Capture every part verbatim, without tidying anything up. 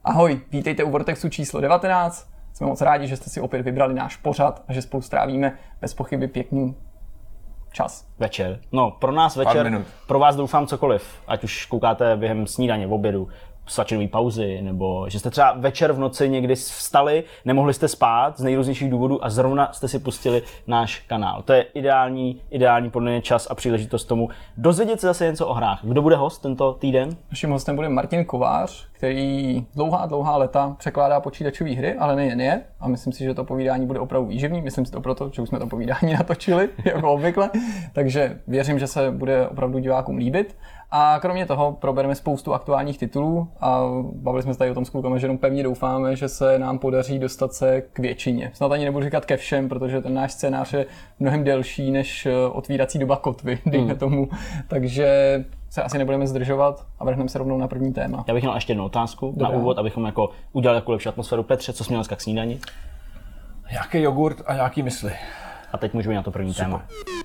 Ahoj, vítejte u Vortexu číslo devatenáct. Jsme moc rádi, že jste si opět vybrali náš pořad a že spolu strávíme bez pochyby pěkný čas. Večer. No, pro nás večer, pro vás doufám cokoliv. Ať už koukáte během snídaně, v obědu, svačinové pauzy, nebo že jste třeba večer v noci někdy vstali, nemohli jste spát z nejrůznějších důvodů a zrovna jste si pustili náš kanál. To je ideální, ideální podle mě čas a příležitost tomu dozvědět se zase něco o hrách. Kdo bude host tento týden? Naším hostem bude Martin Kovář, který dlouhá, dlouhá léta překládá počítačové hry, ale nejen je. A myslím si, že to povídání bude opravdu výživný. Myslím si to proto, že už jsme to povídání natočili, jako obvykle. Takže věřím, že se bude opravdu divákům líbit. A kromě toho probereme spoustu aktuálních titulů a bavili jsme se tady o tom s klukama, že jenom pevně doufáme, že se nám podaří dostat se k většině. Snad ani nebudu říkat ke všem, protože ten náš scénář je mnohem delší než otvírací doba kotvy, dejme hmm. tomu. Takže se asi nebudeme zdržovat a vrhneme se rovnou na první téma. Já bych měl ještě jednu otázku Dobrá. na úvod, abychom jako udělali jako lepší atmosféru. Petře, co jsi měl dneska k snídani? Nějaký jogurt a nějaký mysli. A teď můžeme na to první Super. téma.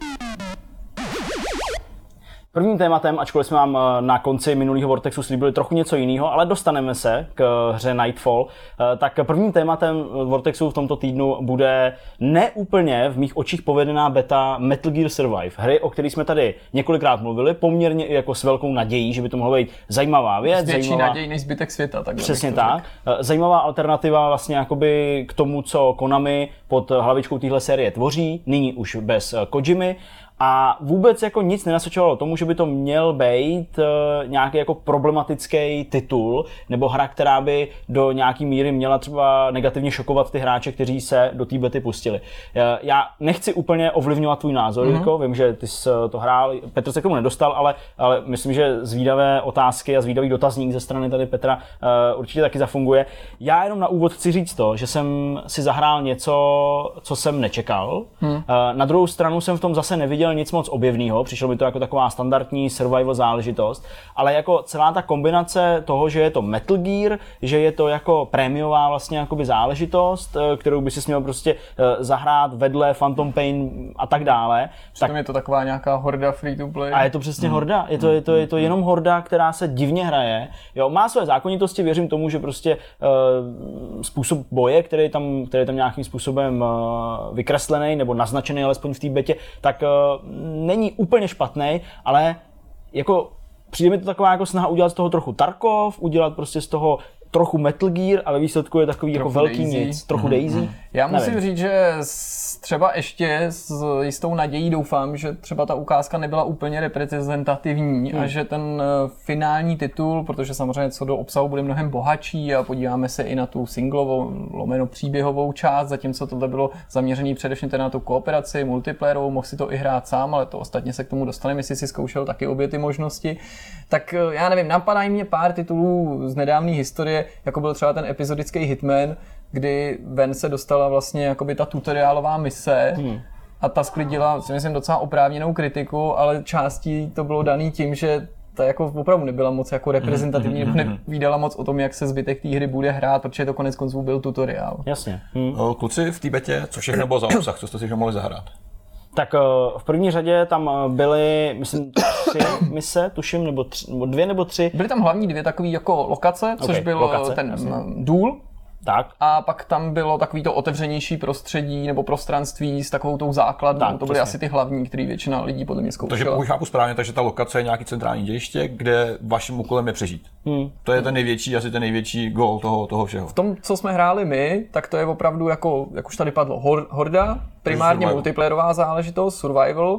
Prvním tématem, ačkoliv jsme vám na konci minulého Vortexu slíbili trochu něco jiného, ale dostaneme se k hře Nightfall, tak prvním tématem Vortexu v tomto týdnu bude neúplně v mých očích povedená beta Metal Gear Survive. Hry, o které jsme tady několikrát mluvili, poměrně i jako s velkou nadějí, že by to mohla být zajímavá věc. Větší zajímavá... naději než zbytek světa. Přesně tak. Řekl. Zajímavá alternativa vlastně jakoby k tomu, co Konami pod hlavičkou téhle série tvoří, nyní už bez Kojimy. A vůbec jako nic nenasvědčovalo tomu, že by to měl být uh, nějaký jako problematický titul nebo hra, která by do nějaký míry měla třeba negativně šokovat ty hráče, kteří se do té bety pustili. Uh, já nechci úplně ovlivňovat tvůj názor, mm-hmm. Jirko, vím, že ty jsi to hrál, Petr se k tomu nedostal, ale, ale myslím, že zvídavé otázky a zvídavý dotazník ze strany tady Petra uh, určitě taky zafunguje. Já jenom na úvod chci říct to, že jsem si zahrál něco, co jsem nečekal. Mm. Uh, na druhou stranu jsem v tom zase neviděl nic moc objevného, přišlo mi to jako taková standardní survival záležitost, ale jako celá ta kombinace toho, že je to Metal Gear, že je to jako prémiová vlastně jakoby záležitost, kterou by si měl prostě zahrát vedle Phantom Pain a tak dále. Přitom tak je to taková nějaká horda free to play. A je to přesně hmm. horda, je to, je, to, je to jenom horda, která se divně hraje. Jo, má své zákonitosti, věřím tomu, že prostě uh, způsob boje, který je tam, který je tam nějakým způsobem uh, vykreslený nebo naznačený alespoň v té betě, tak uh, není úplně špatný, ale jako přijde mi to taková jako snaha udělat z toho trochu Tarkov, udělat prostě z toho trochu Metal Gear a ve výsledku je takový trochu jako velký Daisy. nic, trochu mm-hmm. Daisy. Já musím Nevím. říct, že třeba ještě s jistou nadějí doufám, že třeba ta ukázka nebyla úplně reprezentativní hmm. a že ten finální titul, protože samozřejmě co do obsahu bude mnohem bohatší a podíváme se i na tu singlovou, lomeno příběhovou část, zatímco tohle bylo zaměřené především teda na tu kooperaci, multiplayerovou, mohl si to i hrát sám, ale to ostatně se k tomu dostaneme, jestli si zkoušel taky obě ty možnosti. Tak já nevím, napadají mě pár titulů z nedávné historie, jako byl třeba ten epizodický Hitman, kdy ven se dostala vlastně jakoby ta tutoriálová mise hmm. a ta sklidila, si myslím, docela oprávněnou kritiku, ale částí to bylo daný tím, že ta jako opravdu nebyla moc jako reprezentativní, nebo nevídala moc o tom, jak se zbytek té hry bude hrát, protože to konec konců byl tutoriál. Jasně. Hmm. Kluci v té betě, co všechno bylo za obsah, co jste si mohli zahrát? Tak v první řadě tam byly, myslím, tři mise, tuším, nebo, tři, nebo dvě nebo tři. Byly tam hlavní dvě takové jako lokace, což okay, byl lokace, ten jasně. důl. Tak. A pak tam bylo takový to otevřenější prostředí nebo prostranství s takovou tou základnou. Tak, to byly přesně. asi ty hlavní, které většina lidí podle mě zkoušela. Takže pokud chápu správně, takže ta lokace je nějaký centrální dějiště, kde vaším úkolem je přežít. Hmm. To je ten největší, asi ten největší gól toho, toho všeho. V tom, co jsme hráli my, tak to je opravdu jako, jak už tady padlo, horda, primárně multiplayerová záležitost, survival.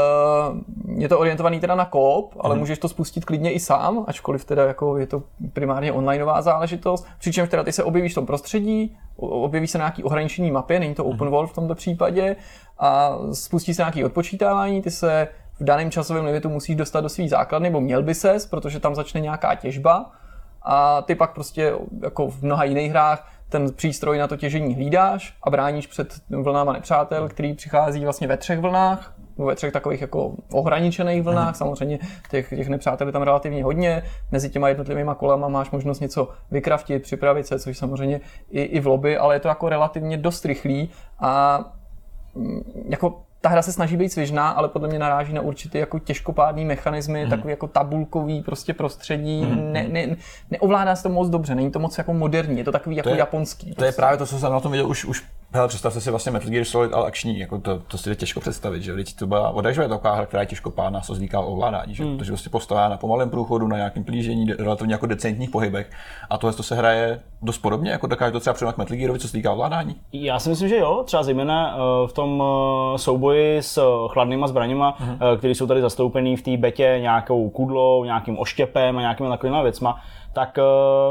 Uh, je to orientovaný teda na koop, ale hmm. můžeš to spustit klidně i sám, ačkoliv teda jako je to primárně onlineová záležitost. Přičemž teda ty se objevíš v tom prostředí, objeví se na nějaký ohraničený mapě, není to open hmm. world v tomto případě, a spustí se nějaký odpočítávání, ty se v daném časovém limitu musíš dostat do svých základny, nebo měl by ses, protože tam začne nějaká těžba a ty pak prostě jako v mnoha jiných hrách ten přístroj na to těžení hlídáš a bráníš před vlnama nepřátel, který přichází vlastně ve třech vlnách, ve třech takových jako ohraničených vlnách, samozřejmě těch, těch nepřátel je tam relativně hodně, mezi těma jednotlivýma kolama máš možnost něco vykraftit, připravit se, což samozřejmě i, i v lobby, ale je to jako relativně dost rychlý a jako ta hra se snaží být svižná, ale podle mě naráží na určitý jako těžkopádný mechanismy, mm. takový jako tabulkový prostě prostředí, mm. ne, ne, neovládá se to moc dobře, není to moc jako moderní, je to takový jako to je, japonský. To prostě. je právě to, co jsem na tom viděl už, už hele, představte si vlastně Metal Gear Solid, ale akční, jako to, to si je těžko představit, že vždyť to byla odjakživa taková hra, která je těžkopádná, co se týká ovládání, že? Mm. Protože prostě postavá na pomalém průchodu, na nějakém plížení, relativně jako decentních pohybech a tohle to se hraje dost podobně, jako dokáže to třeba přirovnat k Metal Gearovi, co se týká ovládání. Já si myslím, že jo, třeba zejména v tom souboji s chladnýma zbraněma, mm-hmm. které jsou tady zastoupený v té betě nějakou kudlou, nějakým oštěpem a nějakými takovými věcma, tak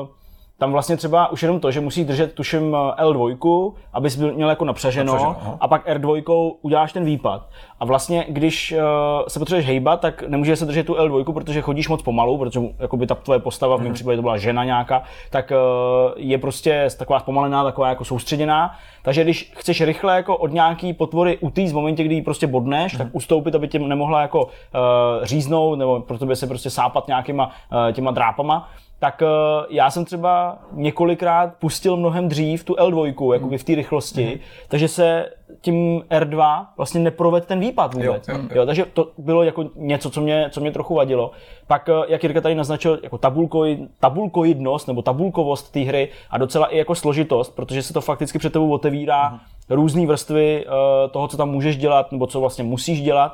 tam vlastně třeba už jenom to, že musíš držet tuším L dva, abys byl, měl jako napřaženo, napřaženo a pak R dva uděláš ten výpad. A vlastně, když uh, se potřebuješ hejbat, tak nemůžeš se držet tu L dva, protože chodíš moc pomalu, protože jakoby ta tvoje postava, v mém případě to byla žena nějaká, tak uh, je prostě taková zpomalená, taková jako soustředěná. Takže když chceš rychle jako od nějaký potvory utíct v momentě, kdy ji prostě bodneš, mm. tak ustoupit, aby tě nemohla jako uh, říznout nebo pro tebe se prostě sápat nějakýma uh, těma drápama, tak uh, já jsem třeba několikrát pustil mnohem dřív tu L dva, jakoby v té rychlosti, mm. takže se tím R dva vlastně neprovedl ten výpad vůbec. Jo, jo, jo. Jo, takže to bylo jako něco, co mě, co mě trochu vadilo. Pak, uh, jak Jirka tady naznačil, jako tabulkoid, tabulkoidnost nebo tabulkovost té hry a docela i jako složitost, protože se to fakticky před tebou otevírá mm. různé vrstvy uh, toho, co tam můžeš dělat nebo co vlastně musíš dělat.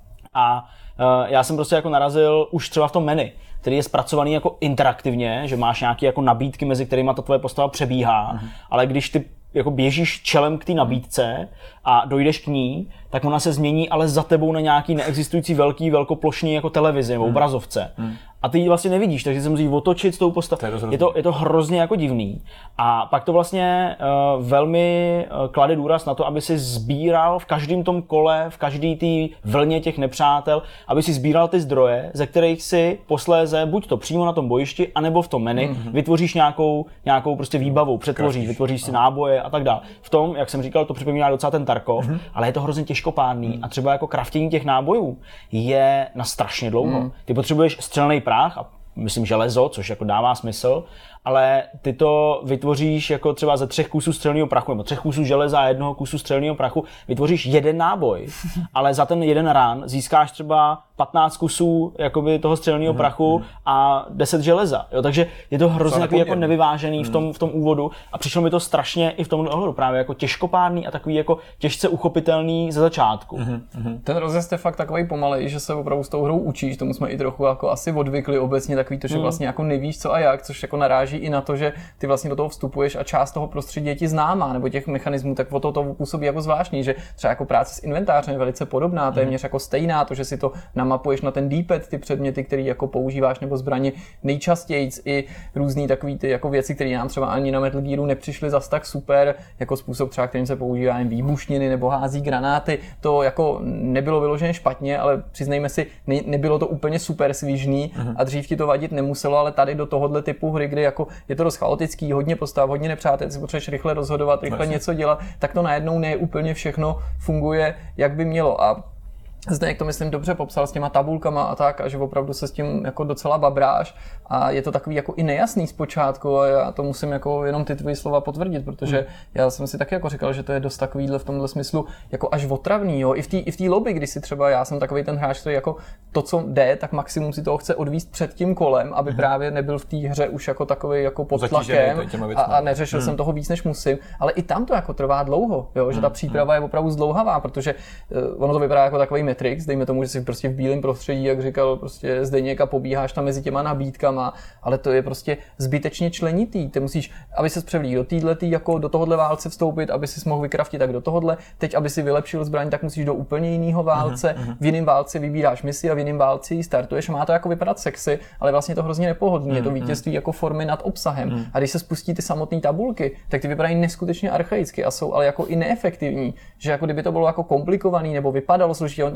A uh, já jsem prostě jako narazil už třeba v tom menu, který je zpracovaný jako interaktivně, že máš nějaké jako nabídky, mezi kterými ta tvoje postava přebíhá, mm-hmm. ale když ty jako běžíš čelem k té nabídce a dojdeš k ní, tak ona se změní ale za tebou na nějaký neexistující velký, velkoplošný jako televizi nebo obrazovce. Mm. A ty ji vlastně nevidíš, takže se musíš otočit s tou postavou. Je to, je to hrozně jako divný. A pak to vlastně uh, velmi uh, klade důraz na to, aby si sbíral v každém tom kole, v každé té vlně těch nepřátel, aby si sbíral ty zdroje, ze kterých si posléze buď to přímo na tom bojišti, anebo v tom menu mm-hmm. vytvoříš nějakou, nějakou prostě výbavu, přetvoříš, vytvoříš si náboje a tak dále. V tom, jak jsem říkal, to připomíná docela ten Tarkov, mm-hmm. ale je to hrozně těžkopádný mm. a třeba jako craftění těch nábojů je na strašně dlouho. Mm. Ty potřebuješ střelný prach a myslím železo, což jako dává smysl, ale ty to vytvoříš jako třeba ze třech kusů střelného prachu, nebo třech kusů železa a jednoho kusu střelného prachu, vytvoříš jeden náboj, ale za ten jeden run získáš třeba patnáct kusů jakoby toho střelného mm, prachu mm. a deset železa. Jo, takže je to hrozně jako nevyvážený mm. v tom v tom úvodu a přišlo mi to strašně i v tom ohledu právě jako těžkopádný a takový jako těžce uchopitelný ze začátku. Mm, mm. Ten rozjezd je fakt takový pomalej, že se opravdu s tou hrou učíš, tomu jsme i trochu jako asi odvykli obecně takový to, že mm. vlastně jako nevíš co a jak, což jako naráží i na to, že ty vlastně do toho vstupuješ a část toho prostředí je ti známá, nebo těch mechanismů, tak o to to působí jako zvláštní, že třeba jako práce s inventářem je velice podobná, téměř jako stejná, to, že si to namapuješ na ten D-pad, ty předměty, které jako používáš, nebo zbraně nejčastěji, i různý takový ty jako věci, které nám třeba ani na Metal Gearu nepřišly zas tak super, jako způsob třeba, kterým se používá jen výbušniny nebo hází granáty, to jako nebylo vyloženě špatně, ale přiznejme si, ne, nebylo to úplně super svížný a dřív ti to vadit nemuselo, ale tady do tohohle typu hry, kdy jako je to dost chaotický, hodně postav, hodně nepřátel, si potřebuješ rychle rozhodovat, rychle Vlastně. něco dělat, tak to najednou ne úplně všechno funguje, jak by mělo. A zde, jak to myslím, dobře popsal s těma tabulkama a tak, a že opravdu se s tím jako docela babráš a je to takový jako i nejasný zpočátku a já to musím jako jenom ty tvoji slova potvrdit, protože mm. já jsem si taky jako říkal, že to je dost takovýhle v tomhle smyslu jako až otravný, jo, i v té i v té lobby, když si třeba já jsem takový ten hráč, který jako to, co jde, tak maximum si toho chce odvíst před tím kolem, aby mm. právě nebyl v té hře už jako takový jako pod tlakem a, a neřešil mm. jsem toho víc, než musím, ale i tam to jako trvá dlouho, jo, že ta příprava je opravdu zdlouhavá, protože uh, ono to vypadá jako takový Matrix, dejme tomu, že jsi prostě v bílém prostředí, jak říkal prostě Zdeněk, a pobíháš tam mezi těma nabídkama, ale to je prostě zbytečně členitý. Ty musíš, aby ses převlík do týhletý, jako do tohohle válce vstoupit, aby si mohl vykraftit tak do tohohle. Teď, aby si vylepšil zbraň, tak musíš do úplně jiného válce. Uh-huh. V jiném válce vybíráš misi a v jiném válci startuješ. Má to jako vypadat sexy, ale vlastně je to hrozně nepohodlný. Uh-huh. Je to vítězství jako formy nad obsahem. Uh-huh. A když se spustí ty samotné tabulky, tak ty vypadají neskutečně archaicky a jsou ale jako i neefektivní, že jako kdyby to bylo jako komplikovaný nebo vypadalo složitě, on to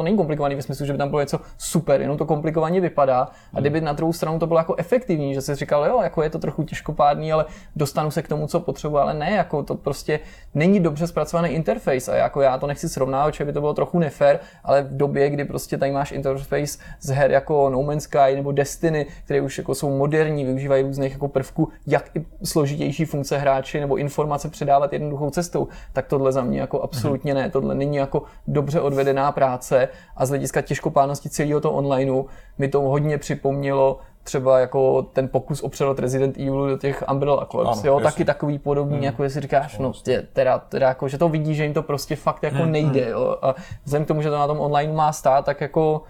není komplikovaný ve smyslu, že by tam bylo něco super, jenom to komplikovaně vypadá. A kdyby na druhou stranu to bylo jako efektivní, že jsi říkal, jo, jako je to trochu těžkopádný, ale dostanu se k tomu, co potřebuji, ale ne, jako to prostě není dobře zpracovaný interface a jako já to nechci srovnávat, že by to bylo trochu nefér, ale v době, kdy prostě tady máš interface z her jako No Man's Sky nebo Destiny, které už jako jsou moderní, využívají různých jako prvků, jak i složitější funkce hráči nebo informace předávat jednoduchou cestou, tak tohle za mě jako absolutně ne, tohle není jako dobře odvedená práce a z hlediska těžkopádnosti celého toho onlineu mi to hodně připomnělo třeba jako ten pokus o přelot Resident Evil do těch Umbrella Corps, jo, taky takový podobný, hmm. jako jestli říkáš, no tě, teda, teda jako, že to vidí, že jim to prostě fakt jako hmm. nejde, jo, a vzhledem k tomu, že to na tom online má stát, tak jako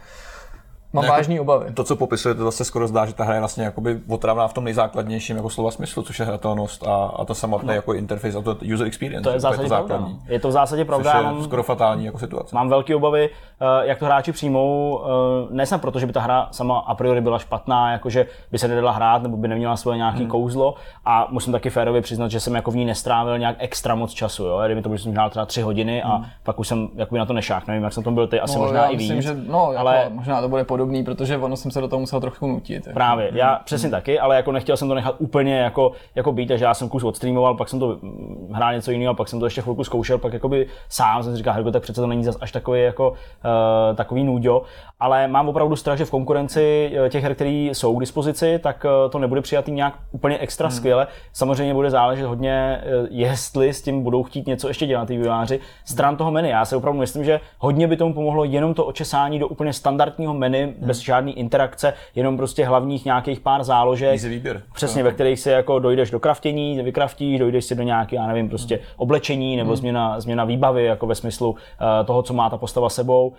mám jako vážný obavy. To, co popisujete, zase skoro zdá, že ta hra je vlastně jakoby otravná v tom nejzákladnějším jako slova smyslu, což je hratelnost a, a to samotné no. jako interface a to user experience. To je v zásadě pravda. No. Je to v zásadě pravda. Což je mám, skoro fatální jako situace. Mám velké obavy, jak to hráči přijmou, ne snad proto, že by ta hra sama a priori byla špatná, jakože by se nedala hrát nebo by neměla svoje nějaký hmm. kouzlo a musím taky férově přiznat, že jsem jako v ní nestrávil nějak extra moc času, jo. Kdyby to bylo, že jsem hrál třeba tři hodiny a hmm. pak už jsem jakoby na to nešáhl, nevím, jak jsem tom byl ty, asi no, možná i myslím, víc. Že, no, ale jako, možná to bude podobný, protože ono jsem se do toho musel trochu nutit. Jako. Právě, já přesně hmm. taky, ale jako nechtěl jsem to nechat úplně jako, jako být, takže já jsem kus odstreamoval, pak jsem to hrál něco jiného, pak jsem to ještě chvilku zkoušel, pak jakoby sám jsem si říkal, Hergo, tak přece to není zas až takový jako uh, takový nůďo, ale mám opravdu strach, že v konkurenci těch her, které jsou k dispozici, tak uh, to nebude přijatý nějak úplně extra hmm. skvěle. Samozřejmě bude záležet hodně, uh, jestli s tím budou chtít něco ještě dělat ty vývojáři stran toho menu. Já si opravdu myslím, že hodně by tomu pomohlo jenom to očesání do úplně standardního menu, hmm. bez žádné interakce, jenom prostě hlavních nějakých pár záložek. Easy výběr. Přesně, ve kterých si jako dojdeš do kraftění, vykraftíš, dojdeš si do nějaké, já nevím, prostě oblečení nebo hmm. změna, změna výbavy, jako ve smyslu uh, toho, co má ta postava sebou.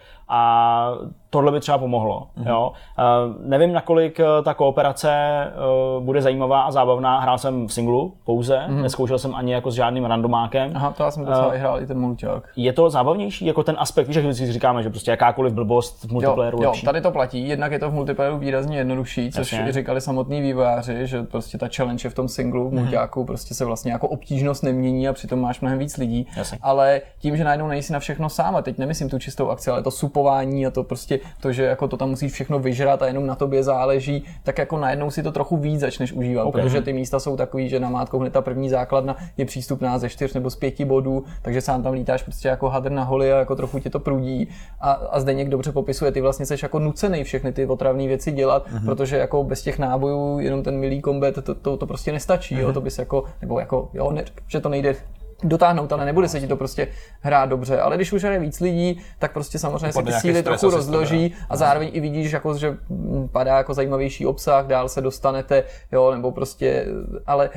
A tohle by třeba pomohlo. Hmm. Jo? Uh, nevím, nakolik uh, ta kooperace uh, bude zajímavá a zábavná. Hrál jsem v singlu pouze, hmm. neskoušel jsem ani jako s žádným randomákem. Aha, to já jsem docela uh, hrál i ten mulťák. Je to zábavnější, jako ten aspekt, víš, jak si říkáme, že prostě jakákoliv blbost v multiplayeru jo, lepší. Jo, tady to platí, jednak je to v multiplayeru výrazně jednodušší, což Jasně. i říkali samotní vývojáři, že prostě ta challenge je v tom singlu, v mulťáku, mm-hmm. prostě se vlastně jako obtížnost nemění a přitom máš mnohem víc lidí. Jasně. Ale tím, že najednou nejsi na všechno sám, a teď nemyslím tu čistou akci, ale to supování a to prostě to, že jako to tam musíš všechno vyžrat a jenom na tobě záleží, tak jako najednou si to trochu víc začneš užívat, okay. protože ty místa jsou takový, že namátkou hned ta první základna je přístupná ze čtyř nebo z pěti bodů, takže sám tam lítáš prostě jako hadr na holi a jako trochu tě to prudí. A, a Zdeněk dobře popisuje, ty vlastně seš jako nucený všechny ty otravné věci dělat, mm-hmm. protože jako bez těch nábojů jenom ten milý combat to, to, to prostě nestačí, mm-hmm. jo, to bys jako, nebo jako, jo, ne, že to nejde dotáhnout, ale nebude se ti to prostě hrát dobře, ale když už hraje víc lidí, tak prostě samozřejmě se ty síly trochu rozloží a zároveň i vidíš, jako, že padá jako zajímavější obsah, dál se dostanete, jo, nebo prostě, ale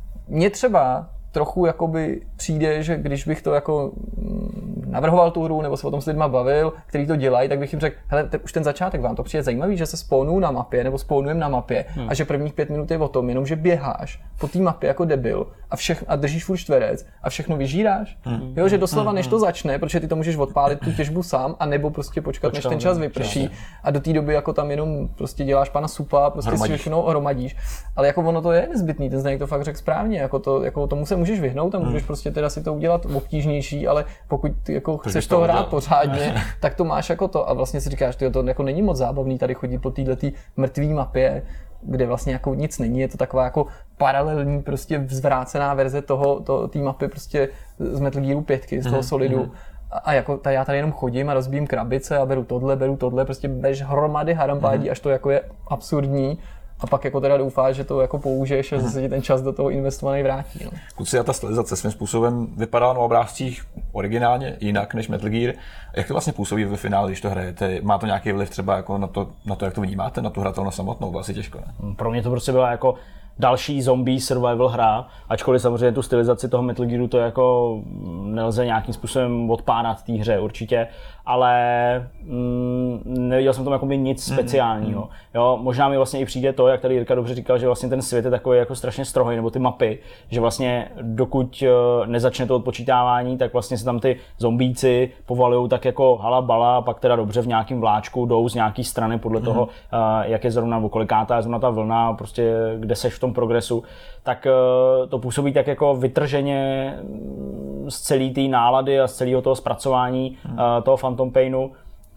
mě třeba trochu jakoby přijde, že když bych to jako navrhoval tu hru, nebo se o tom s lidma bavil, který to dělají, tak bych jim řekl, hele, te, už ten začátek vám to přijde zajímavý, že se spawnuju na mapě, nebo spawnujeme na mapě hmm. a že prvních pět minut je o tom, jenom že běháš po té mapě jako debil a, všech, a držíš furt čtverec a všechno vyžíráš. Hmm. Jo, že doslova než to začne, protože ty to můžeš odpálit tu těžbu sám, a nebo prostě počkat, Počkám, než ten čas vyprší a do té doby jako tam jenom prostě děláš pana supa, prostě si všechno hromadíš. Ale jako ono to je nezbytný, ten Zdeněk to fakt řekl správně, jako to, jako tomu se můžeš vyhnout a můžeš hmm. prostě teda si to udělat obtížnější, ale pokud ty jako chceš to hrát pořádně, tak to máš jako to a vlastně si říkáš, tyjo, to jako není moc zábavný tady chodit po této mrtvý mapě, kde vlastně jako nic není, je to taková jako paralelní prostě zvrácená verze toho, to, té mapy prostě z Metal Gearu pětky, z toho Solidu. Mm. A, a jako ta, já tady jenom chodím a rozbijím krabice a beru tohle, beru tohle, prostě bez hromady harampádí, mm. až to jako je absurdní. A pak jako teda doufáš, že to jako použiješ a zase ti ten čas do toho investovaný vrátí. No. Kluci, a ta stylizace svým způsobem vypadá na obrázcích originálně jinak než Metal Gear. Jak to vlastně působí ve finále, když to hrajete? Má to nějaký vliv třeba jako na to, na to, jak to vnímáte, na tu hratelnost samotnou? To asi těžko, ne? Pro mě to prostě byla jako další zombie survival hra, ačkoliv samozřejmě tu stylizaci toho Metal Gearu to jako nelze nějakým způsobem odpárat té hře určitě, ale mm, neviděl jsem tam jako nic speciálního. Mm, mm. Jo, možná mi vlastně i přijde to, jak tady Jirka dobře říkal, že vlastně ten svět je takový jako strašně strohý, nebo ty mapy, že vlastně dokud nezačne to odpočítávání, tak vlastně se tam ty zombíci povalujou tak jako halabala, pak teda dobře v nějakým vláčku jdou z nějaký strany podle mm. toho, jak je zrovna okolikátá je zrovna ta vlna, prostě kde seš v tom progresu, tak to působí tak jako vytrženě z celé té nálady a z celého toho zpracování hmm. toho Phantom Painu.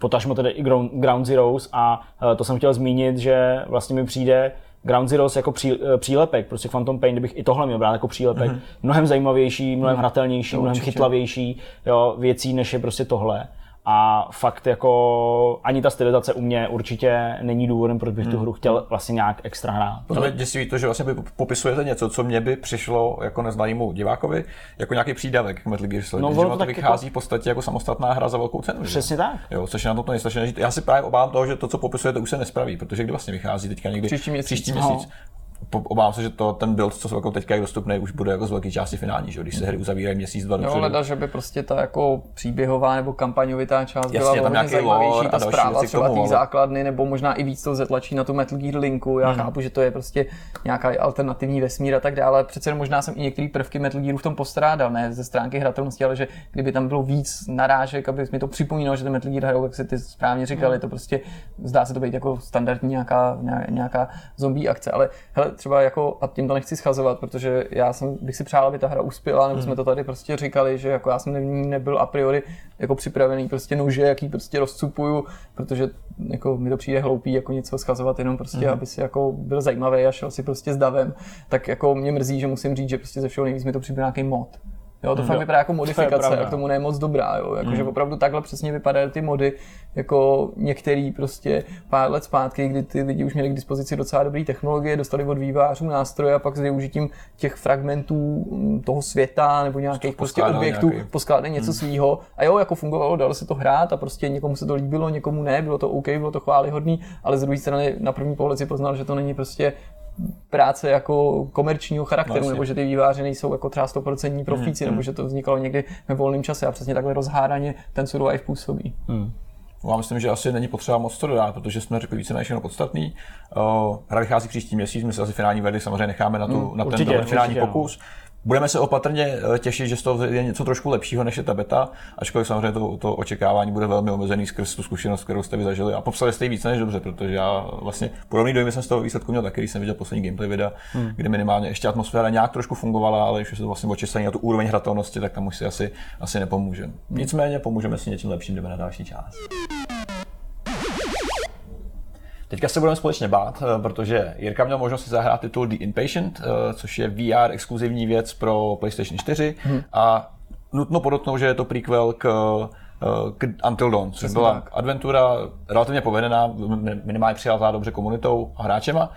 potažmo tedy i Ground Zeroes a to jsem chtěl zmínit, že vlastně mi přijde Ground Zeroes jako pří, přílepek, prostě Phantom Pain, kdybych i tohle měl brát jako přílepek, mm-hmm. mnohem zajímavější, mnohem hratelnější, mnohem chytlavější, jo, věcí, než je prostě tohle. A fakt jako ani ta stylizace u mě určitě není důvodem, proč bych hmm. tu hru chtěl vlastně nějak extra hrát. To mě děsí to, že vlastně popisujete něco, co mě by přišlo jako neznanému divákovi, jako nějaký přídavek k Metal Gear Solid. No, ono to vychází jako... v podstatě jako samostatná hra za velkou cenu. Přesně že? tak. Jo, což je na to nejstrašně nežít. Já si právě obávám toho, že to, co popisujete, už se nespraví, protože kdy vlastně vychází teďka někdy příští měsíc. Příští měsíc. No. Obávám se, že to, ten build, co jako teďka je dostupný, už bude jako z velké části finální, že? Když se hry uzavírají měsíc, dva dopředu. Jo, leda, že by prostě ta jako příběhová nebo kampaňovitá část byla velmi zajímavější, ta zpráva třeba té základny, nebo možná i víc to zetlačí na tu Metal Gear linku. Já mm. chápu, že to je prostě nějaká alternativní vesmír a tak dále. Přece možná jsem i některé prvky Metal Gearu v tom postrádal, ne ze stránky hratelnosti, ale že kdyby tam bylo víc narážek, aby mi to připomínalo, že ten Metal Gear hrajou, jak se ty správně říkali, mm. to prostě zdá se to být jako standardní nějaká, nějaká zombie akce, ale hele, třeba jako tím to nechci schazovat, protože já jsem, bych si přál, aby ta hra uspěla, nebo jsme to tady prostě říkali, že jako já jsem ne, nebyl a priori jako připravený prostě nože, jaký prostě rozcupuju, protože jako mi to přijde hloupý jako něco schazovat jenom prostě, mm. aby si jako byl zajímavý a šel si prostě s davem, tak jako mě mrzí, že musím říct, že prostě ze všeho nejvíc mi to přijde nějaký mod. Jo, to mm, fakt jo. vypadá jako modifikace, a k tomu ne moc dobrá, jo, jakože mm. opravdu takhle přesně vypadají ty mody, jako některý prostě pár let zpátky, kdy ty lidi už měli k dispozici docela dobré technologie, dostali od vývojářů nástroje a pak s využitím těch fragmentů toho světa nebo nějakých prostě objektů nějaký. Poskládali něco mm. svýho a jo, jako fungovalo, dalo se to hrát a prostě někomu se to líbilo, někomu ne, bylo to OK, bylo to chvályhodný, ale z druhé strany na první pohled si poznal, že to není prostě práce jako komerčního charakteru, no, nebo že ty výváři nejsou jako třeba sto procent profíci, mm, nebo mm. že to vznikalo někdy ve volném čase a přesně takhle rozhádaně ten survive působí. Mm. Já myslím, že asi není potřeba moc to dodat, protože jsme řekli více než jenom podstatný. Uh, hra vychází příští měsíc, my si asi finální verzi samozřejmě necháme na, tu, mm, na určitě, ten finální pokus. No. Budeme se opatrně těšit, že z toho je něco trošku lepšího než je ta beta, ačkoliv samozřejmě to, to očekávání bude velmi omezený skrz tu zkušenost, kterou jste vy zažili. A popsali jste ji více než dobře, protože já vlastně podobný dojmy jsem z toho výsledku měl taky, když jsem viděl poslední gameplay videa, hmm. kde minimálně ještě atmosféra nějak trošku fungovala, ale když se to vlastně očistení na tu úroveň hratelnosti, tak tam už si asi, asi nepomůže. Nicméně pomůžeme si něčím lepším, jdeme na další část. Teďka se budeme společně bát, protože Jirka měl možnost si zahrát titul The Inpatient, což je V R exkluzivní věc pro PlayStation čtyři hmm. a nutno podotknout, že je to prequel k, k Until Dawn, což byla tak. adventura relativně povedená, minimálně přijatá dobře komunitou a hráčema.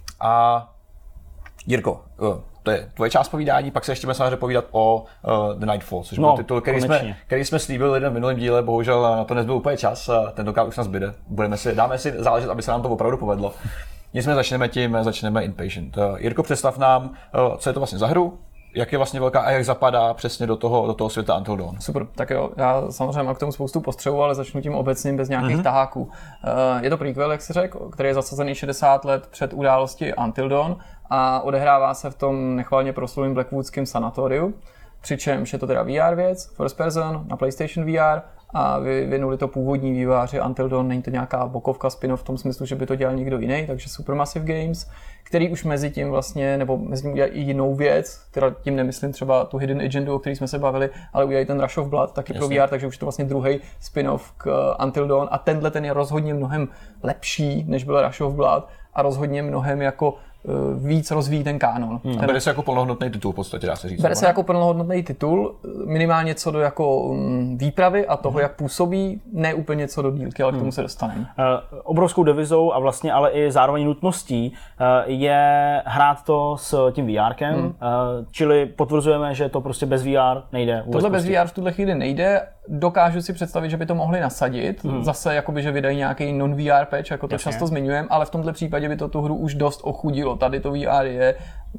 A Jirko, to je tvoje část povídání, pak se ještě budeme povídat o uh, The Nightfall, což no, byl titul, který jsme, který jsme slíbili lidem v minulém díle, bohužel na to nezbyl úplně čas a tentokrát už nás zbyde. Budeme si, dáme si záležet, aby se nám to opravdu povedlo. Nicméně začneme tím, začneme Inpatient. Uh, Jirko, představ nám, uh, co je to vlastně za hru, jak je vlastně velká a jak zapadá přesně do toho, do toho světa Until Dawn. Super, tak jo, já samozřejmě mám k tomu spoustu postřehů, ale začnu tím obecným bez nějakých mm-hmm. taháků. Uh, je to prequel, jak jsi řekl, který je zasazený šedesát let před události Until Dawn a odehrává se v tom nechvalně proslulým Blackwoodském sanatoriu, přičemž je to teda V R věc, first person, na PlayStation V R a vyvinuli to původní vývojáři Until Dawn, není to nějaká bokovka spin-off v tom smyslu, že by to dělal někdo jiný, takže Supermassive Games, který už mezi tím vlastně, nebo mezi tím udělali i jinou věc, teda tím nemyslím třeba tu Hidden Agendu, o který jsme se bavili, ale udělali ten Rush of Blood taky Jasně. pro V R, takže už to vlastně druhý spin-off k Until Dawn a tenhle ten je rozhodně mnohem lepší, než byl Rush of Blood a rozhodně mnohem jako víc rozvíjí ten kánon. Hmm. Ten... Bere se jako plnohodnotný titul v podstatě, dá se říct. Bere se jako plnohodnotný titul, minimálně co do jako výpravy a toho, hmm. jak působí, ne úplně co do dílky, ale hmm. k tomu se dostaneme. Uh, obrovskou devizou a vlastně ale i zároveň nutností uh, je hrát to s tím VRkem, hmm. uh, čili potvrzujeme, že to prostě bez V R nejde. Tohle bez prostě. V R v tuhle chvíli nejde. Dokážu si představit, že by to mohli nasadit, hmm. zase jakoby, že vydají nějaký non-V R patch, jako to Jasně. často zmiňujeme, ale v tomhle případě by to tu hru už dost ochudilo. Tady to V R je,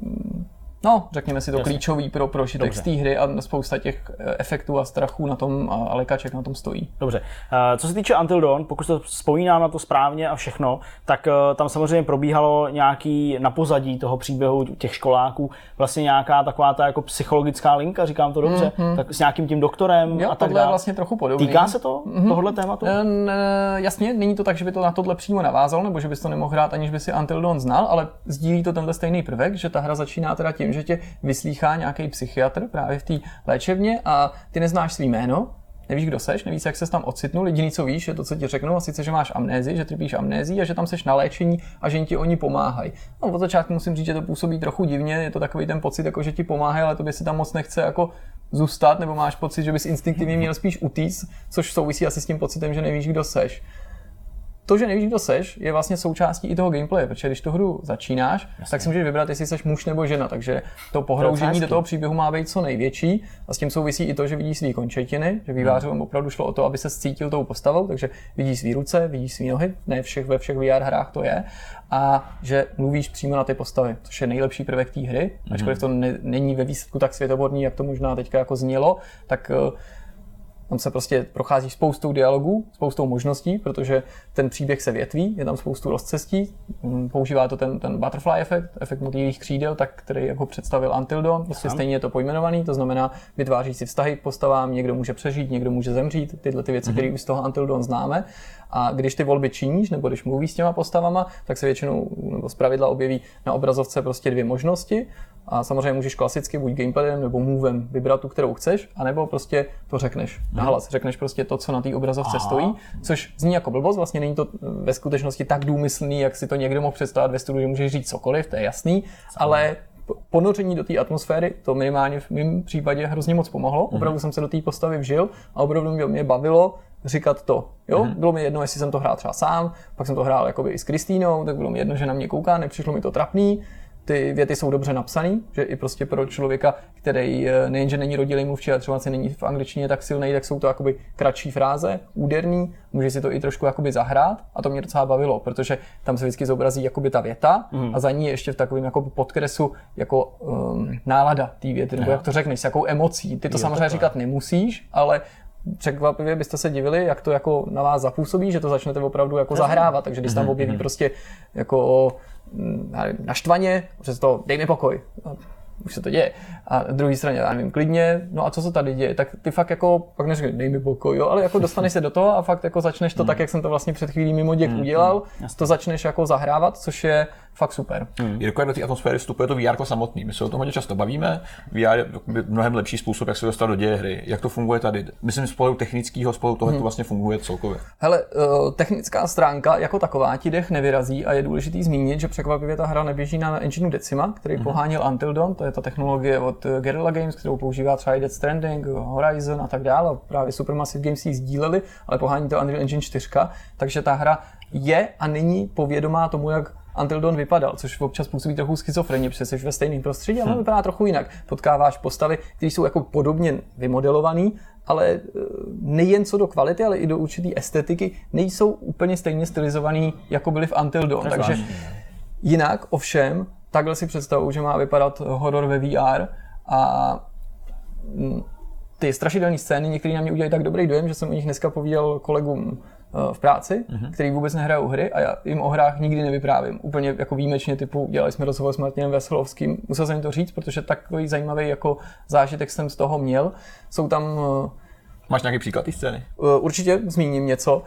no, řekněme si to Jasně. klíčový pro prožitek z té hry a spousta těch efektů a strachů na tom a lekaček na tom stojí. Dobře. Co se týče Until Dawn, pokud to vzpomínám na to správně a všechno, tak tam samozřejmě probíhalo nějaký na pozadí toho příběhu těch školáků vlastně nějaká taková ta jako psychologická linka, říkám to dobře, mm-hmm. tak s nějakým tím doktorem jo, a tak dále. Je vlastně trochu podobný. Týká se to mm-hmm. tohohle tématu? N- jasně, není to tak, že by to na tohle přímo navázalo, nebo že bys to nemohl hrát, aniž by si Until Dawn znal, ale sdílí to tenhle stejný prvek, že ta hra začíná teda tím, že tě vyslýchá nějaký psychiatr právě v té léčebně a ty neznáš svý jméno, nevíš, kdo seš, nevíš, jak ses tam ocitnul, jediný, co víš, je to, co ti řeknou, a sice, že máš amnézii, že trpíš amnézii a že tam seš na léčení a že ti oni pomáhají. No, od začátku musím říct, že to působí trochu divně, je to takový ten pocit, jako že ti pomáhají, ale tobě si tam moc nechce jako zůstat, nebo máš pocit, že bys instinktivně měl spíš utíct, což souvisí asi s tím pocitem, že nevíš, kdo seš. To, že nevíš, kdo seš, je vlastně součástí i toho gameplaye, protože když tu hru začínáš, Jasně. tak si můžeš vybrat, jestli seš muž nebo žena, takže to pohroužení do toho příběhu má být co největší a s tím souvisí i to, že vidíš svý končetiny, že vývojářům opravdu šlo o to, aby se cítil tou postavou, takže vidíš svý ruce, vidíš svý nohy, ne všech, ve všech V R hrách to je, a že mluvíš přímo na ty postavy, což je nejlepší prvek té hry, mm-hmm. ačkoliv to ne, není ve výsledku tak světoborný, jak to možná teďka jako znělo, tak tam se prostě prochází spoustou dialogů, spoustou možností, protože ten příběh se větví, je tam spoustu rozcestí, používá to ten, ten butterfly efekt, efekt motýlích křídel, tak, který ho představil Until Dawn, prostě stejně je to pojmenovaný, to znamená vytváří si vztahy k postavám, někdo může přežít, někdo může zemřít, tyhle ty věci, mm-hmm. které už z toho Until Dawn známe. A když ty volby činíš, nebo když mluvíš s těma postavama, tak se většinou nebo zpravidla objeví na obrazovce prostě dvě možnosti. A samozřejmě můžeš klasicky buď gameplayem nebo movem vybrat tu, kterou chceš, anebo prostě to řekneš nahlas. Řekneš prostě to, co na té obrazovce Aha. stojí, což zní jako blbost, vlastně není to ve skutečnosti tak důmyslný, jak si to někdo mohl představit ve studiu, že můžeš říct cokoliv, to je jasný, ale ponoření do té atmosféry, to minimálně v mém případě hrozně moc pomohlo. Mm-hmm. Opravdu jsem se do té postavy vžil a opravdu mě bavilo říkat to. Jo? Mm-hmm. Bylo mi jedno, jestli jsem to hrál třeba sám, pak jsem to hrál jakoby i s Kristýnou, tak bylo mi jedno, že na mě kouká, nepřišlo mi to trapný. Ty věty jsou dobře napsaný, že i prostě pro člověka, který nejenže není rodilý mluvčí, ale třeba se není v angličtině tak silný, tak jsou to jakoby kratší fráze, úderný, může si to i trošku jakoby zahrát a to mě docela bavilo, protože tam se vždycky zobrazí jakoby ta věta mm. a za ní ještě v takovém jako podkresu jako um, nálada té věty, nebo jak to řekneš, s jakou emocí. Ty to jo, samozřejmě takhle říkat nemusíš, ale překvapivě byste se divili, jak to jako na vás zapůsobí, že to začnete opravdu jako zahrávat, takže když tam objeví prostě jako naštvaně, přes to dej mi pokoj, už se to děje. A na druhé straně, já nevím, klidně, no a co se tady děje, tak ty fakt jako, pak neříkej, dej mi pokoj, jo, ale jako dostaneš se do toho a fakt jako začneš to mm. tak, jak jsem to vlastně před chvílí mimo děk mm. udělal, mm. to začneš jako zahrávat, což je fakt super. Mm. Jirko, jak do té atmosféry vstupuje to V R samotný. My se o tom hodně často bavíme. V R je mnohem lepší způsob, jak se dostat do děje hry. Jak to funguje tady? Myslím, spolu technického, spolu toho, jak to vlastně funguje celkově. Hele, technická stránka jako taková ti dech nevyrazí a je důležitý zmínit, že překvapivě ta hra neběží na engineu Decima, který mm. pohánil Until Dawn, to je ta technologie od Guerrilla Games, kterou používá třeba Death Stranding, Horizon a tak dále. Právě Supermassive Games ji sdíleli, ale pohání to Unreal Engine čtyři, takže ta hra je a není povědomá tomu, jak Until Dawn vypadal, což občas působí trochu schizofrenie, protože jsi ve stejném prostředí, ale vypadá trochu jinak. Potkáváš postavy, které jsou jako podobně vymodelované, ale nejen co do kvality, ale i do určité estetiky, nejsou úplně stejně stylizovaný, jako byly v Until Dawn. Tak takže jinak, ovšem, takhle si představuji, že má vypadat horor ve V R a ty strašidelné scény některé na mě udělají tak dobrý dojem, že jsem o nich dneska povídal kolegům v práci, uh-huh. který vůbec nehrajou hry a já jim o hrách nikdy nevyprávím. Úplně jako výjimečně typu, dělali jsme rozhovor s Martinem Veselovským, musel jsem to říct, protože takový zajímavý jako zážitek jsem z toho měl. Jsou tam... Máš nějaký příklad té scény? Určitě zmíním něco.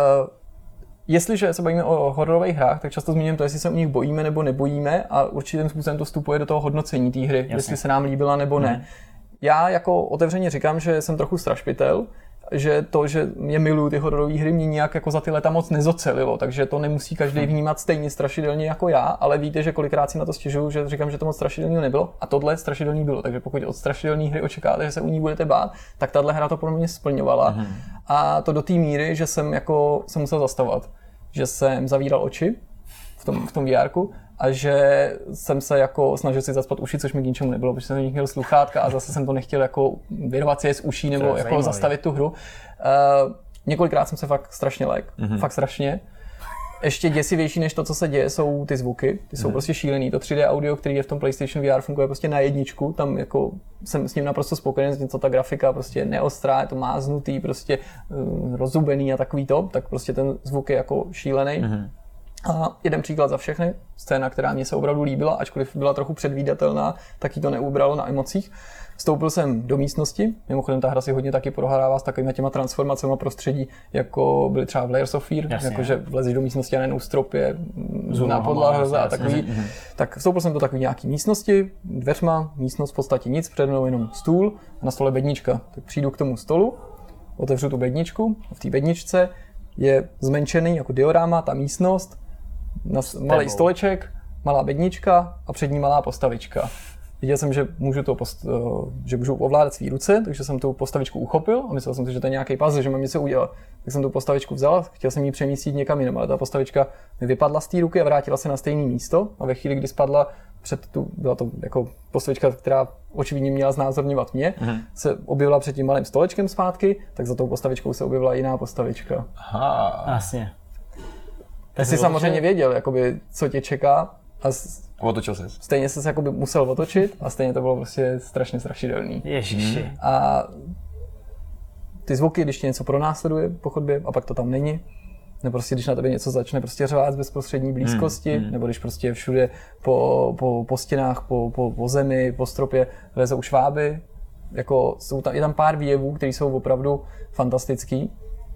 Jestliže se bavíme o hororových hrách, tak často zmíním to, jestli se u nich bojíme nebo nebojíme a určitým způsobem to vstupuje do toho hodnocení té hry, Jasně. jestli se nám líbila nebo ne. Hmm. Já jako otevřeně říkám, že jsem trochu strašpitel, že to, že mě miluju ty hororové hry, mě nějak jako za ty leta moc nezocelilo, takže to nemusí každý vnímat stejně strašidelně jako já, ale víte, že kolikrát si na to stěžuju, že říkám, že to moc strašidelného nebylo a tohle strašidelný bylo, takže pokud od strašidelné hry očekáváte, že se u ní budete bát, tak tahle hra to pro mě splňovala mm-hmm. a to do té míry, že jsem jako se musel zastavovat, že jsem zavíral oči v tom, v tom V R-ku a že jsem se jako snažil si zacpat uši, což mi k ničemu nebylo, protože jsem v nich měl sluchátka a zase jsem to nechtěl jako vyrvat si je z uší nebo jako zajímavý. Zastavit tu hru. Uh, několikrát jsem se fakt strašně lék, mm-hmm. fakt strašně. Ještě děsivější než to, co se děje, jsou ty zvuky, ty jsou mm-hmm. prostě šílený. To tři dé audio, který je v tom PlayStation V R, funguje prostě na jedničku, tam jako jsem s ním naprosto spokojený, něco ta grafika prostě neostrá, je to máznutý, prostě uh, rozubený a takový to, tak prostě ten zvuk je jako šílený. Mm-hmm. A jeden příklad za všechny, scéna, která mě se opravdu líbila, ačkoliv byla trochu předvídatelná, tak jí to neubralo na emocích. Vstoupil jsem do místnosti, mimochodem ta hra si hodně taky prohrává s takovými těma transformacemi prostředí, jako byly třeba v Layers of Fear, jakože vlezeš do místnosti a najednou strop je na podlaze a takový. Jasně. Tak vstoupil jsem do takové nějaký místnosti, dveřma, místnost v podstatě nic, přede mnou jenom stůl a na stole bednička. Tak přijdu k tomu stolu, otevřu tu bedničku, v té bedničce je zmenšený jako diorama, ta místnost, malý stoleček, malá bednička a před ní malá postavička. Viděl jsem, že můžu, to post, že můžu ovládat svý ruce, takže jsem tu postavičku uchopil a myslel jsem si, že to je nějaký puzzle, že mám něco udělat. Tak jsem tu postavičku vzal, chtěl jsem ji přemístit někam jinam, ale ta postavička mi vypadla z té ruky a vrátila se na stejné místo. A ve chvíli, kdy spadla před tu, byla to jako postavička, která očividně měla znázorňovat mě, mm-hmm. se objevila před tím malým stolečkem zpátky, tak za tou postavičkou se objevila jiná postavička. Aha. Jasně. Tak jsi samozřejmě věděl, jakoby, co tě čeká. A otočil ses. Stejně ses jakoby musel otočit a stejně to bylo prostě strašně strašidelný. Ježiši. Hmm. A ty zvuky, když tě něco pronásleduje po chodbě a pak to tam není, nebo prostě když na tebe něco začne prostě řvát z bezprostřední blízkosti, hmm. nebo když prostě všude po, po, po stěnách, po, po, po zemi, po stropě lezou šváby, jako jsou tam, je tam pár výjevů, které jsou opravdu fantastický,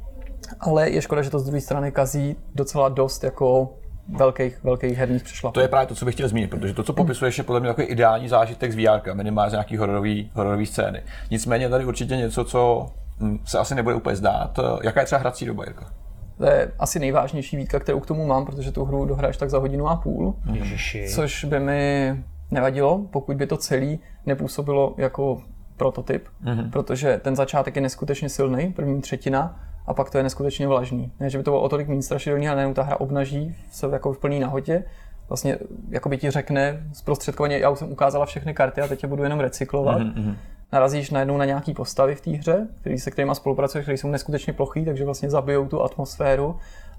ale je škoda, že to z druhé strany kazí docela dost jako velkých, velkých herních přešlapů. To je právě to, co bych chtěl zmínit, protože to, co popisuješ, je podle mě takový ideální zážitek z V R, minimálně z nějaký hororový, hororový scény. Nicméně tady určitě něco, co se asi nebude úplně zdát. Jaká je třeba hrací doba, Jirko? To je asi nejvážnější výtka, kterou k tomu mám, protože tu hru dohraješ tak za hodinu a půl, Ježiši. Což by mi nevadilo, pokud by to celé nepůsobilo jako prototyp, mm-hmm. protože ten začátek je neskutečně silný, první třetina, a pak to je neskutečně vlažný. Ne, že by to bylo o tolik méně strašidelný, ale najednou ta hra obnaží se jako v plný nahotě. Vlastně jakoby ti řekne zprostředkovaně, já už jsem ukázala všechny karty a teď je budu jenom recyklovat. Mm-hmm. Narazíš najednou na nějaký postavy v té hře, který, se kterýma spolupracuješ, které jsou neskutečně plochý, takže vlastně zabijou tu atmosféru.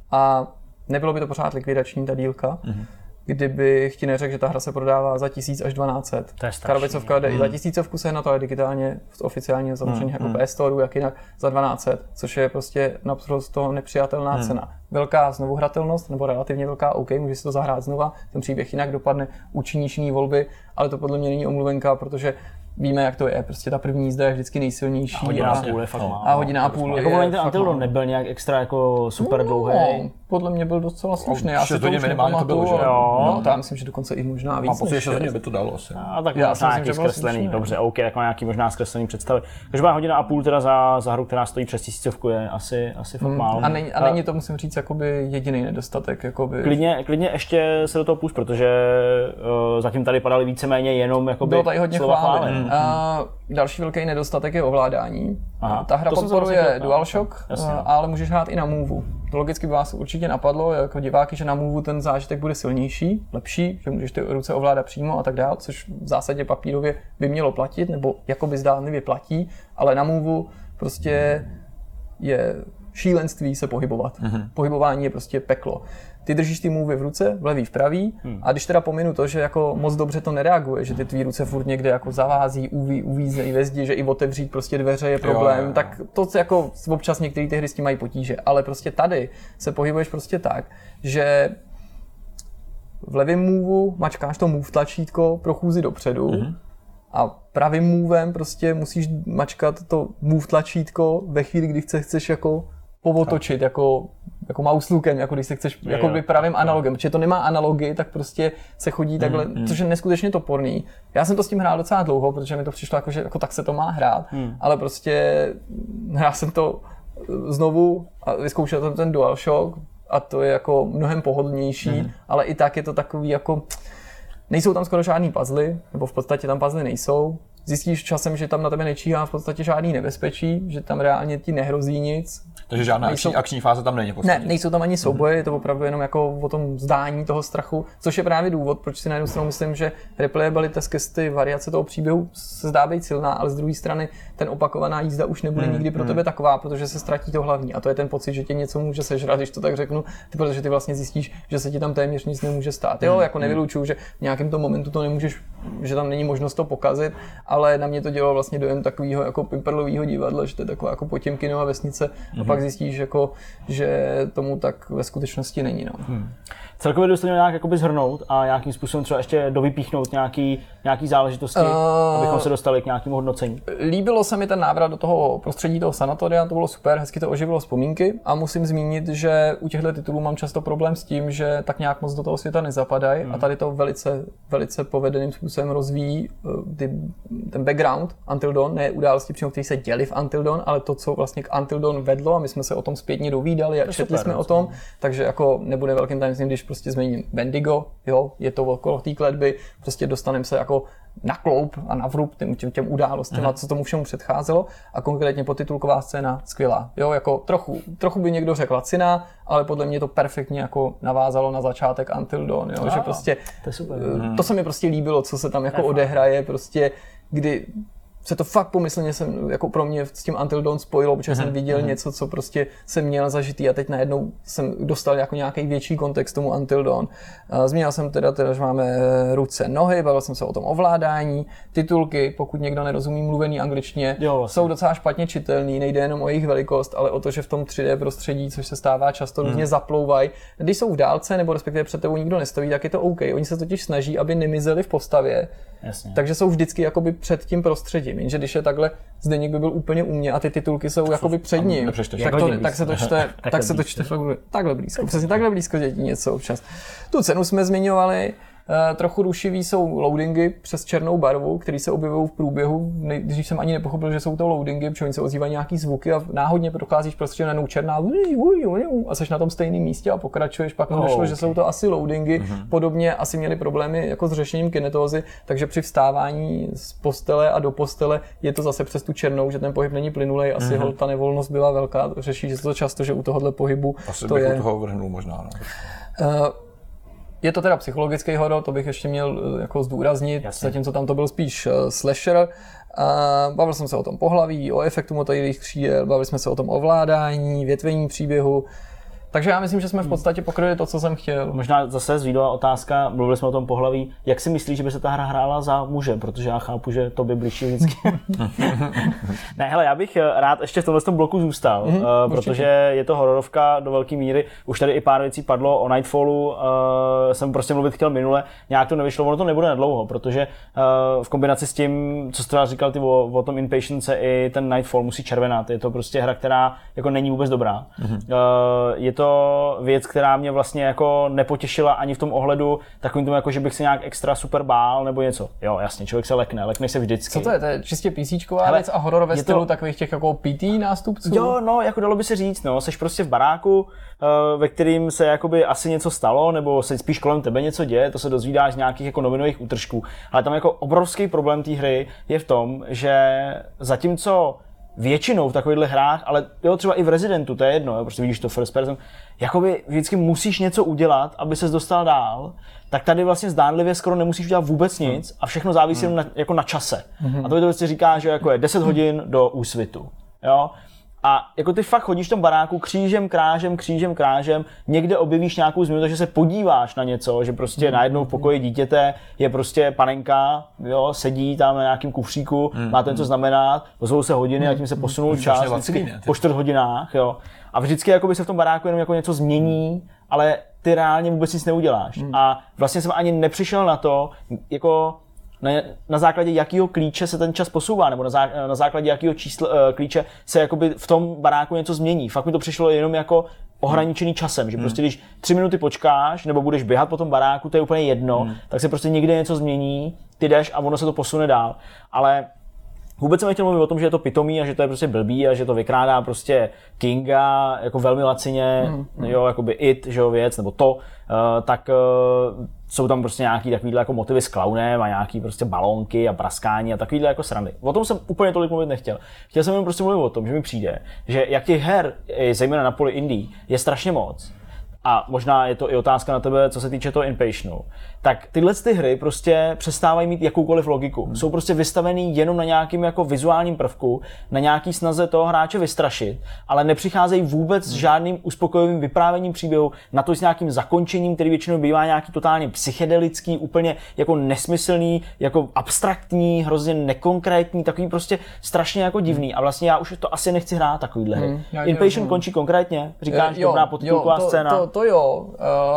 A nebylo by to pořád likvidační ta dílka, mm-hmm. kdybych ti neřekl, že ta hra se prodává za tisíc až dvanáct set. To je strašný. Karabicovka jde mm. i za tisícovku se na to je digitálně v oficiálním založení mm. jako P S Store, jak jinak za dvanáct set, což je prostě naprosto nepřijatelná mm. cena. Velká znovuhratelnost, nebo relativně velká, OK, může si to zahrát znova, ten příběh jinak dopadne, účinnější jiný volby, ale to podle mě není omluvenka, protože víme, jak to je. Prostě ta první jízda je vždycky nejsilnější. A hodina a půl je fakt málo. A hodina a půl jako je ten Until nebyl nějak extra jako super no, dlouhý. Podle mě byl docela slušný. Já si to už minimálně to bylo, že? No, to já myslím, že dokonce i možná víc. Mám pocit, že šest hodin by to dalo asi. A tak já možná nějaký zkreslený. Dobře, OK, tak má nějaký možná zkreslený představy. Každá hodina a půl teda za, za hru, která stojí přes tisícovku, je asi, asi fakt málo. A není, a není to, musím říct, jakoby jediný nedostatek. Jakoby... Klidně, klidně ještě se do toho půjč, protože uh, zatím tady padaly víceméně jenom jakoby bylo tady hodně slova chvály. Mm. A další velký nedostatek je ovládání. Aha, ta hra podporuje DualShock, ale můžeš hrát i na Move. To logicky by vás určitě napadlo jako diváky, že na Move ten zážitek bude silnější, lepší, že můžeš ty ruce ovládat přímo a tak dále, což v zásadě papírově by mělo platit, nebo jakoby zdánlivě platí, ale na Move prostě je šílenství se pohybovat. Mm-hmm. Pohybování je prostě peklo. Ty držíš ty move v ruce, v levý, v pravý, hmm. a když teda pominu to, že jako moc dobře to nereaguje, že ty tvý ruce furt někde jako zavází, uví, uvíznejí ve zdi, že i otevřít prostě dveře je problém, jo, jo. tak to jako občas některé ty hry s tím mají potíže, ale prostě tady se pohybuješ prostě tak, že v levém move mačkáš to move tlačítko pro chůzi dopředu, hmm. a pravým movem prostě musíš mačkat to move tlačítko ve chvíli, kdy chceš, chceš jako povotočit, jako, jako mouse lookem, jako když se chceš je, jako by pravým analogem, protože to nemá analogy, tak prostě se chodí takhle, mm, mm. což je neskutečně toporný. Já jsem to s tím hrál docela dlouho, protože mi to přišlo jako, že jako tak se to má hrát, mm. ale prostě hrál jsem to znovu a vyzkoušel jsem ten DualShock a to je jako mnohem pohodlnější, mm. ale i tak je to takový jako, nejsou tam skoro žádný puzzly, nebo v podstatě tam puzzly nejsou. Zjistíš časem, že tam na tebe nečíhá v podstatě žádný nebezpečí, že tam reálně ti nehrozí nic. Takže žádná nejsou... akční, akční fáze tam není v podstatě. Ne, nejsou tam ani souboje, je to opravdu jenom jako o tom zdání toho strachu, což je právě důvod, proč si na jednu stranu myslím, že replayability, ty variace toho příběhu se zdá být silná, ale z druhé strany ten opakovaná jízda už nebude hmm, nikdy pro tebe hmm. taková, protože se ztratí to hlavní. A to je ten pocit, že tě něco může sežrat, když to tak řeknu, ty, protože ty vlastně zjistíš, že se ti tam téměř nic nemůže stát. Jo, jako nevylučuju, že v nějakém tom momentu to nemůžeš, že tam není možnost to pokazit, ale na mě to dělalo vlastně dojem takového jako pimperlového divadla, že to je taková jako Potěmkinova vesnice, mm-hmm. a pak zjistíš, jako, že tomu tak ve skutečnosti není. No. Hmm. Celkově byste měl nějak jakoby zhrnout a nějakým způsobem třeba ještě dovypíchnout nějaký, nějaký záležitosti, uh, abychom se dostali k nějakému hodnocení. Líbilo se mi ten návrat do toho prostředí toho sanatoria, to bylo super, hezky to oživilo vzpomínky a musím zmínit, že u těchto titulů mám často problém s tím, že tak nějak moc do toho světa nezapadají hmm. a tady to velice, velice povedeným způsobem rozvíjí ty, ten background Until Dawn, ne události přímo, které se děly v Until Dawn, ale to, co vlastně k Until Dawn vedlo a my jsme se o tom zpětně dovídali a četli jsme o tom, takže jako nebude velkým tajemstvím, když prostě změním Bendigo, jo, je to okolo té kletby, prostě dostaneme se jako na kloup a na vrub těm, těm, těm událostem, a co tomu všemu předcházelo a konkrétně podtitulková scéna skvělá. Jo, jako trochu, trochu by někdo řekl laciná, ale podle mě to perfektně jako navázalo na začátek Until Dawn, jo, že prostě to, je super. to se mi prostě líbilo, co se tam jako odehraje, prostě kdy se to fakt pomyslně jsem, jako pro mě s tím Until Dawn spojilo, protože mm-hmm. jsem viděl mm-hmm. něco, co prostě jsem měl zažitý a teď najednou jsem dostal jako nějaký větší kontext tomu Until Dawn. Zmínil jsem teda, teda, že máme ruce, nohy, bavil jsem se o tom ovládání, titulky, pokud někdo nerozumí mluvený angličtině, jo, vlastně. Jsou docela špatně čitelný, nejde jenom o jejich velikost, ale o to, že v tom tři dé prostředí, což se stává často, mm. různě zaplouvají. Když jsou v dálce nebo respektive před tebou nikdo nestojí, tak je to OK. Oni se totiž snaží, aby nemizeli v postavě. Jasně. Takže jsou vždycky jakoby před tím prostředím, jenže když je takhle, Zdeněk by byl úplně u mě a ty titulky jsou jakoby před ním, tak, to, tak se to čte, tak se to čte fakt takhle blízko, přesně takhle blízko dětí něco občas. Tu cenu jsme zmiňovali, Uh, trochu rušivý jsou loadingy přes černou barvu, které se objevují v průběhu, když jsem ani nepochopil, že jsou to loadingy, protože oni se ozývají nějaký zvuky a náhodně procházíš prostě najednou černá a seš na tom stejném místě a pokračuješ, pak mi oh, došlo, okay. že jsou to asi loadingy, mm-hmm. podobně asi měli problémy jako s řešením kinetózy, takže při vstávání z postele a do postele je to zase přes tu černou, že ten pohyb není plynulej, asi mm-hmm. ta nevolnost byla velká, řeší že to často, že u tohohle pohybu asi to bych je... u toho vrhnul možná, no. Uh, Je to teda psychologický horor, to bych ještě měl jako zdůraznit, Jasně. zatímco tam to byl spíš uh, slasher. Uh, bavil jsem se o tom pohlaví, o efektu motýlích křídel, bavili jsme se o tom ovládání, větvení příběhu. Takže já myslím, že jsme v podstatě pokryli to, co jsem chtěl. Možná zase zvídová otázka, mluvili jsme o tom pohlaví. Jak si myslíš, že by se ta hra hrála za muže? Protože já chápu, že to by blížší vždycky. Ne, hele, já bych rád ještě v tomhle bloku zůstal, mm-hmm, uh, protože je to hororovka do velké míry. Už tady i pár věcí padlo o Nightfallu, uh, jsem prostě mluvit chtěl minule, nějak to nevyšlo, ono to nebude nedlouho, protože uh, v kombinaci s tím, co jsi teda říkal ty o, o tom Inpatience, i ten Nightfall musí červenat. Je to prostě hra, která jako není vůbec dobrá. Mm-hmm. Uh, je to věc, která mě vlastně jako nepotěšila ani v tom ohledu takovým tomu, jako, že bych se nějak extra super bál nebo něco. Jo, jasně, člověk se lekne, lekne se vždycky. Co to je? To je čistě PCčková věc a horor ve stylu to... takových těch jako P T nástupců? Jo, no, jako dalo by se říct, no, seš prostě v baráku, ve kterým se jakoby asi něco stalo, nebo se spíš kolem tebe něco děje, to se dozvídáš z nějakých jako novinových útržků. Ale tam jako obrovský problém té hry je v tom, že zatímco většinou v takovýchhle hrách, ale jo, třeba i v Residentu, to je jedno, jo, prostě vidíš to first person, jakoby vždycky musíš něco udělat, aby ses dostal dál, tak tady vlastně zdánlivě skoro nemusíš udělat vůbec nic a všechno závisí hmm. na, jako na čase. Hmm. A to by to vlastně říká, že jako je deset hodin do úsvitu, jo. A jako ty fakt chodíš v tom baráku křížem, krážem, křížem, krážem, někde objevíš nějakou změnu, takže se podíváš na něco, že prostě najednou v pokoji dítěte je prostě panenka, jo, sedí tam na nějakém kufříku, mm, má to něco znamenat, ozvou se hodiny a tím se posunul mm, čas vždycky po čtyř hodinách, jo. A vždycky jakoby se v tom baráku jenom jako něco změní, ale ty reálně vůbec nic neuděláš. Mm. A vlastně jsem ani nepřišel na to, jako Na, na základě jakého klíče se ten čas posouvá, nebo na, zá, na základě jakého čísla, uh, klíče se jakoby v tom baráku něco změní. Fakt mi to přišlo jenom jako ohraničený časem, že prostě když tři minuty počkáš, nebo budeš běhat po tom baráku, to je úplně jedno, hmm. tak se prostě někde něco změní, ty jdeš a ono se to posune dál. Ale vůbec jsem nechtěl mluvit o tom, že je to pitomý a že to je prostě blbý a že to vykrádá prostě Kinga jako velmi lacině, mm. jo, jakoby It, že jo, věc, nebo to, uh, tak uh, jsou tam prostě nějaký takovýhle jako motivy s klaunem a nějaký prostě balónky a praskání a takovýhle jako srandy. O tom jsem úplně tolik mluvit nechtěl. Chtěl jsem jenom prostě mluvit o tom, že mi přijde, že jak těch her, zejména na poli indie, je strašně moc, a možná je to i otázka na tebe, co se týče toho Inpatienu, tak tyhle ty hry prostě přestávají mít jakoukoliv logiku. Hmm. Jsou prostě vystavený jenom na nějakým jako vizuálním prvku, na nějaký snaze toho hráče vystrašit, ale nepřicházejí vůbec s žádným uspokojivým vyprávěním příběhu, na to s nějakým zakončením, který většinou bývá nějaký totálně psychedelický, úplně jako nesmyslný, jako abstraktní, hrozně nekonkrétní, takový prostě strašně jako divný. A vlastně já už to asi nechci hrát takovýhle hry. Hmm, Inpatient končí konkrétně, říkáš, jo, dobrá podtitulková scéna. To, to jo.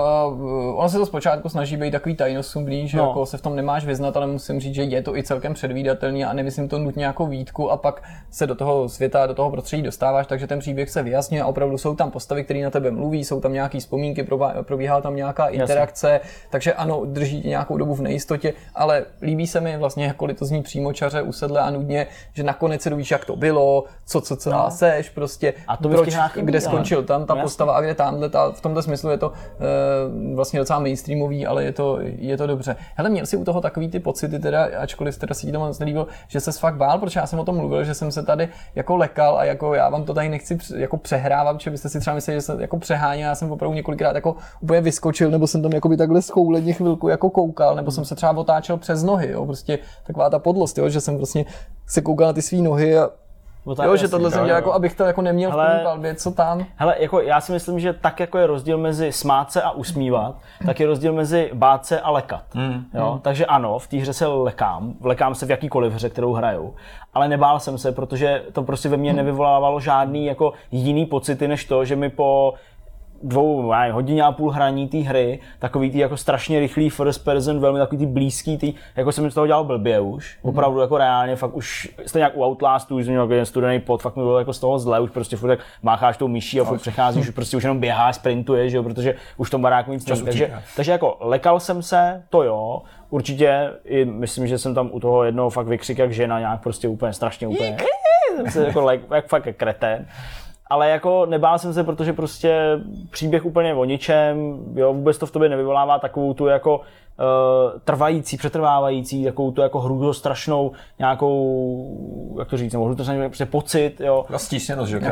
Uh, ono se to zpočátku snaží být takový tajnosubný, že no. jako se v tom nemáš vyznat, ale musím říct, že je to i celkem předvídatelný a nemyslím to nutně jako výtku a pak se do toho světa, do toho prostředí dostáváš, takže ten příběh se vyjasňuje a opravdu jsou tam postavy, které na tebe mluví, jsou tam nějaký vzpomínky, probíhá tam nějaká interakce, Jasně. takže ano, drží nějakou dobu v nejistotě, ale líbí se mi vlastně, jakkoliv to zní přímočaře, usedle a nudně, že nakonec se dovíš, jak to bylo, co, co, co no. seš, prostě, a to proč, kde skončil tam ta no, postava a kde tamhle, ta, v tomto smyslu je to e, vlastně docela mainstreamový, ale je to, je to dobře. Hele, měl jsi u toho takový ty pocity, teda, ačkoliv teda si ti to moc nelíbil, že ses fakt bál, protože já jsem o tom mluvil, že jsem se tady jako lekal a jako já vám to tady nechci jako přehrávat, že byste si třeba mysleli, že se jako přehání, já jsem opravdu několikrát jako úplně vyskočil, nebo jsem tam jako by takhle schouleně chvilku jako koukal, nebo jsem se třeba otáčel přes nohy, jo, prostě taková ta podlost, jo, že jsem vlastně se koukal na ty svý nohy a jo, že tohle jsem dělal, jako, abych to jako neměl hele, v té palbě, co tam? Hele, jako já si myslím, že tak jako je rozdíl mezi smát se a usmívat, tak je rozdíl mezi bát se a lekat. Mm, jo? Mm. Takže ano, v té hře se lekám, lekám se v jakýkoliv hře, kterou hraju, ale nebál jsem se, protože to prostě ve mně nevyvolávalo žádný jako jiný pocity, než to, že mi po dvou ne, hodině a půl hraní té hry, takový ty jako strašně rychlý first person, velmi takový ty blízký, ty, jako jsem z toho dělal blbě už, mm. opravdu jako reálně, fakt už stejně jak u Outlastu, už jsem měl jeden studený pot, fakt mi bylo jako z toho zle, už prostě furt tak mácháš tou myší a furt přecházíš, už prostě už jenom běháš, sprintuješ, jo, protože už v tom baráku nic není, takže, takže jako lekal jsem se, to jo, určitě, i myslím, že jsem tam u toho jednoho fakt vykřik jak žena, nějak prostě úplně strašně úplně, jsem se jako like, jak fakt jak kretén. Ale jako nebál jsem se, protože prostě příběh úplně o ničem, jo, vůbec to v tobě nevyvolává takovou tu jako uh, trvající, přetrvávající, takovou tu jako hrůzostrašnou nějakou, jak to říct, nebo hrůzostrašný prostě pocit, jo. Stísněnost, že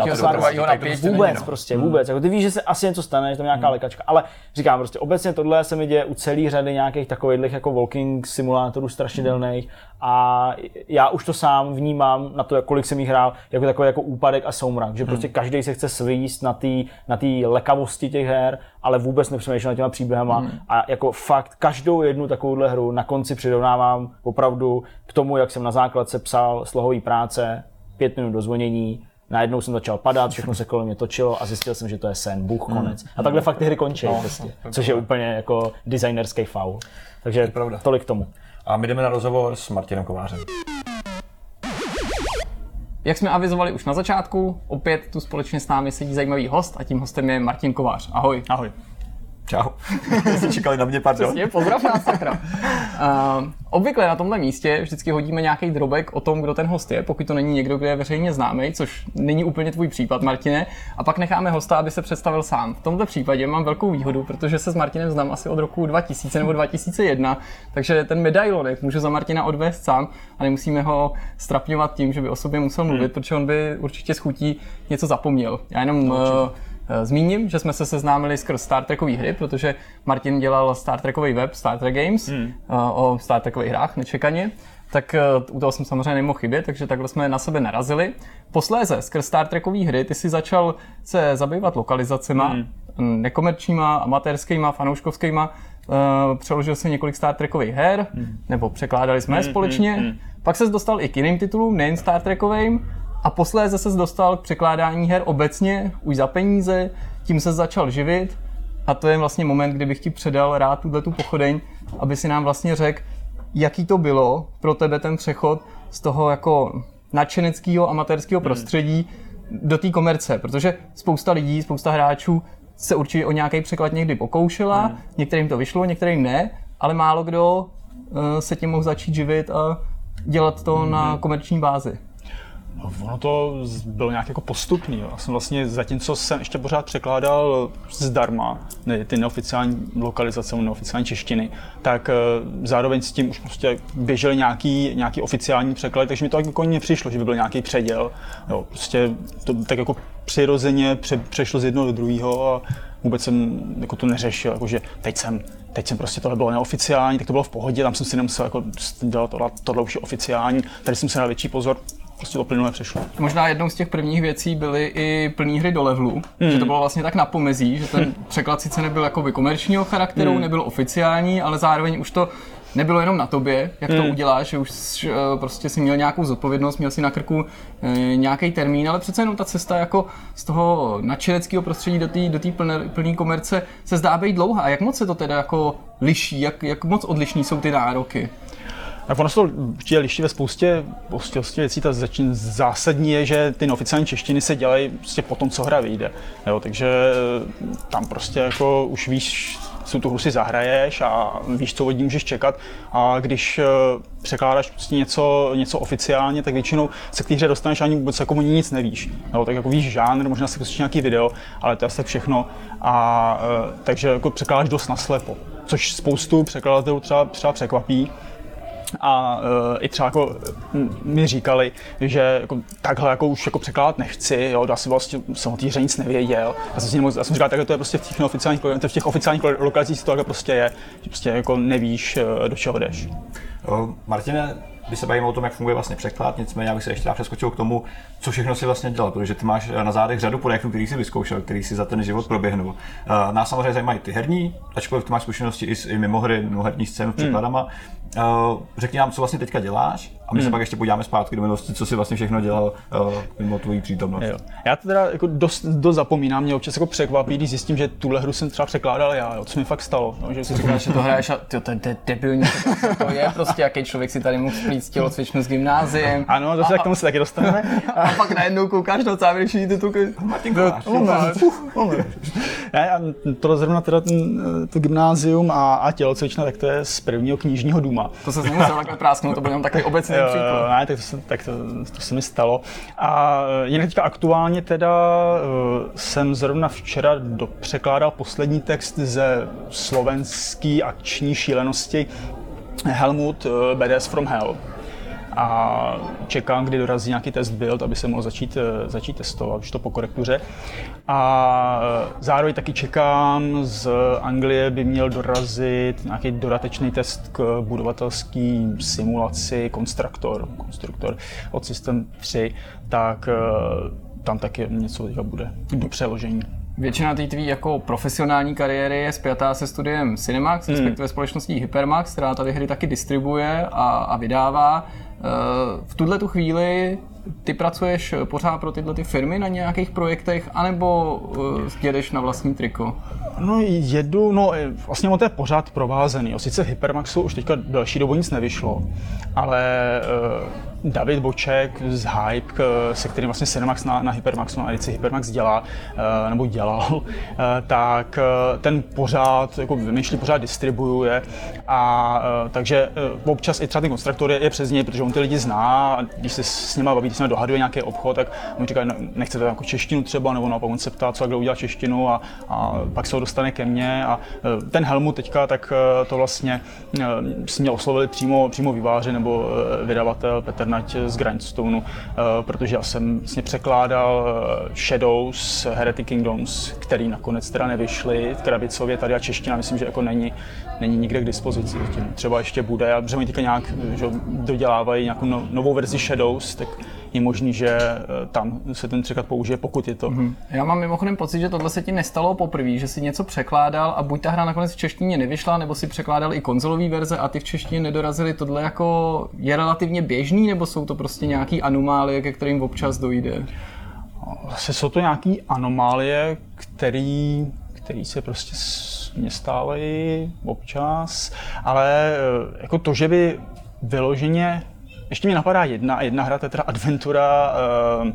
vůbec prostě, vůbec. Jako ty víš, že se asi něco stane, že tam nějaká hmm. lekačka, ale říkám prostě obecně tohle se mi děje u celé řady nějakých takových jako walking simulátorů strašidelných a já už to sám vnímám na to, kolik jsem jich hrál, jako takový jako úpadek a soumrak, že prostě každý se chce svíst na té na té lekavosti těch her, ale vůbec nepřemýšlím nad těma příběhama hmm. a jako fakt každou jednu takovouhle hru na konci přirovnávám opravdu k tomu, jak jsem na základce psal slohový práce, pět minut do zvonění, najednou jsem začal padat, všechno se kolem mě točilo a zjistil jsem, že to je sen, bůh, konec. A takhle fakt ty hry končí, no, prostě, no, což je úplně jako designerský faul. Takže tolik k tomu. A my jdeme na rozhovor s Martinem Kovářem. Jak jsme avizovali už na začátku, opět tu společně s námi sedí zajímavý host a tím hostem je Martin Kovář. Ahoj. Ahoj. Čau. Jste čekali na mě, pardon. Přesně, pozdrav nás, sakra. Uh, obvykle na tomhle místě vždycky hodíme nějaký drobek o tom, kdo ten host je, pokud to není někdo, kdo je veřejně známý, což není úplně tvůj případ, Martine, a pak necháme hosta, aby se představil sám. V tomto případě mám velkou výhodu, protože se s Martinem znám asi od roku dva tisíce nebo dva tisíce jedna, takže ten medailonek můžu za Martina odvést sám a nemusíme ho strapňovat tím, že by o sobě musel mluvit, hmm. protože on by určitě s chutí něco zapomněl. Já jenom uh, Zmíním, že jsme se seznámili skrz Star Trekové hry, protože Martin dělal Star Trekový web Star Trek Games hmm. o Star Trekových hrách nečekaně, tak u toho jsem samozřejmě nemohl chybět, takže takhle jsme na sebe narazili. Posléze skrz Star Trekové hry ty si začal se zabývat lokalizacema, hmm. nekomerčníma, amatérskýma, fanouškovskýma, přeložil si několik Star Trekových her, hmm. nebo překládali jsme je hmm. společně, hmm. pak ses dostal i k jiným titulům, nejen Star Trekovým, a posléze ses dostal k překládání her obecně, už za peníze, tím se začal živit a to je vlastně moment, kdy bych ti předal rád tuhletu pochodeň, aby si nám vlastně řekl, jaký to bylo pro tebe ten přechod z toho jako nadšeneckého amatérského prostředí hmm. do té komerce, protože spousta lidí, spousta hráčů se určitě o nějaký překlad někdy pokoušela, hmm. některým to vyšlo, některým ne, ale málo kdo uh, se tím mohl začít živit a dělat to hmm. na komerční bázi. No, ono to bylo nějak jako postupný. Jo. Já jsem vlastně zatímco jsem ještě pořád překládal zdarma ne, ty neoficiální lokalizace, neoficiální češtiny, tak uh, zároveň s tím už prostě běžely nějaký, nějaký oficiální překlady, takže mi to jako nepřišlo, že by byl nějaký předěl. Jo, prostě to tak jako přirozeně pře, přešlo z jednoho do druhého a vůbec jsem jako to neřešil, jakože teď jsem Teď jsem prostě tohle bylo neoficiální, tak to bylo v pohodě, tam jsem si nemusel jako dělat tohle, tohle už je oficiální, tady jsem se dal větší pozor, prostě to plynule přešlo. Možná jednou z těch prvních věcí byly i plný hry do levelu, mm. že to bylo vlastně tak na pomezí, že ten překlad sice nebyl jako komerčního charakteru, mm. nebyl oficiální, ale zároveň už to nebylo jenom na tobě, jak to Hmm. uděláš, že už jsi, uh, prostě si měl nějakou zodpovědnost, měl si na krku uh, nějaký termín, ale přece jenom ta cesta jako z toho nadšeneckého prostředí do té do té plné, plné komerce se zdá být dlouhá. A jak moc se to teda jako liší, jak, jak moc odlišní jsou ty nároky? Tak ono se to určitě liší ve spoustě, spoustě věcí. Ta začín, zásadní je, že ty neoficiální češtiny se dělají prostě po tom, co hra vyjde. Jo, takže tam prostě jako už víš, co tu hru si zahraješ a víš, co od ní můžeš čekat. A když překládáš prostě něco, něco oficiálně, tak většinou se k té hře dostaneš ani vůbec jako nic nevíš. Jo, tak jako víš žánr, možná si pustíš nějaký video, ale to je asi všechno. A takže jako překládáš dost naslepo, což spoustu překladatelů třeba, třeba překvapí. A uh, i třeba jako mi říkali, že jako, takhle jako už jako překládat nechci, jo, já si vlastně jsem o té hře nic nevěděl. Já jsem, si nemohl, já jsem říkal, takhle to je prostě v těch neoficiálních, v těch oficiálních lokalizacích to takhle prostě je, že prostě jako nevíš, do čeho jdeš. Uh, Martine, by se bavíme o tom, jak funguje vlastně překlad, nicméně já bych se ještě přeskočil k tomu, co všechno si vlastně dělal, protože ty máš na zádech řadu projektů, který jsi vyzkoušel, který si za ten život proběhnul. Uh, nás samozřejmě zajímají ty herní, ačkoliv ty máš zkušenosti i, s, i mimo hry, mimo herní scénu s překladama. Uh, řekni nám, co vlastně teďka děláš a my hmm. se pak ještě podíváme zpátky do minulosti, co si vlastně všechno dělal uh, mimo tvojí přítomnost. Jo. Já to teda jako dost, dost zapomínám, mě občas jako překvapí, když zjistím, že tuhle hru jsem třeba překládal já, jo, co mi fakt stalo. No, že si říkáš, že to hraješ a tyjo, to je debilní, to je prostě, jaký člověk si tady mohl splít tělocvičnu s gymnáziem. Ano, zase k tomu se taky dostaneme. A, a pak najednou koukáš na závěrečný titulky. Martin Kolář. Já tohle zrovna teda ten, to gymnázium a, a tělocvična, tak to je z prvního knížního důma. To se nemusel takhle prásknout, to byl jenom takový obecný příklad. Ne, tak, to se, tak to, to se mi stalo. A jinak teďka aktuálně teda uh, jsem zrovna včera dopřekládal poslední text ze slovenský akční šílenosti Helmut uh, Badass from Hell. A čekám, kdy dorazí nějaký test build, aby se mohl začít, začít testovat, už to po korektuře. A zároveň taky čekám, z Anglie by měl dorazit nějaký dodatečný test k budovatelské simulaci Constructor, Constructor od System tři, tak tam taky něco bude do přeložení. Většina té tvý jako profesionální kariéry je spjatá se studiem Cinemax, hmm. respektive společností Hypermax, která tady hry taky distribuje a, a vydává. V tuhle tu chvíli ty pracuješ pořád pro tyhle ty firmy na nějakých projektech, anebo jedeš na vlastní triko? No jedu, no vlastně on to je pořád provázený. Jo. Sice v Hypermaxu už teďka další dobu nic nevyšlo, ale uh, David Boček z Hype, se kterým vlastně Cinemax na, na Hypermaxu, na edici Hypermax dělá, uh, nebo dělal, uh, tak uh, ten pořád jako vymýšlí, pořád distribuuje a uh, takže uh, občas i třeba ten Constructor je, je přes něj, protože on ty lidi zná a když se s nima baví, když se nima dohaduje nějaký obchod, tak on říká, nechcete jako češtinu třeba, nebo naopak on se ptá, co a kdo udělá češtinu a, a pak se ho dostane ke mně a ten Helmut teďka, tak to vlastně si mě oslovili přímo, přímo výváři nebo vydavatel Petr Nať z Grindstone, protože já jsem vlastně překládal Shadows, Heretic Kingdoms, který nakonec teda nevyšly krabicově tady a čeština myslím, že jako není, není nikde k dispozici. Třeba ještě bude, a protože oni teďka nějak že dodělávají nějakou no, novou verzi Shadows, tak je možný, že tam se ten překlad použije, pokud je to. Mm-hmm. Já mám mimochodem pocit, že tohle se ti nestalo poprvé, že si něco překládal a buď ta hra nakonec v češtině nevyšla, nebo si překládal i konzolový verze a ty v češtině nedorazily. Tohle jako je relativně běžný, nebo jsou to prostě nějaký anomálie, ke kterým občas dojde? Zase jsou to nějaký anomálie, který, který se prostě mě stávají občas, ale jako to, že by vyloženě ještě mi napadá jedna, jedna hra, to je teda Adventura, uh,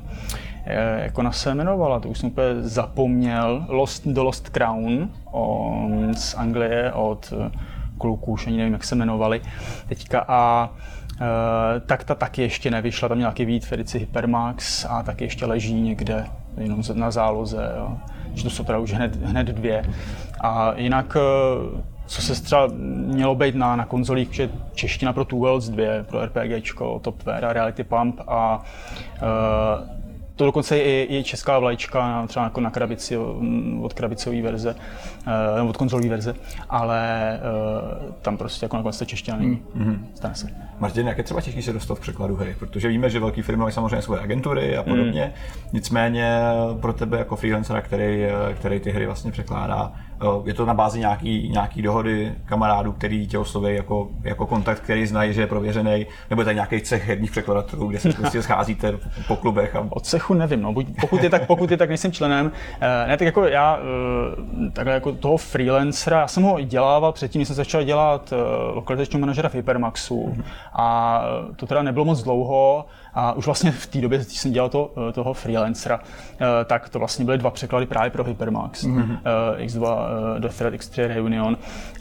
jak ona se jmenovala, to už jsem úplně zapomněl, Lost, The Lost Crown on, z Anglie od kluků, už ani nevím, jak se jmenovali teďka a uh, tak ta taky ještě nevyšla, tam měl taky výjít v edici Hypermax a taky ještě leží někde jenom na záloze, jo. Že to jsou teda už hned, hned dvě a jinak uh, co se třeba mělo být na, na konzolích, že čeština pro Two Worlds dva, pro RPGčko, Topware, Reality Pump a uh, to dokonce je i česká vlajčka, třeba jako na krabici, od krabicové verze, uh, od konzolové verze, ale uh, tam prostě jako nakonec ta čeština není. Mm-hmm. Stane se. Martin, jak je třeba těžký se dostat v překladu hry? Protože víme, že velké firmy mají samozřejmě svoje agentury a podobně, mm. nicméně pro tebe jako freelancera, který, který ty hry vlastně překládá, Je to na bázi nějaký, nějaký dohody kamarádů, který tě osloví jako, jako kontakt, který znají, že je prověřený, nebo je to nějaký cech herních překladatelů, kde se prostě scházíte po klubech? A... O cechu nevím, no. Pokud je tak, pokud je tak nejsem členem. Ne, tak jako já takhle jako toho freelancera, já jsem ho dělával předtím, jsem začal dělat lokalizačního manažera v Hypermaxu mm-hmm. a to teda nebylo moc dlouho a už vlastně v té době, když jsem dělal to, toho freelancera, tak to vlastně byly dva překlady právě pro Hypermax. Mm-hmm. X dva Death Threat, X tři Reunion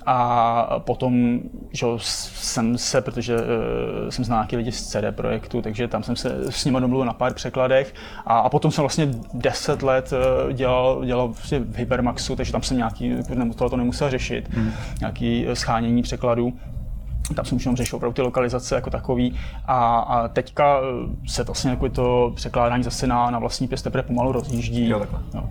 a potom že jsem se, protože jsem znal nějaký lidi z C D Projektu, takže tam jsem se s nimi domluvil na pár překladech a, a potom jsem vlastně deset let dělal, dělal vlastně v Hypermaxu, takže tam jsem nějaký, to nemusel řešit, mm. nějaký schánění překladů. Tam jsem už jenom řešil opravdu ty lokalizace jako takový a, a teďka se vlastně jako to překládání zase na, na vlastní pěst teprve pomalu rozjíždí. Jo, takhle. Jo.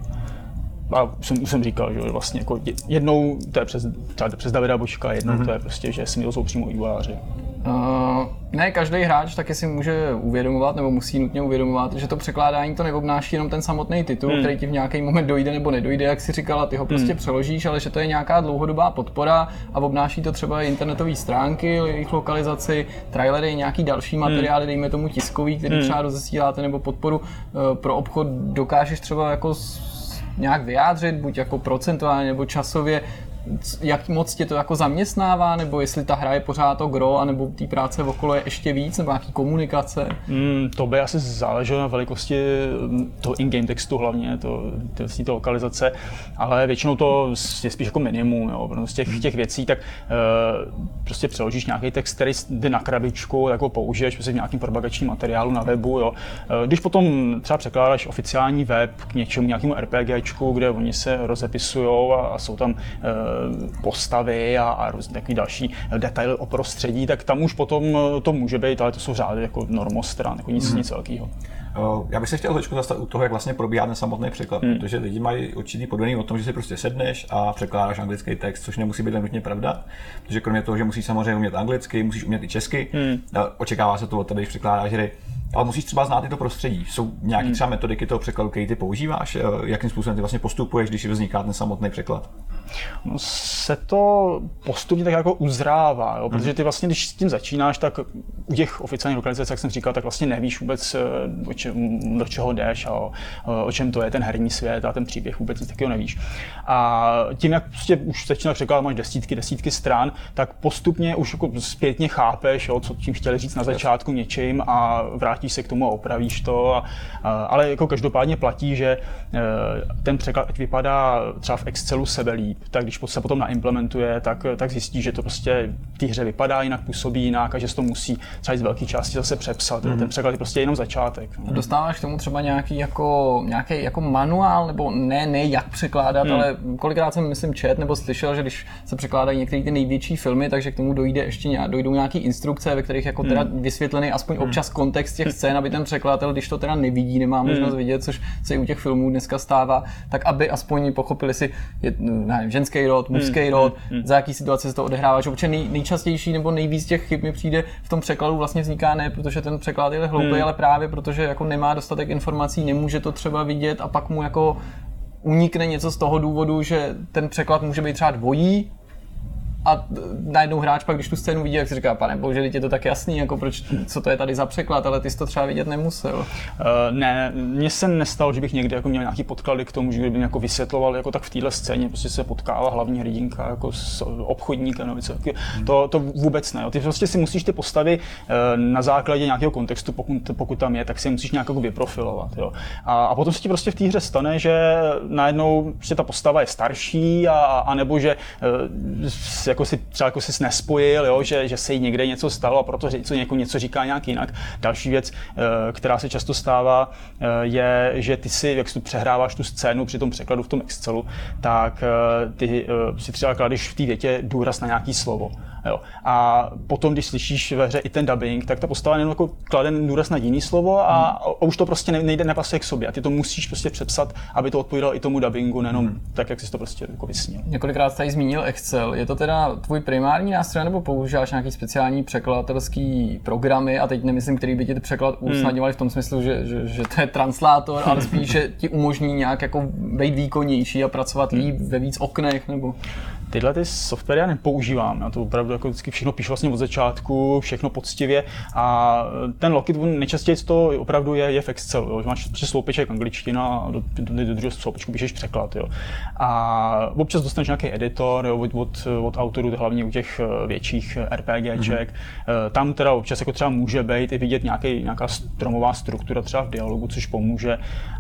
A už jsem, už jsem říkal, že vlastně jako jednou to je přes, třeba přes Davida Bočka, jednou mm-hmm. to je prostě, že si mi to jsou přímo vývojáři. Uh, ne, každý hráč taky si může uvědomovat nebo musí nutně uvědomovat, že to překládání to neobnáší jenom ten samotný titul, hmm. který ti v nějaký moment dojde nebo nedojde, jak si říkala, ty ho prostě hmm. přeložíš, ale že to je nějaká dlouhodobá podpora a obnáší to třeba internetové stránky, jejich lokalizaci, trailery, nějaký další materiály, dejme tomu tiskový, který hmm. třeba rozesíláte, nebo podporu uh, pro obchod dokážeš třeba jako nějak vyjádřit, buď jako procentuálně nebo časově, jak moc tě to jako zaměstnává, nebo jestli ta hra je pořád to gro, anebo té práce okolo je ještě víc, nebo nějaký komunikace? Mm, to by asi záleželo na velikosti toho in-game textu hlavně, to, to, to lokalizace, ale většinou to je spíš jako minimum, jo. Z těch, těch věcí, tak uh, prostě přeložíš nějaký text, který jde na krabičku, jako použiješ prostě v nějakým propagačním materiálu na webu, jo. Uh, když potom třeba překládáš oficiální web k něčemu, nějakému RPGčku, kde oni se rozepisujou a, a jsou tam uh, postavy a, a různé takový další detaily o prostředí, tak tam už potom to může být, ale to jsou řády jako normostran, jako nic, mm. nic velkého. Já bych se chtěl trošku zastavit u toho, jak vlastně probíhá ten samotný překlad, mm. protože lidi mají určitý podvědomí o tom, že si prostě sedneš a překládáš anglický text, což nemusí být nutně pravda, protože kromě toho, že musíš samozřejmě umět anglicky, musíš umět i česky, mm. očekává se to od tebe, když překládáš hry, ale musíš třeba znát i to prostředí. Jsou nějaké třeba metodiky toho překladu, který ty používáš? Jakým způsobem ty vlastně postupuješ, když vzniká ten samotný překlad? No, se to postupně tak jako uzrává, jo? Protože ty vlastně, když s tím začínáš, tak u těch oficiálních lokalizací, jak jsem říkal, tak vlastně nevíš vůbec, o čem, do čeho jdeš a o, o čem to je ten herní svět a ten příběh, vůbec nic takového nevíš. A tím, jak prostě už začínáš překládat, máš desítky, desítky stran, tak postupně už jako zpětně chápeš, jo, co tím chtěli říct na začátku něčím a vrátíš se k tomu a opravíš to. A, a, ale jako každopádně platí, že ten překlad, ať vypadá třeba v Excelu sebelíp, tak když se potom naimplementuje, tak, tak zjistí, že to prostě v té hře vypadá jinak, působí jinak a že se to musí třeba z velké části zase přepsat. Mm. Ten překlad je prostě jenom začátek. Dostáváš k tomu třeba nějaký jako, nějaký jako manuál, nebo ne, ne jak překládat, mm. ale kolikrát jsem myslím čet nebo slyšel, že když se překládají některé ty největší filmy, takže k tomu dojde ještě nějak, dojdou nějaké instrukce, ve kterých jako teda mm. vysvětlený aspoň mm. občas kontext těch scén, aby ten překladatel, když to teda nevidí, nemá možnost mm. vidět, což se i u těch filmů dneska stává, tak aby aspoň pochopili si, je, nevím, ženský rod, mužský mm. rod, mm. za jaký situace se to odehrává, že nej, nejčastější nebo nejvíc těch chyb mi přijde v tom překladu vlastně vzniká ne, protože ten překlad je hloupý, mm. ale právě protože jako nemá dostatek informací, nemůže to třeba vidět a pak mu jako unikne něco z toho důvodu, že ten překlad může být třeba dvojí. A najednou hráč pak, když tu scénu vidí, jak si říká, pane bože, teď je to tak jasný, jako proč, co to je tady za překlad, ale ty jsi to třeba vidět nemusel. Uh, ne, mně se nestalo, že bych někdy jako měl nějaký podklady k tomu, že bych jako vysvětloval, jako tak v téhle scéně prostě se potkává hlavní hrdinka jako s obchodníkem, no, hmm. to, to vůbec ne. Jo. Ty prostě si musíš ty postavy uh, na základě nějakého kontextu, pokud, pokud tam je, tak si je musíš nějak jako vyprofilovat. Jo. A, a potom se ti prostě v té hře stane, že najednou že ta postava je starší, a, a nebo že uh, jako si třeba jako si nespojil, jo, že, že se jí někde něco stalo a proto něco, něco, něco říká nějak jinak. Další věc, která se často stává, je, že ty si, jak si přehráváš tu scénu při tom překladu v tom Excelu, tak ty si třeba kladeš v té větě důraz na nějaký slovo. Jo. A potom, když slyšíš ve hře i ten dubbing, tak ta postava jenom jako klade důraz na jiný slovo a, a už to prostě nejde, nepasuje k sobě. A ty to musíš prostě přepsat, aby to odpovídalo i tomu dubbingu, nejenom hmm. tak, jak jsi to prostě jako vysnil. Několikrát tady zmínil Excel. Je to teda tvůj primární nástroj, nebo používáš nějaký speciální překladatelský programy? A teď nemyslím, který by ti ten překlad usnadňovali v tom smyslu, že, že, že to je translátor, ale spíš, že ti umožní nějak jako být výkonnější a pracovat líp ve víc oknech, nebo... Tyhle ty softwary já nepoužívám, já to opravdu jako vždycky všechno píšu vlastně od začátku, všechno poctivě a ten Lockit nejčastěji to opravdu je, je v Excelu, jo. Že máš prostě sloupeček angličtina a do, do, do druhého sloupečku píšeš překlad. Jo. A občas dostaneš nějaký editor, jo, od, od, od autorů, hlavně u těch větších RPGček. Mm-hmm. Tam teda občas jako třeba může být i vidět nějaký, nějaká stromová struktura třeba v dialogu, což pomůže,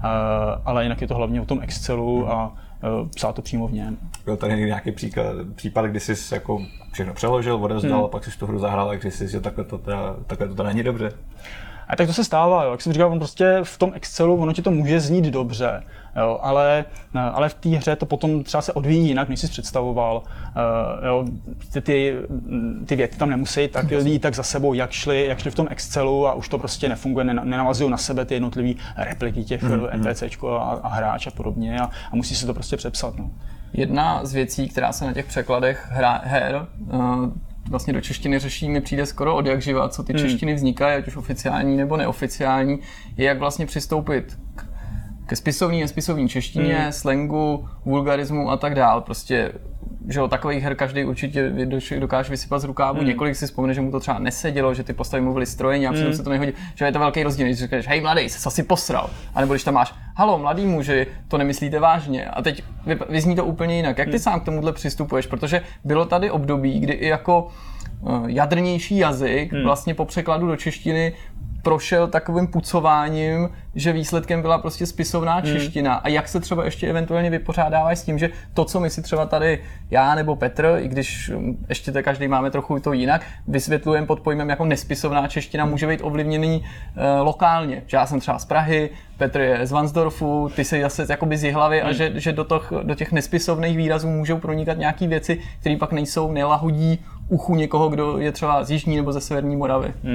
ale jinak je to hlavně o tom Excelu a psát to přímo v něm. Byl tady nějaký příklad, případ, kdy jsi jako všechno přeložil, odezdal, hmm. a pak si tu hru zahrál a když jsi že takhle to teda, takhle to teda není dobře. A tak to se stává, jo. Jak jsem říkal, on prostě v tom Excelu ono ti to může znít dobře, jo. Ale, ale v té hře to potom třeba se odvíjí jinak, než jsi představoval. Uh, jo. Ty, ty, ty věty tam nemusí tak jít tak za sebou, jak šli, jak šli v tom Excelu a už to prostě nefunguje, nenavazují na sebe ty jednotlivé repliky těch mm, NPCčko a, a hráč a podobně a, a musí se to prostě přepsat. No. Jedna z věcí, která se na těch překladech hra, her uh, vlastně do češtiny řeší, mi přijde skoro od jak živa, co ty hmm. češtiny vznikají, ať už oficiální nebo neoficiální, je jak vlastně přistoupit k, ke spisovní, nespisovní češtině, hmm. slangu, vulgarismu a tak dál. Prostě, že o takových her každý určitě dokáže vysypat z rukávu. Hmm. Několik si vzpomene, že mu to třeba nesedělo, že ty postavy mluvily strojeně a přitom hmm. se to nehodí. Že je to velký rozdíl, když říkáš, hej mladý, jsi asi posral. A nebo když tam máš, halo mladý muži, to nemyslíte vážně. A teď vyzní to úplně jinak. Jak ty hmm. sám k tomuhle přistupuješ? Protože bylo tady období, kdy i jako jadrnější jazyk hmm. vlastně po překladu do češtiny prošel takovým pucováním, že výsledkem byla prostě spisovná čeština. Hmm. A jak se třeba ještě eventuálně vypořádáváš s tím, že to, co my si třeba tady já nebo Petr, i když ještě to každý máme trochu to jinak, vysvětlujeme pod pojmem jako nespisovná čeština, může být ovlivněný uh, lokálně. Že já jsem třeba z Prahy, Petr je z Vansdorfu, ty jsi zase jakoby z Jihlavy hmm. a že, že do, toch, do těch nespisovných výrazů můžou pronikat nějaký věci, které pak nejsou, nelahodí uchu někoho, kdo je třeba z Jižní nebo ze Severní Moravy. Hmm.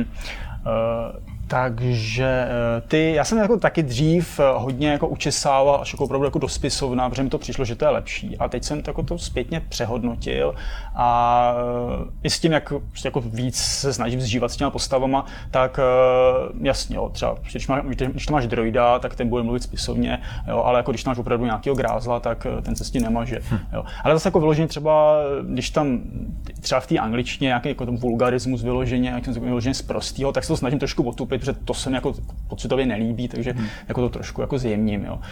Uh... Takže ty, já jsem jako taky dřív hodně jako učesával až jako opravdu jako do spisovna, protože mi to přišlo, že to je lepší. A teď jsem to, jako to zpětně přehodnotil a i s tím, jak jako víc se snažím zžívat s těma postavama, tak jasně, jo, třeba když, má, když to máš droida, tak ten bude mluvit spisovně, jo, ale jako když máš opravdu nějakého grázla, tak ten se s tím nemaže. Jo. Ale zase jako vyloženě třeba, když tam třeba v té angličtině nějaký jako vulgarismus vyloženě, jak jsem vyloženě z prostýho, tak se to snažím trošku otupit, protože to se mi jako pocitově nelíbí, takže hmm. jako to trošku jako zjemním, jo.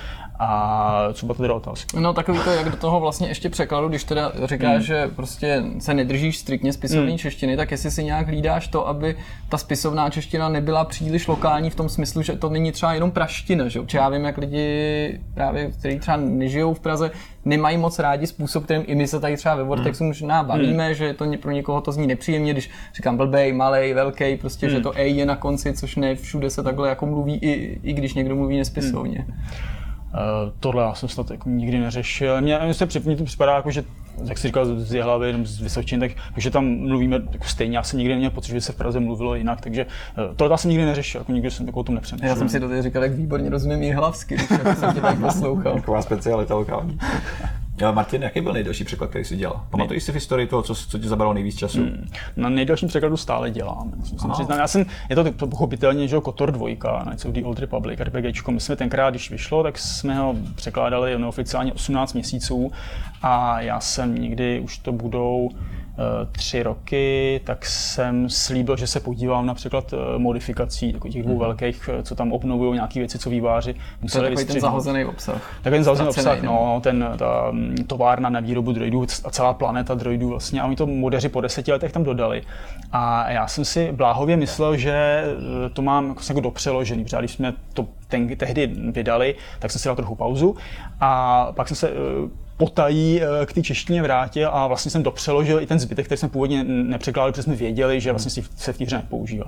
A co byla teda otázka? No takový to, jak do toho vlastně ještě překladu, když teda říkáš, hmm. že prostě se nedržíš striktně spisovní hmm. češtiny, tak jestli si nějak hlídáš to, aby ta spisovná čeština nebyla příliš lokální v tom smyslu, že to není třeba jenom praština, že jo. Já vím, jak lidi právě, kteří třeba nežijou v Praze, nemají moc rádi způsob, kterým i my se tady třeba ve Vortexu možná bavíme, hmm. že to pro někoho to zní nepříjemně, když říkám blbej, malej, velký, prostě, hmm. že to ej je na konci, což ne všude se takhle jako mluví, i, i když někdo mluví nespisovně. Hmm. Uh, tohle já jsem snad jako nikdy neřešil. Mně, mně se mně to připadá jako, že jak jsi říkal z Jihlavy, jenom z Vysočin, tak že tam mluvíme jako stejně. Já jsem nikdy neměl pocit, že se v Praze mluvilo jinak, takže uh, tohle já jsem nikdy neřešil, jako nikdy jsem jako o tom nepřemýšlel. Já jsem si to tady říkal, jak výborně rozumím jihlavsky, když jsem tě tak poslouchal. Taková specialita lokální. Ale Martin, jaký byl nejdelší překlad, který jsi dělal? Pamatuješ si v historii toho, co, co ti zabralo nejvíc času? Hmm. Na nejdelším překladu stále dělám. Přiznám, já jsem, je to pochopitelně, že Kotor dva, Knights of the Old Republic, RPGčko. My jsme tenkrát, když vyšlo, tak jsme ho překládali neoficiálně osmnáct měsíců a já jsem někdy, už to budou tři roky, tak jsem slíbil, že se podívám například modifikací těch dvou velkých, co tam obnovují nějaké věci, co výváři museli vystřihnout. To je ten zahozený obsah. Tak ten zahozený obsah, no, ten, ta továrna na výrobu droidů a celá planeta droidů vlastně a oni to modeři po deseti letech tam dodali. A já jsem si bláhově myslel, že to mám jako, jako dopřeložený, protože když jsme to ten, tehdy vydali, tak jsem si dal trochu pauzu a pak jsem se potají k té češtině vrátil a vlastně jsem dopřeložil i ten zbytek, který jsme původně nepřekládali, protože jsme věděli, že vlastně se v té hře nepoužívá.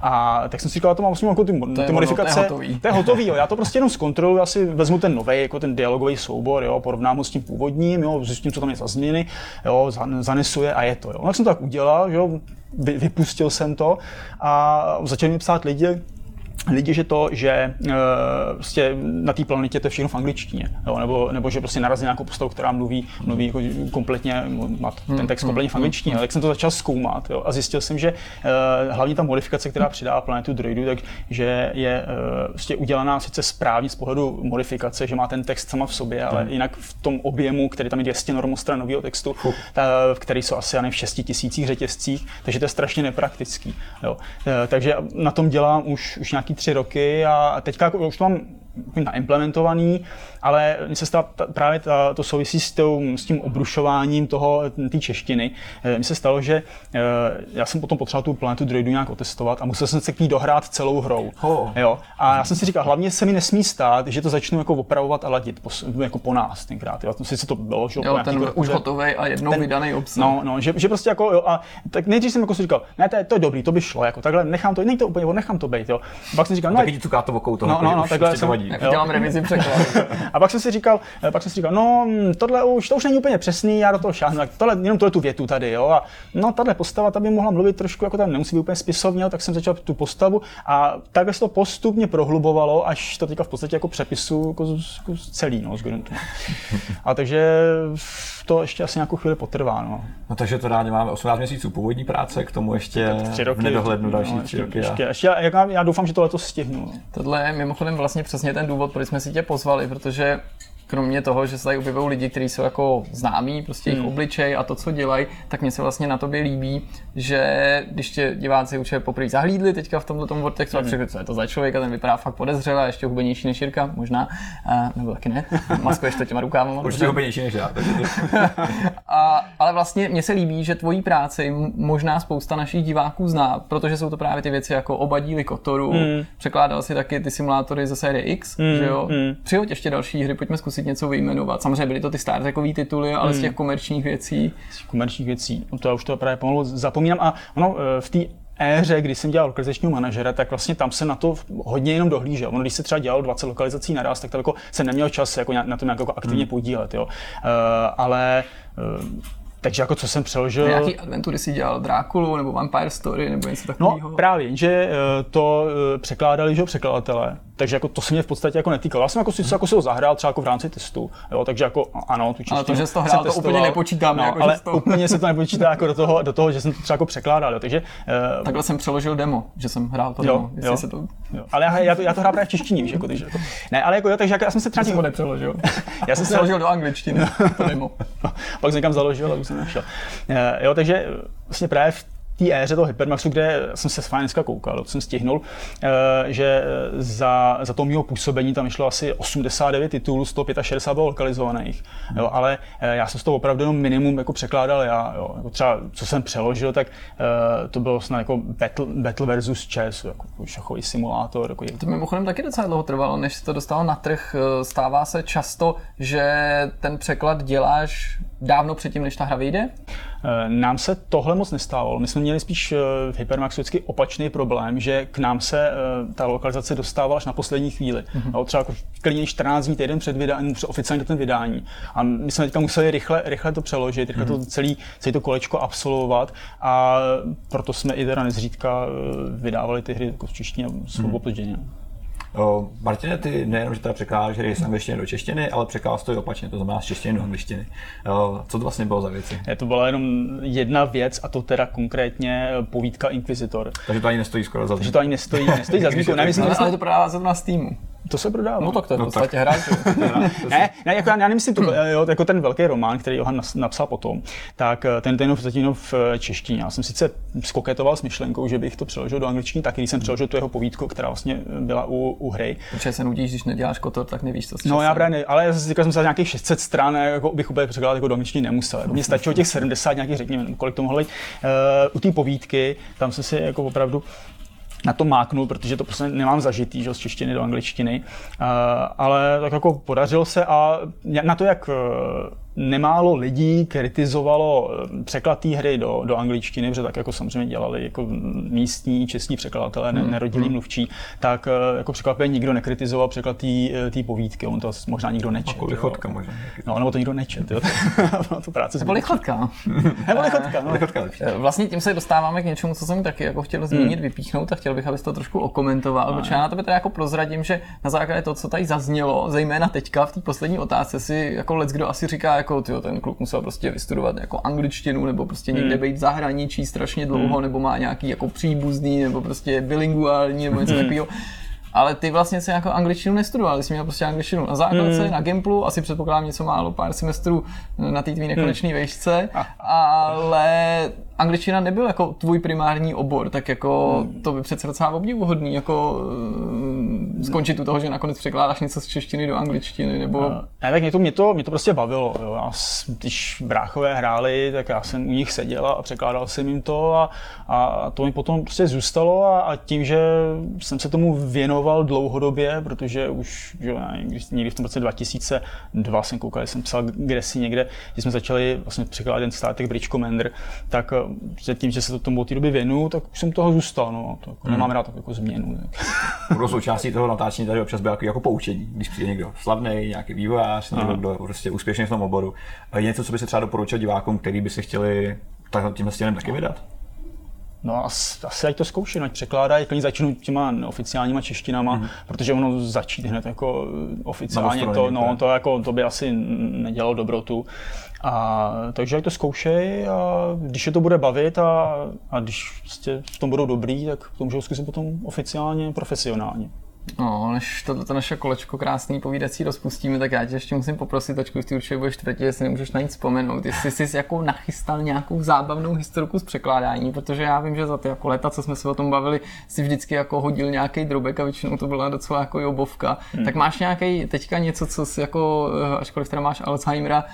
A tak jsem si říkal, to má vlastně jako ty, ty modifikace. To je hotový. To je hotový, jo. Já to prostě jenom zkontroluji, asi vezmu ten nový, jako ten dialogový soubor, jo, porovnám ho s tím původním, jo, zjistím, co tam je za změny, jo, zanesuje a je to, jo. No, tak jsem to tak udělal, jo, vy, vypustil jsem to a začali mi psát lidi, lidi, že to, že e, prostě na té planetě to je všechno v angličtině, jo, nebo, nebo že prostě narazí nějakou postavu, která mluví, mluví jako kompletně, má ten text kompletně v angličtině, tak jsem to začal zkoumat, jo, a zjistil jsem, že e, hlavně ta modifikace, která přidává planetu droidu, takže je e, prostě udělaná sice správně z pohledu modifikace, že má ten text sama v sobě, ale jinak v tom objemu, který tam je dvě stě normostran nového textu, ta, který jsou asi ani v šesti tisících řetězcích, takže to je strašně nepraktický, jo. E, takže na tom dělám už, už nějaký tři roky a teďka už to mám naimplementovaný, ale mně se stalo právě ta, to souvisí s, tou, s tím obrušováním toho, té češtiny. Mně se stalo, že já jsem potom potřeboval tu planetu droidu nějak otestovat a musel jsem se k ní dohrát celou hrou. Oh. Jo. A já jsem si říkal, hlavně se mi nesmí stát, že to začnu jako opravovat a ladit po, jako po nás tenkrát. Jo. Sice to bylo, že jo, ten už hotový a jednou ten, vydaný obsah. No, no, že, že prostě jako, jo, a tak nejdřív jsem jako si říkal, ne, to je, to je dobrý, to by šlo, jako takhle nechám to, nejde to úplně, nechám to být, jo. A pak jsem říkal, no, taky ti cuká to okou toho, no, no, no, takhle jsem, dělám revizi překladu. A pak jsem si říkal, pak jsem si říkal, no, tohle už, to už není úplně přesný, já do toho šáhnu, tak tohle, jenom tohle tu větu tady, jo, a no, tahle postava, ta by mohla mluvit trošku, jako tam nemusí být úplně spisovně, tak jsem začal tu postavu a takhle se to postupně prohlubovalo, až to teďka v podstatě jako přepisu jako, jako celý, no, z gruntu. A takže to ještě asi nějakou chvíli potrvá, no. No takže to rádi máme osmnáct měsíců původní práce, k tomu ještě v nedohlednu další no, tři roky. Ještě, ještě, já, já doufám, že to letos stihnu. No. Tohle je mimochodem vlastně přesně ten důvod, proč jsme si tě pozvali, protože kromě toho, že se tady objevují lidi, kteří jsou jako známí, prostě jejich hmm. obličej a to, co dělají, tak mně se vlastně na tobě líbí, že když tě diváci určitě poprvé zahlídli teďka v tomto Vortexu hmm. a řekli, co je to za člověk a ten vypadá fakt podezřele a ještě hubenější než Jirka, možná, a, nebo taky ne, maskuješ to těma rukávama. Určitě hubenější než já. a, ale vlastně mně se líbí, že tvojí práci možná spousta našich diváků zná, protože jsou to právě ty věci jako Oba díly Kotoru, hmm. překládal si taky ty simulátory ze série X, hmm. že jo? Hmm. Přihoď ještě další hry, pojďme zkusit něco vyjmenovat. Samozřejmě byly to ty Star Trekový tituly, ale hmm. z těch komerčních věcí. Z komerčních věcí, no to já už to právě pomalu zapomínám a ono v té éře, kdy jsem dělal lokalizačního manažera, tak vlastně tam se na to hodně jenom dohlížel. Ono, když se třeba dělalo dvacet lokalizací naraz, tak tam jako jsem neměl čas jako na tom jako aktivně hmm. podílet, jo. Uh, ale uh, takže jako co jsem přeložil... Nějaký adventury si dělal Drákulu nebo Vampire Story nebo něco takového? No právě, že to překládali, že překladatelé. Takže jako to se mě v podstatě jako netýkalo. Já jsem jako si, jako si ho zahrál třeba jako v rámci testu, jo, takže jako ano, tu češtinu. Ale to, že jsi to hrál, to úplně nepočítáme. No, jako, ale to... úplně se to nepočítá jako do toho, do toho, že jsem to třeba jako překládal, jo, takže... Uh... Takhle jsem přeložil demo, že jsem hrál to jo, demo, jestli jo, se to... Jo. Ale já, já, to, já to hrál právě v češtině, víš, jako, takže jako... Ne, ale jako jo, takže já jsem se třeba... Já jsem ho nepřeložil. Já jsem se přeložil do angličtiny, to demo. Pak jsem někam založil a už jsem našel. Uh, jo, takže vlastně právě v té éře toho Hypermaxu, kde jsem se fajn dneska koukal, jsem stihnul, že za, za to mýho působení tam šlo asi osmdesát devět titulů, sto šedesát pět bylo lokalizovaných, jo, ale já jsem z toho opravdu jenom minimum jako překládal já, jo, jako třeba co jsem přeložil, tak to bylo snad jako Battle, battle versus Chess, jako šachový simulátor. Jako to mimochodem taky docela dlouho trvalo, než se to dostalo na trh. Stává se často, že ten překlad děláš dávno předtím, než ta hra vyjde? Nám se tohle moc nestávalo. My jsme měli spíš v Hypermaxu vždycky opačný problém, že k nám se ta lokalizace dostávala až na poslední chvíli. Mm-hmm. No, třeba jako klidně čtrnáct dní, týden před vydáním, před oficiálně do ten vydání. A my jsme teďka museli rychle, rychle to přeložit, rychle mm-hmm. to celý, celý to kolečko absolvovat a proto jsme i teda nezřídka vydávali ty hry jako v češtině svou mm-hmm. opožděně. O, Martine, ty nejenom, že teda překládáš hry z angličtiny do češtiny, ale překládáš to i opačně, to znamená z češtiny do angličtiny. O, co to vlastně bylo za věci? Je, to byla jenom jedna věc a to teda konkrétně povídka Inquisitor. Takže to ani nestojí skoro za zmínku. Takže to ani nestojí, nestojí za zmínku. Ale vlastně... to prodává se to na Steamu. To se prodává. No tak to je v no, podstatě hra. ne, ne, jako já, já nemyslím, to, jo, jako ten velký román, který Johan napsal potom, tak ten ten zatím v češtině. Já jsem sice zkoketoval s myšlenkou, že bych to přeložil do angličtiny, tak když jsem přeložil tu jeho povídku, která vlastně byla u, u hry. Protože se nudíš, když neděláš Kotor, tak nevíš, co. No já právě ne, ale já jsem se nějakých šest set stran, jako bych úplně překládat jako do angličtiny nemusel. Mně stačilo těch sedmdesát nějakých, řekněme, kolik to mohlo být. Uh, u té povídky, tam jsem si jako opravdu na to máknul, protože to prostě nemám zažitý, že, z češtiny do angličtiny, uh, ale tak jako podařilo se a na to, jak nemálo lidí kritizovalo překlad té hry do, do angličtiny, protože tak jako samozřejmě dělali jako místní čestní překladatelé, ne, nerodilí mluvčí, tak jako překvapivě nikdo nekritizoval překlad té povídky, on to možná nikdo nečet. Jako lichotka možná. No, nebo to nikdo nečet, jo. tu práci nebo lichotka. Nebo lichotka, no. Lichotka. Vlastně tím se dostáváme k něčemu, co jsem taky jako chtěl zmínit, hmm. vypíchnout a chtěl bych, abys to trošku okomentoval, no, protože já na tebe teda jako prozradím, že na základě toho, co tady zaznělo, zejména teďka v té poslední otázce si jako leckdo asi říká, jako tyjo, ten kluk musel prostě vystudovat jako angličtinu, nebo prostě někde být v zahraničí strašně dlouho, nebo má nějaký jako příbuzný, nebo prostě bilinguální, nebo něco takového. Ale ty vlastně si jako angličtinu nestudoval, ty jsi měl prostě angličtinu na základce, mm. na Gimplu, asi předpokládám něco málo, pár semestrů na té tvý nekonečné mm. výšce, ale angličtina nebyl jako tvůj primární obor, tak jako mm. to by přece docela obdivuhodný, jako uh, skončit u toho, že nakonec překládáš něco z češtiny do angličtiny, nebo... Uh, ne, tak mě to, mě to, mě to prostě bavilo, jo. Já, když bráchové hráli, tak já jsem u nich seděl a překládal jsem jim to a, a to mi potom prostě zůstalo a, a tím, že jsem se tomu věnoval dlouhodobě, protože už že, někdy v tom roce dva tisíce dva jsem koukal, jsem psal kdesi někde, že jsme začali vlastně překládat ten státek Bridge Commander, tak tím, že se to tomu od té doby věnuju, tak už jsem toho zůstal, no, to jako hmm. nemám rád tak jako změnu. Budou součástí toho natáčení tady občas bylo jako poučení, když přijde někdo slavný, nějaký vývojář, někdo, kdo prostě úspěšný v tom oboru. Je něco, co by se třeba doporučil divákům, kteří by se chtěli tímhle stylem taky vydat? No asi, asi ať to zkouší, ať překládají, klidně začnu těma neoficiálníma češtinama, mm-hmm. protože ono začít hned jako oficiálně, to, no, to, jako, to by asi nedělalo dobrotu. A, takže ať to zkoušej a když je to bude bavit a, a když prostě v tom budou dobrý, tak to můžou zkusit potom oficiálně, profesionálně. No, než toto naše kolečko krásný povídací rozpustíme, tak já tě ještě musím poprosit, ačkoliv ty určitě budeš tvrdit, jestli nemůžeš na nic vzpomenout, jestli jsi jako nachystal nějakou zábavnou historku z překládání, protože já vím, že za ty jako léta, co jsme se o tom bavili, si vždycky jako hodil nějaký drobek a většinou to byla docela jako jobovka. Hmm. Tak máš nějaký teďka něco, co si jako, ačkoliv teda máš Alzheimera,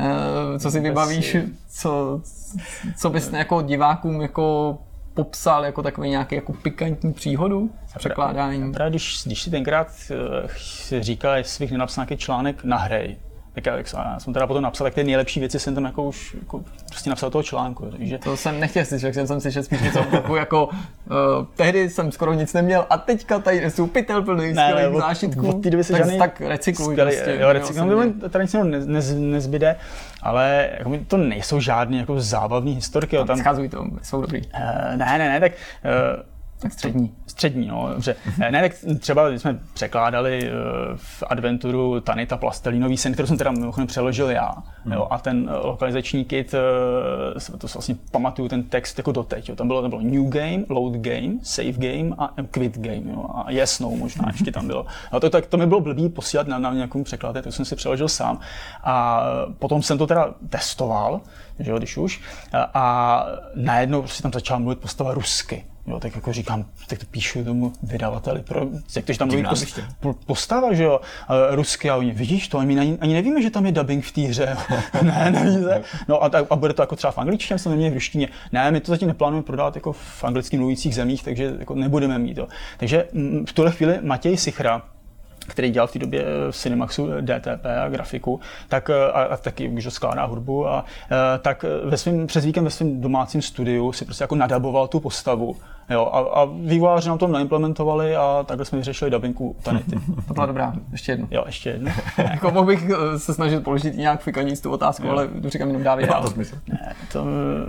co si vybavíš, co, co bys jako divákům jako popsal jako takový nějaký jako pikantní příhodu s překládáním. Právě když, když si tenkrát uh, říkal, jestli bych nenapsal nějaký článek na hry, tak já, já jsem teda potom napsal, tak ty nejlepší věci jsem tam jako už jako prostě napsal toho článku. Takže... To jsem nechtěl slyšet, jsem jsem slyšel spíš něco jako uh, tehdy jsem skoro nic neměl a teďka tady jsou pytel plný skvělých zážitků, od té doby se tak, žádný tak recykluj. Skvělý, prostě, jo, recykluj, no, tady nic ne, ne, nezbyde, ale jako, to nejsou žádné jako zábavné historky. Tam schazuj to, jsou dobrý. Uh, ne, ne, ne, tak... Uh, Tak střední. Střední, no, dobře. Ne, tak třeba jsme překládali v Adventuru Tanita Plastelínový sen, kterou jsem teda mimochodem přeložil já. Hmm. Jo, a ten lokalizační kit, to vlastně pamatuju ten text jako doteď. Jo. Tam bylo, tam bylo New Game, Load Game, Save Game a Quit Game. Jo. A Yes, No možná ještě tam bylo. A to, tak, to mi bylo blbý posílat na, na nějakou překlad, to jsem si přeložil sám. A potom jsem to teda testoval, že jo, když už. A, a najednou prostě tam začala mluvit postava rusky. Jo, tak jako říkám, tak to píšu tomu vydavateli, pro, jak to, že tam mluví post, postava, že jo, rusky a oni, vidíš to, my ani, ani nevíme, že tam je dubbing v té hře, ne, nevíte, no a, a bude to jako třeba v angličtině, jsem neměl v ruštině, ne, my to zatím neplánujeme prodávat jako v anglicky mluvících zemích, takže jako nebudeme mít, jo. Takže v tuhle chvíli Matěj Sichra, který dělal v té době v Cinemaxu D T P a grafiku, tak a, a taky už skládá hudbu a, a tak ve svým, přes víkend ve svém domácím studiu si prostě jako nadaboval tu postavu. Jo, a, a vývojáři nám to naimplementovali a takhle jsme vyřešili dabinku Tanity. To byla dobrá, ještě jedno. Jo, ještě jedno. Jako mohl bych se snažit položit nějak fikaní tu otázku, jo. Ale říkám jenom dávě dál. Ne, to...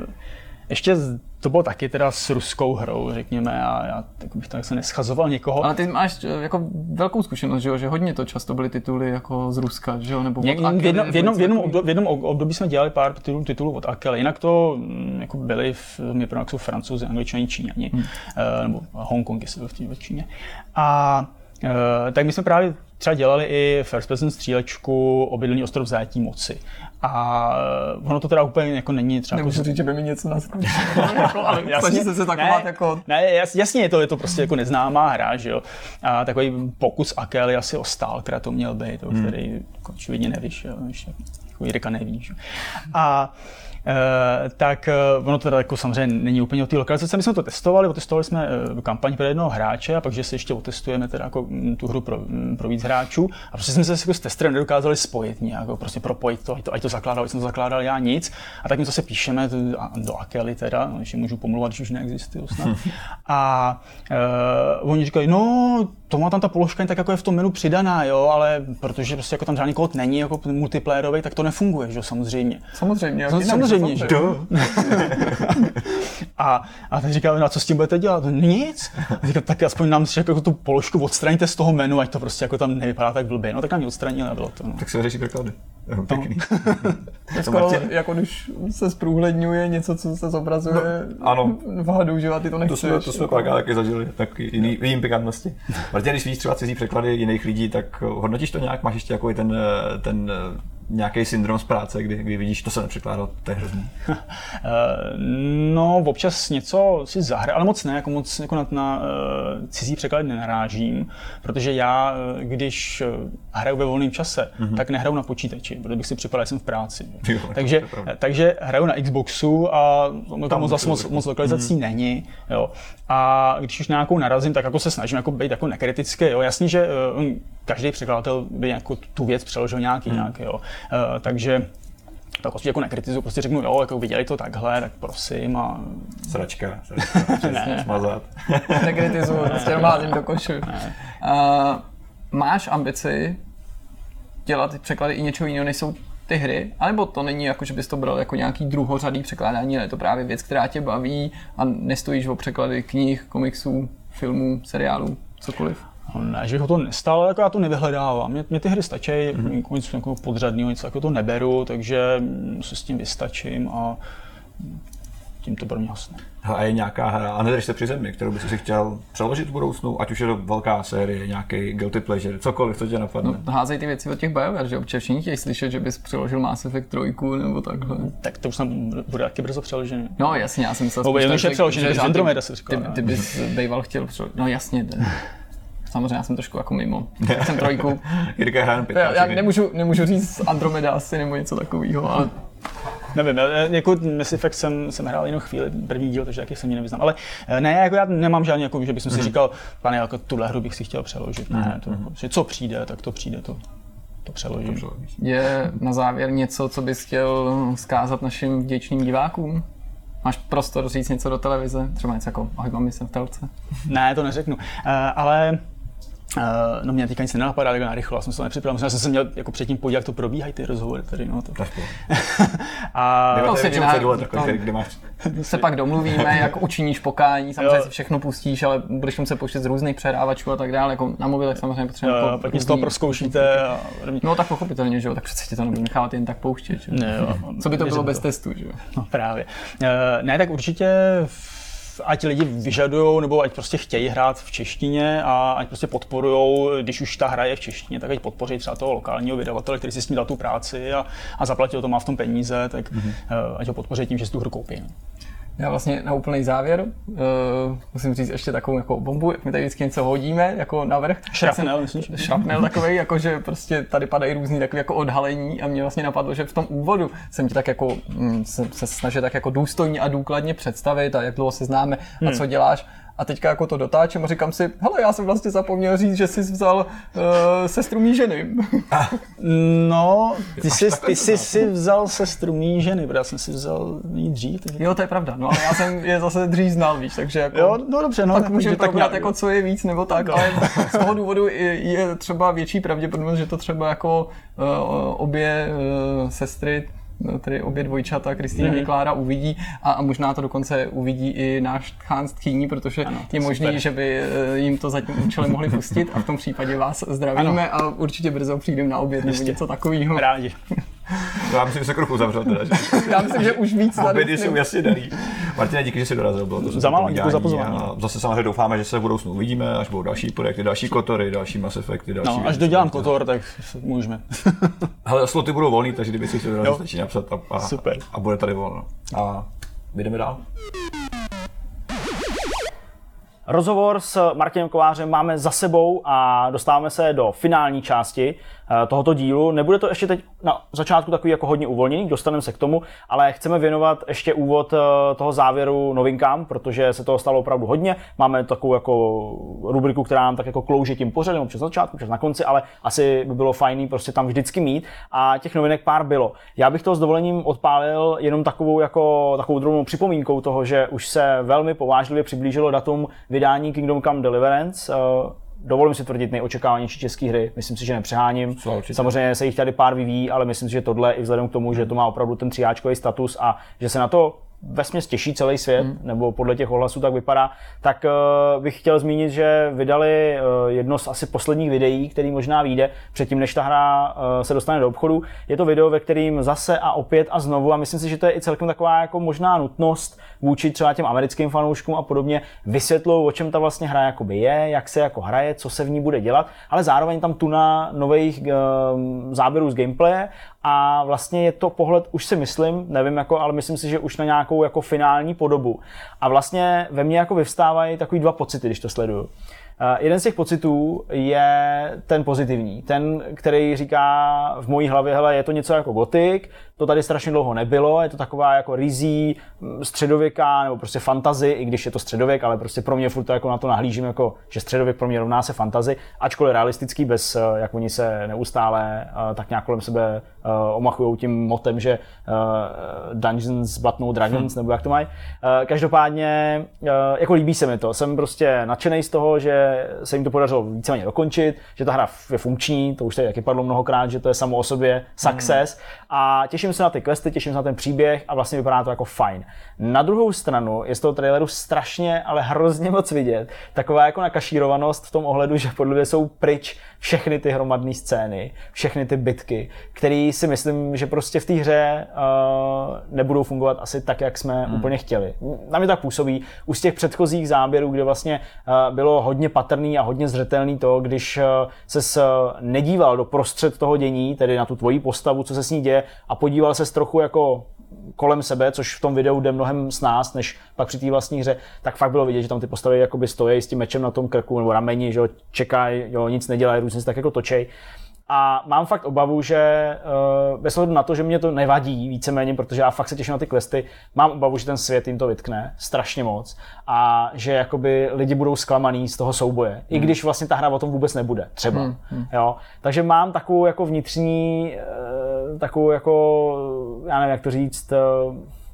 Ještě to bylo taky teda s ruskou hrou, řekněme, a já tak bych tak se neschazoval někoho. Ale ty máš jako velkou zkušenost, že, jo? Že hodně to často byly tituly jako z Ruska, že jo? Nebo Něk, v, jedno, v, jednom, v, jednom období, v jednom období jsme dělali pár titulů, titulů od Akel, jinak to jako byly v Mipronaxu Francouzi, Angličani, Číňani, hmm. uh, nebo Hongkong, jestli byl v té Číně. A uh, tak my jsme právě třeba dělali i first person střílečku Obydlený ostrov zajetí moci. A ono to teda úplně jako není třeba... Nemůžu říct, že by mi něco naskočilo, jako, ale snaží se se takovat jako... Ne, jasně je to, je to prostě jako neznámá hra, že jo. A takový pokus Akel asi o Stalkera to měl být, hmm. který jako očividně nevyšel. Ještě. Jirka neví. Že? A Uh, tak uh, ono teda jako samozřejmě není úplně o té lokalizaci. My jsme to testovali, otestovali jsme uh, kampaň pro jednoho hráče a pak, že si ještě otestujeme teda jako m, tu hru pro, m, pro víc hráčů a prostě jsme se jako s testerem nedokázali spojit nějak, jako prostě propojit to, ať to, ať to zakládal, ať jsem to zakládal já nic a tak my to se píšeme to, a, do Akely teda, že můžu pomluvat, že už neexistuje snad. A uh, oni říkají, no to má tam ta položka tak jako je v tom menu přidaná, jo, ale protože prostě jako tam žádný kód není jako multiplayerový, tak to nefunguje, že samozřejmě. Samozřejmě. No, samozřejmě, že? a, a teď říkáme, no a co s tím budete dělat? Nic. Říkám, tak aspoň nám si jako tu položku odstraníte z toho menu, ať to prostě jako tam nevypadá tak blbě. No tak nám ji odstranili a bylo to. No. Tak se řeší překlady. Pěkný. To skoro jako když se zprůhledňuje něco, co se zobrazuje no, ano. v hadu, že ty to nechceš. To jsme, to jsme pak taky zažili, tak jiný, jiný pikantnosti. Martin, když vidíš třeba cizí překlady jiných lidí, tak hodnotíš to nějak? Máš ještě jako ten, ten nějaký syndrom z práce, kdy, kdy vidíš, to se nepřekládalo, to je hrozný. No, občas něco si zahraju, ale moc ne, jako moc jako na, na cizí překlady nenarážím, protože já, když hraju ve volném čase, mm-hmm. tak nehraju na počítači, protože bych si připadal, že jsem v práci. Jo, takže, takže hraju na Xboxu a tam moc, moc, moc lokalizací mm-hmm. není. Jo. A když už nějakou narazím, tak jako se snažím jako být jako nekritický. Jo. Jasně, že uh, každý překladatel by jako tu věc přeložil nějaký, mm. nějaký jo. Uh, takže tak prostě jako nekritizuju, prostě řeknu, jo, jako viděli to takhle, tak prosím a... Sračka, sračka, ne. Smazat. Nekritizuju, prostě normálně do košu. Uh, máš ambici dělat překlady i něčeho jiného, než jsou ty hry, anebo to není jako, že bys to bral jako nějaký druhořadý překládání, ale je to právě věc, která tě baví a nestojíš o překlady knih, komiksů, filmů, seriálů, cokoliv? No, ne, že bych ho to nestal, jako já to nevyhledávám. Mě, mě ty hry stačí, mm-hmm. něco jako podřadného, něco jako to neberu, takže se s tím vystačím a tím to bylo mě jasné. A je nějaká hra, a nedrž se při zemi, kterou bys si chtěl přeložit v budoucnu, ať už je to velká série, nějaký guilty pleasure, cokoliv, co tě napadne? No, házej ty věci od těch BioWare, že občas všichni chtějí slyšet, že bys přeložil Mass Effect tři nebo takhle. Tak to už tam bude taky brzo přeložený. No jasně, já jsem myslel, no, že, že, přeložený, že, že Andromeda se říká. Ty, ty bys býval chtěl přeložit, no jasně. Samozřejmě já jsem trošku jako mimo. Já jsem trojku. Jirka hrál pět. Já, já nemůžu, nemůžu říct Andromeda asi nebo něco takového, ale... Nevím, jako Mass Effect jsem, jsem hrál jenom chvíli, první díl, takže taky jsem ji nevyznám. Ale ne, jako já nemám žádný, jako, že bych si říkal, pane, jako tuhle hru bych si chtěl přeložit. Ne, to, že co přijde, tak to přijde, to, to přeložím. Je na závěr něco, co bys chtěl vzkázat našim vděčným divákům? Máš prostor říct něco do televize? Třeba něco jako ahoj, mami, jsem v telce? Ne, to neřeknu, uh, ale Uh, no mě teďka nic nenapadá, tak narychlo, já jsem se to nepřipravil, myslím, že jsem se měl jako předtím podívat, jak to probíhají ty rozhovory tady, no to. A to se, dělá, kde máš? se pak domluvíme, jak učiníš pokání, samozřejmě si všechno pustíš, ale budeš muset pouštět z různých přehrávačů a tak dále, jako na mobilech samozřejmě potřebujeme. Jo, pak z toho prozkoušíte. A... No tak pochopitelně, že jo, tak přece ti to nebudu nechávat jen tak pouštět, že? Ne, jo. Co by to bylo bez testu, že jo? No právě. Uh, ne, tak určitě ať lidi vyžadujou, nebo ať prostě chtějí hrát v češtině a ať prostě podporujou, když už ta hra je v češtině, tak ať podpoří třeba toho lokálního vydavatele, který si s ním dal tu práci a, a zaplatil to, má v tom peníze, tak mm-hmm. ať ho podpoří tím, že si tu hru koupí. No. Já vlastně na úplný závěr uh, musím říct ještě takovou jako bombu, jak my tady vždycky něco hodíme jako navrch. Šrapnel, myslíš? Šrapnel takovej, jako že prostě tady padají různý takové jako odhalení a mě vlastně napadlo, že v tom úvodu jsem ti tak jako mm, se, se snažil tak jako důstojně a důkladně představit a jak dlouho se známe a hmm. co děláš. A teďka jako to dotáčím a říkám si, hele, já jsem vlastně zapomněl říct, že jsi vzal uh, sestru mý ženy. No, ty jsi, ty jsi si vzal sestru mý ženy, protože já jsem si vzal jí dřív. Takže... Jo, to je pravda, no ale já jsem je zase dřív znal, víš, takže jako... Jo, no dobře, no. Tak můžeme probrat jako co je víc nebo tak, no. Ale z toho důvodu je, je třeba větší pravděpodobnost, že to třeba jako uh, obě uh, sestry, tedy obě dvojčata, Kristýna mm-hmm. a Klára uvidí a, a možná to dokonce uvidí i náš Tchán s Tchýní, protože ano, je možný, super. Že by jim to za tím účelem mohli pustit a v tom případě vás zdravíme ano. A určitě brzo přijdeme na oběd nebo něco takového. Rádi. Já myslím, že se kruh uzavřel teda, že? Já myslím, že už víc tady. Obědy jsou jasně daný. Martine, díky, že jsi dorazil. Bylo to za málo, děkuji za pozvání. Zase samozřejmě doufáme, že se v budoucnu uvidíme, až budou další projekty, další kotory, další Mass Effecty, další. No, až dodělám kotor, tak můžeme. Hele, sloty budou volný, takže kdyby si chtěl dorazit, stačí napsat a, a, super. A bude tady volno. A jdeme dál. Rozhovor s Martinem Kovářem máme za sebou a dostáváme se do finální části. tohoto dílu. Nebude to ještě teď na začátku takový jako hodně uvolněný, dostaneme se k tomu, ale chceme věnovat ještě úvod toho závěru novinkám, protože se toho stalo opravdu hodně. Máme takovou jako rubriku, která nám tak jako klouže tím pořadem, občas na začátku, občas na konci, ale asi by bylo fajný prostě tam vždycky mít a těch novinek pár bylo. Já bych to s dovolením odpálil jenom takovou jako takovou drobnou připomínkou toho, že už se velmi povážlivě přiblížilo datum vydání Kingdom Come Deliverance. Dovolím si tvrdit nejočekávanější české hry, myslím si, že nepřeháním. Samozřejmě se jich tady pár vyvíjí, ale myslím si, že tohle i vzhledem k tomu, že to má opravdu ten tříáčkový status a že se na to vesměs těší celý svět, hmm. nebo podle těch ohlasů tak vypadá, tak uh, bych chtěl zmínit, že vydali uh, jedno z asi posledních videí, který možná vyjde předtím, než ta hra uh, se dostane do obchodu. Je to video, ve kterým zase a opět a znovu, a myslím si, že to je i celkem taková jako možná nutnost vůči třeba těm americkým fanouškům a podobně, vysvětlou, o čem ta vlastně hra jakoby je, jak se jako hraje, co se v ní bude dělat, ale zároveň tam tuna nových uh, záběrů z gameplaye a vlastně je to pohled, už si myslím, nevím jako, ale myslím si, že už na nějakou jako finální podobu. A vlastně ve mně jako vyvstávají takový dva pocity, když to sleduju. Uh, jeden z těch pocitů je ten pozitivní, ten, který říká v mojí hlavě, hele, je to něco jako Gothic, to tady strašně dlouho nebylo, je to taková jako rizí středověká nebo prostě fantasy, i když je to středověk, ale prostě pro mě furt to jako na to nahlížím, jako, že středověk pro mě rovná se fantasy, ačkoliv realistický, bez, jak oni se neustále uh, tak nějak kolem sebe uh, omachujou tím motem, že uh, Dungeons but no Dragons, hmm. nebo jak to mají. Uh, každopádně, uh, jako líbí se mi to, jsem prostě nadšený z toho, že se jim to podařilo víceméně dokončit, že ta hra je funkční, to už tady taky padlo mnohokrát, že to je samo o sobě success hmm. a těším se na ty questy, těším se na ten příběh a vlastně vypadá to jako fajn. Na druhou stranu je z toho traileru strašně, ale hrozně moc vidět taková jako nakašírovanost v tom ohledu, že podle mě jsou pryč všechny ty hromadné scény, všechny ty bitky, které si myslím, že prostě v té hře uh, nebudou fungovat asi tak, jak jsme hmm. úplně chtěli. Na mě tak působí už z těch předchozích záběrů, kde vlastně uh, bylo hodně patrný a hodně zřetelný to, když uh, ses uh, nedíval do prostřed toho dění, tedy na tu tvoji postavu, co se s ní děje, a podíval ses trochu jako kolem sebe, což v tom videu jde mnohem snáz, než pak při té vlastní hře, tak fakt bylo vidět, že tam ty postavy jakoby stojí s tím mečem na tom krku nebo rameni, že jo, čekají, jo, nic nedělají, různě se tak jako točej. A mám fakt obavu, že uh, bez ohledu na to, že mě to nevadí víceméně, protože já fakt se těším na ty questy, mám obavu, že ten svět jim to vytkne strašně moc a že jakoby lidi budou zklamaný z toho souboje, hmm. i když vlastně ta hra o tom vůbec nebude, třeba. Hmm. Hmm. Jo? Takže mám takovou jako vnitřní, uh, takovou jako, já nevím jak to říct, uh,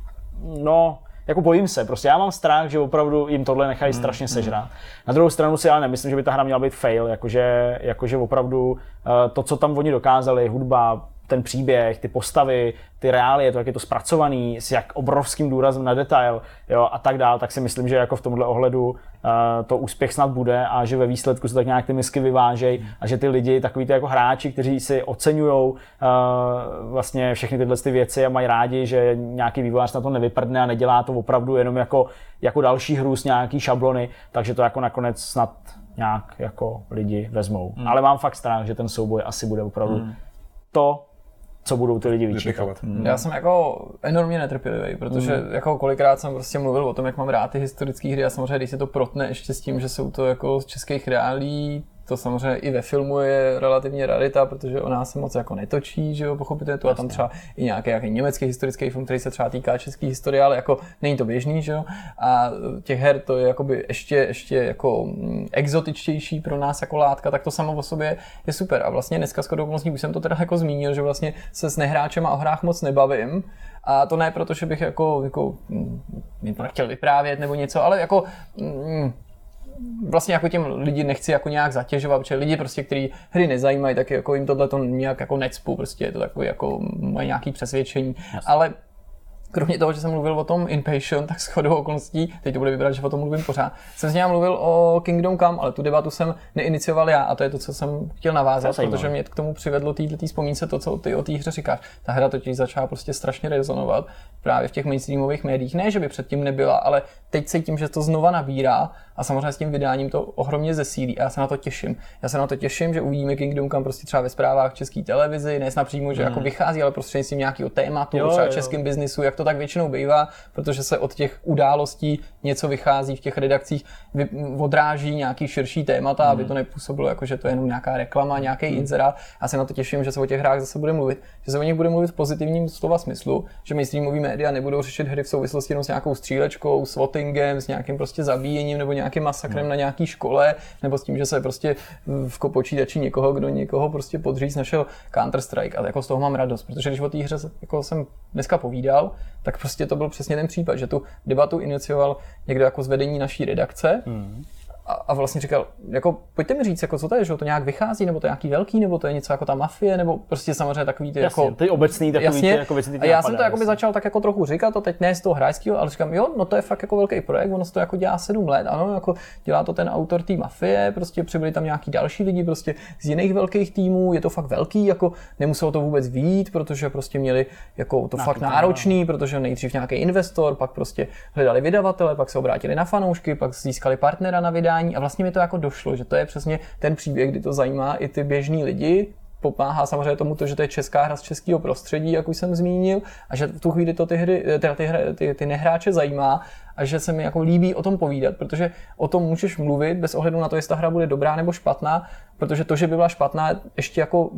no, jako bojím se, prostě já mám strach, že opravdu jim tohle nechají hmm, strašně sežrat. Hmm. Na druhou stranu si ale nemyslím, že by ta hra měla být fail, jakože, jakože opravdu uh, to, co tam oni dokázali, hudba, ten příběh, ty postavy, ty reálie, to, jak je to zpracovaný, s jak obrovským důrazem na detail, jo, a tak dál, tak si myslím, že jako v tomhle ohledu uh, to úspěch snad bude a že ve výsledku se tak nějak ty misky vyvážejí a že ty lidi, takový ty jako hráči, kteří si oceňujou uh, vlastně všechny tyhle ty věci a mají rádi, že nějaký vývojář na to nevyprdne a nedělá to opravdu jenom jako, jako další hru s nějaký šablony, takže to jako nakonec snad nějak jako lidi vezmou. Hmm. Ale mám fakt strach, že ten souboj asi bude opravdu hmm. to, co budou ty lidi vyčítat. Hmm. Já jsem jako enormně netrpělivý, protože hmm. jako kolikrát jsem prostě mluvil o tom, jak mám rád ty historické hry a samozřejmě, když se to protne ještě s tím, že jsou to jako z českých reálí, to samozřejmě i ve filmu je relativně rarita, protože o nás se moc jako netočí, že jo, pochopitelně tu a tam třeba i nějaký, nějaký německý historický film, který se třeba týká české historie, ale jako není to běžný, že jo, a těch her to je jakoby ještě, ještě jako exotičtější pro nás jako látka, tak to samo o sobě je super a vlastně dneska shodou okolností už jsem to teda jako zmínil, že vlastně se s nehráčema o hrách moc nebavím a to ne proto, že bych jako, jako mě to nechtěl vyprávět nebo něco, ale jako mm, vlastně jako těm lidi nechci jako nějak zatěžovat, protože lidi prostě, kteří hry nezajímají, tak jako jim tohle to nějak jako necpu, prostě je to takový jako mají nějaký přesvědčení, yes. ale kromě toho, že jsem mluvil o tom Inpatient, tak shodou okolností, teď to bude vypadat, že o tom mluvím pořád, jsem s ním mluvil o Kingdom Come, ale tu debatu jsem neinicioval já a to je to, co jsem chtěl navázat, protože mě k tomu přivedlo této vzpomínce to, co ty o té hře říkáš. Ta hra totiž začala prostě strašně rezonovat právě v těch mainstreamových médiích, ne, že by předtím nebyla, ale teď cítím, že to znova nabírá a samozřejmě s tím vydáním to ohromně zesílí a já se na to těším. Já se na to těším, že uvidíme Kingdom Come prostě třeba ve zprávách v české televizi, ne snad přímo, že hmm. jako vychází, ale prostřednictvím nějakého tématu, jo, třeba českým biznisu, jak to tak většinou bývá, protože se od těch událostí něco vychází v těch redakcích, odráží nějaký širší témata, hmm. aby to nepůsobilo jako, že to je jenom nějaká reklama, nějaký hmm. inzerát. Já se na to těším, že se o těch hrách zase bude mluvit, že se o nich bude mluvit v pozitivním slova smyslu, že mainstreamový média nebudou řešit hry v souvislosti jenom s nějakou střílečkou, s swattingem, s nějakým prostě zabíjením nebo nějakým masakrem hmm. na nějaký škole, nebo s tím, že se prostě v počítači někoho, kdo někoho prostě podříz, našel Counter-Strike. A jako z toho mám radost, protože když o té hře jako jsem dneska povídal, tak prostě to byl přesně ten případ, že tu debatu inicioval někdo jako z vedení naší redakce. Hmm. A, a vlastně říkal, jako pojďte mi říct, jako co to je, že to nějak vychází, nebo to je nějaký velký, nebo to je něco jako ta mafie, nebo prostě samozřejmě takový ty jasně, jako... ty obecný takový jasně, ty jako věci, ty a já jsem to jako by začal tak jako trochu říkat, to teď ne z toho hráčského, ale říkám, jo, no to je fakt jako velký projekt, ono se to jako dělá sedm let, ano, jako dělá to ten autor té mafie, prostě přibyli tam nějaký další lidi prostě z jiných velkých týmů, je to fakt velký, jako nemuselo to vůbec vyjít, protože prostě měli jako to fakt náročný, protože nejdřív nějaký investor, pak prostě hledali vydavatele, pak se obrátili na fanoušky, pak získali partnera na vydání a vlastně mi to jako došlo, že to je přesně ten příběh, kdy to zajímá i ty běžný lidi, pomáhá samozřejmě tomu to, že to je česká hra z českého prostředí, jak už jsem zmínil, a že v tu chvíli to ty, hry, teda ty, hry, ty, ty nehráče zajímá a že se mi jako líbí o tom povídat, protože o tom můžeš mluvit bez ohledu na to, jestli ta hra bude dobrá nebo špatná, protože to, že by byla špatná, ještě jako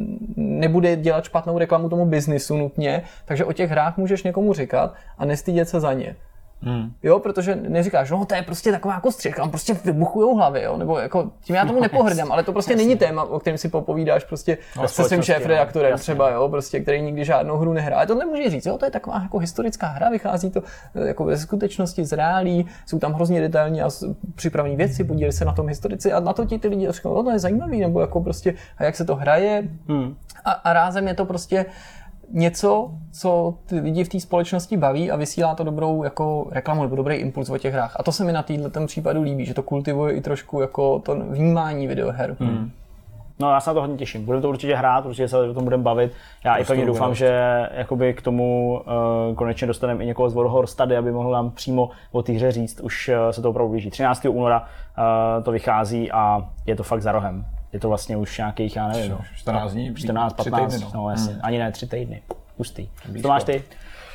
nebude dělat špatnou reklamu tomu biznisu nutně, takže o těch hrách můžeš někomu říkat a nestydět se za ně. Hmm. Jo, protože neříkáš, no to je prostě taková jako střech, tam prostě vybuchujou hlavy, jo, nebo jako tím já tomu nepohrdám, ale to prostě jasně. Není téma, o kterém si popovídáš prostě no, se svým šéfredaktorem no, třeba, jo, prostě, který nikdy žádnou hru nehrál. A to nemůže říct, jo, to je taková jako historická hra, vychází to jako ve skutečnosti z reálí, jsou tam hrozně detailní a připravené věci, podílí se na tom historici a na to ti ty lidi říkají, no to je zajímavý, nebo jako prostě a jak se to hraje. Hmm. A, a rázem je to prostě něco, co ty lidi v té společnosti baví a vysílá to dobrou jako reklamu nebo dobrý impuls o těch hrách. A to se mi na této případu líbí, že to kultivuje i trošku jako to vnímání videoher. Hmm. No já se na to hodně těším. Budeme to určitě hrát, určitě se o tom budeme bavit. Já i pevně doufám, že jakoby k tomu uh, konečně dostaneme i někoho z Warhorse Study, aby mohl nám přímo o té hře říct. Už uh, se to opravdu blíží. třináctého února uh, to vychází a je to fakt za rohem. Je to vlastně už nějakých, já nevím, čtrnáct dní, čtrnáct, patnáct, týdny, no. No, jasně, hmm. ani ne, tři týdny. Hustý. To máš ty?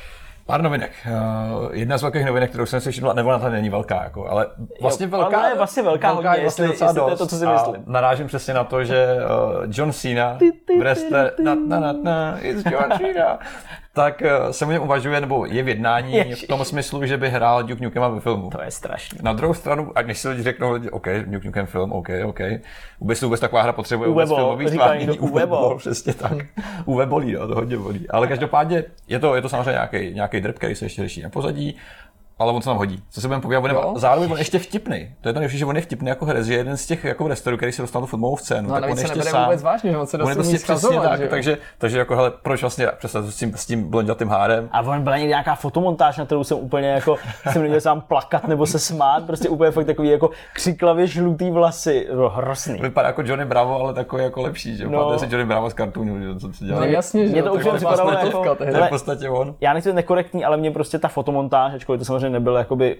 Pár novinek. Uh, jedna z velkých novinek, kterou jsem si všiml, nebo ona to není velká, jako, ale vlastně jo, velká, ale je vlastně velká, velká hodně, vlastně jestli, jestli to je to, co si myslím. Narážím přesně na to, že uh, John Cena v wrestler, na, na, na, na, it's John Cena, tak uh, se mu něm uvažuje, nebo je v jednání Ježiš. V tom smyslu, že by hrál Duke Nukema ve filmu. To je strašný. Na druhou stranu, ať než si lidi řeknou, OK, Duke Nukem film, OK, OK. Vůbec vůbec taková hra potřebuje vůbec filmový stváření. Uwe Boll, přesně tak. Uwe bolí, no, to hodně bolí. Ale každopádně je to, je to samozřejmě nějaký, nějaký drb, který se ještě řeší na pozadí. Ale on se nám hodí. Co se budeme povídat, on zároveň on ještě vtipný. To je to nejlepší, že on je vtipný jako herec, je jeden z těch jako wrestlerů, který se dostal do filmovou scénu. No, tak on se ještě nebere sám. Vůbec vážně, že on se dostal prostě přesně tak, takže, takže jako hele, proč vlastně přestat s tím, s tím blondětým hárem. A on byla někdy nějaká fotomontáž, na kterou jsem úplně jako jsem nedělal sám plakat nebo se smát, prostě úplně fakt takový jako křiklavě žlutý vlasy, no, hrozný. Vypadá jako Johnny Bravo, ale takový jako lepší, že? No. Si Johnny Bravo z kartunu, že co se dělá. No jasně, že. Mě to už připadalo jako, to je v podstatě on. Já nechci být nekorektní, ale mě prostě ta fotomontáž, ačkoliv to samozřejmě nebylo jakoby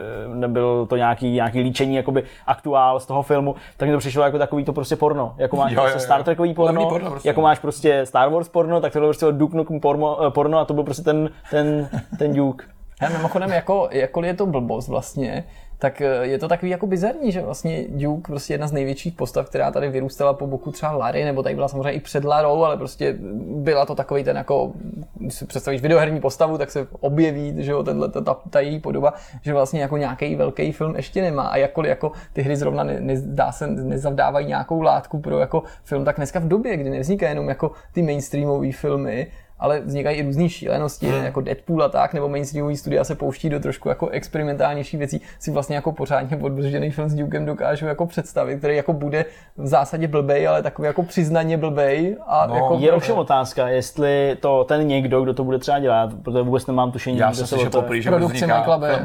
nebyl to nějaký, nějaký líčení jakoby aktuál z toho filmu, tak mi to přišlo jako takový to prostě porno. Jako máš jo, prostě jo, jo. Star Trekový porno, porno prostě. Jako máš prostě Star Wars porno, tak to bylo prostě Duke Nukem porno, porno a to byl prostě ten, ten, ten Duke. Já mimochodem, jako, jakkoliv je to blbost vlastně, tak je to takový jako bizarní, že vlastně Duke prostě jedna z největších postav, která tady vyrůstala po boku třeba Larry, nebo tady byla samozřejmě i před Larou, ale prostě byla to takový ten jako, když si představíš videoherní postavu, tak se objeví, že jo, tenhle, ta, ta její podoba, že vlastně jako nějaký velký film ještě nemá a jakkoliv jako ty hry zrovna ne, nezdá se, nezavdávají nějakou látku pro jako film, tak dneska v době, kdy nevznikají jenom jako ty mainstreamové filmy, ale vznikají i různý šílenosti, hmm. jako Deadpool a tak, nebo mainstreamový studia se pouští do trošku jako experimentálnější věcí, si vlastně jako pořádně odbrzděný film s Dukem dokážu jako představit, který jako bude v zásadě blbej, ale takový jako přiznaně blbej. A no, jako je ovšem otázka, jestli to ten někdo, kdo to bude třeba dělat, protože vůbec nemám tušení, já jsem si, že poprý, že produkci Michaela Bay.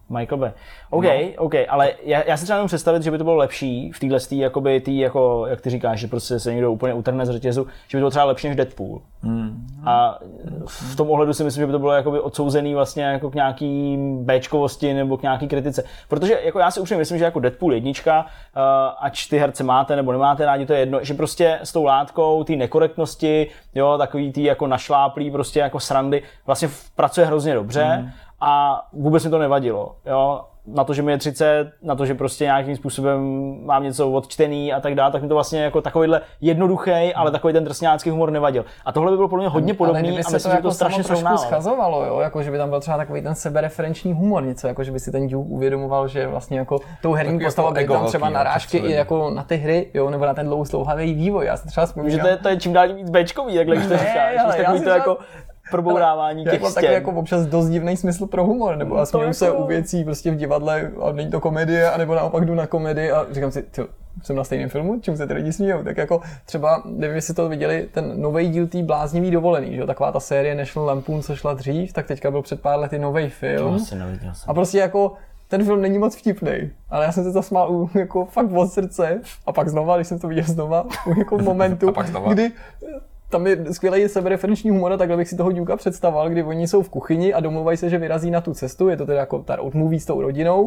Michael Bay. OK, no. OK, ale já, já si třeba jenom představit, že by to bylo lepší v téhle stý, jakoby tý, jako, jak ty říkáš, že prostě se někdo úplně utrhne z řetězu, že by to bylo třeba lepší než Deadpool. Hmm. A v tom ohledu si myslím, že by to bylo jakoby odsouzený vlastně jako k nějaký béčkovosti nebo k nějaký kritice. Protože jako já si upřímně myslím, že jako Deadpool jednička, uh, ač ty herce máte nebo nemáte rádi, to je jedno, že prostě s tou látkou té nekorektnosti, jo, takový tý jako našláplý prostě jako srandy, vlastně pracuje hrozně dobře. Hmm. A vůbec mi to nevadilo, jo. Na to, že mi je třicet, na to, že prostě nějakým způsobem mám něco odčtený a tak dále, tak mi to vlastně jako takovýhle jednoduchý, ale takový ten drsňácký humor nevadil. A tohle by bylo podle mě hodně podobný a myslím, to že jako to strašně srovnalo. Schazovalo, jo, jako že by tam byl třeba takový ten sebereferenční humor, něco jako že by si ten Duke uvědomoval, že vlastně jako tou herní postavou by tam třeba narážky i jako na ty hry, jo, nebo na ten dlouhý vývoj. Já se třeba vzpomínám, že to je, to je čím dál víc béčkový, takhle když to říkáš, takový to jako probourávání těch stěn. Taky jako občas dost divný smysl pro humor, nebo a směju se jako... u věcí prostě v divadle a není to komedie, anebo naopak jdu na komedii a říkám si, ty, jsem na stejném filmu, čemu se ty lidi smějou, tak jako třeba, nevím, jestli to viděli, ten nový díl tý Bláznivý dovolený, že jo, taková ta série National Lampoon, co šla dřív, tak teďka byl před pár lety nový film. A prostě jako ten film není moc vtipnej, ale já jsem se zasmál u, jako fakt od srdce a pak znova, když jsem to viděl znova, u jako momentu, kdy tam je skvělý sebereferenční humor a takhle bych si toho Duka představoval, kdy oni jsou v kuchyni a domluvají se, že vyrazí na tu cestu, je to teda jako ta road movie s tou rodinou.